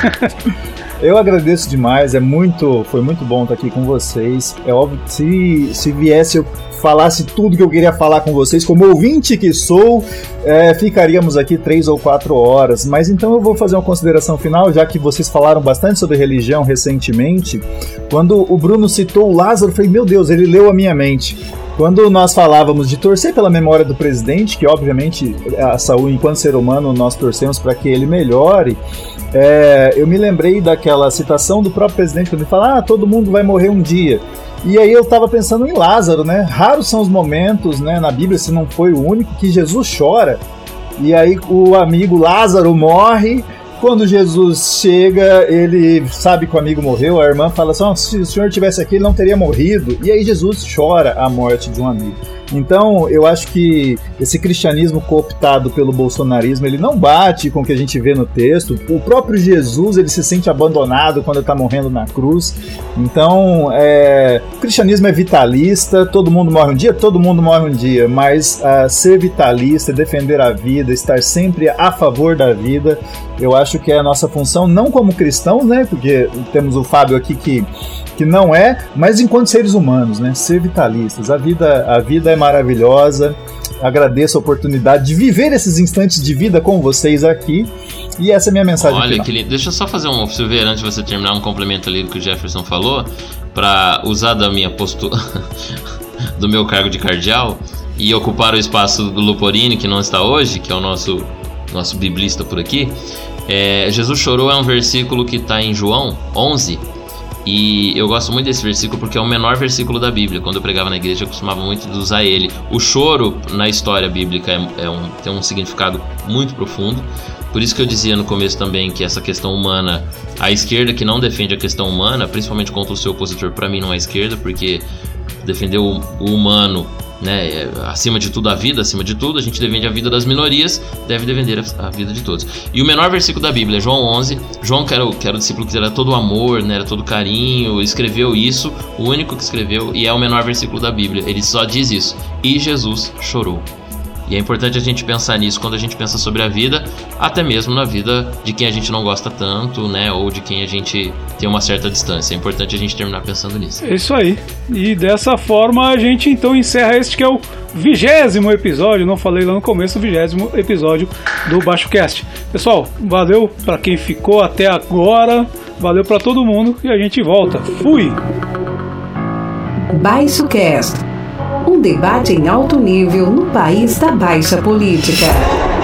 Eu agradeço demais, é muito, foi muito bom estar aqui com vocês. É óbvio que se, se viesse eu falasse tudo que eu queria falar com vocês, como ouvinte que sou, é, ficaríamos aqui três ou quatro horas. Mas então eu vou fazer uma consideração final, já que vocês falaram bastante sobre religião recentemente. Quando o Bruno citou o Lázaro, eu falei, meu Deus, ele leu a minha mente. Quando nós falávamos de torcer pela memória do presidente, que obviamente a saúde, enquanto ser humano, nós torcemos para que ele melhore, é, eu me lembrei daquela citação do próprio presidente, quando ele fala, ah, todo mundo vai morrer um dia. E aí eu estava pensando em Lázaro, né? Raros são os momentos, né, na Bíblia, se não foi o único, que Jesus chora. E aí o amigo Lázaro morre. Quando Jesus chega, ele sabe que o amigo morreu, a irmã fala assim, oh, se o senhor tivesse aqui, ele não teria morrido. E aí Jesus chora a morte de um amigo. Então, eu acho que esse cristianismo cooptado pelo bolsonarismo, ele não bate com o que a gente vê no texto. O próprio Jesus, ele se sente abandonado quando ele está morrendo na cruz. Então, é, o cristianismo é vitalista, todo mundo morre um dia, todo mundo morre um dia, mas uh, ser vitalista, defender a vida, estar sempre a favor da vida, eu acho que é a nossa função, não como cristãos, né, porque temos o Fábio aqui que que não é, mas enquanto seres humanos, né? Ser vitalistas. A vida, a vida é maravilhosa. Agradeço a oportunidade de viver esses instantes de vida com vocês aqui. E essa é a minha mensagem Olha, final. que lindo. Deixa eu só fazer um, Silveira, antes de você terminar, um complemento ali do que o Jefferson falou, para usar da minha postura, do meu cargo de cardeal, e ocupar o espaço do Luporini, que não está hoje, que é o nosso, nosso biblista por aqui. É, Jesus chorou é um versículo que está em João onze. E eu gosto muito desse versículo porque é o menor versículo da Bíblia. Quando eu pregava na igreja eu costumava muito usar ele. O choro na história bíblica é, é um, tem um significado muito profundo. Por isso que eu dizia no começo também que essa questão humana, a esquerda que não defende a questão humana, principalmente contra o seu opositor, para mim não é esquerda, porque defender o, o humano, né, acima de tudo a vida, acima de tudo, a gente defende a vida das minorias, deve defender a vida de todos. E o menor versículo da Bíblia é João onze. João, que era o, que era o discípulo que era todo amor, né, era todo carinho, escreveu isso, o único que escreveu, e é o menor versículo da Bíblia. Ele só diz isso: e Jesus chorou. E é importante a gente pensar nisso quando a gente pensa sobre a vida, até mesmo na vida de quem a gente não gosta tanto, né, ou de quem a gente tem uma certa distância. É importante a gente terminar pensando nisso. É isso aí. E dessa forma a gente então encerra este que é o vigésimo episódio, não falei lá no começo, o vigésimo episódio do BaixoCast. Pessoal, valeu para quem ficou até agora, valeu para todo mundo e a gente volta. Fui! BaixoCast, um debate em alto nível no país da baixa política.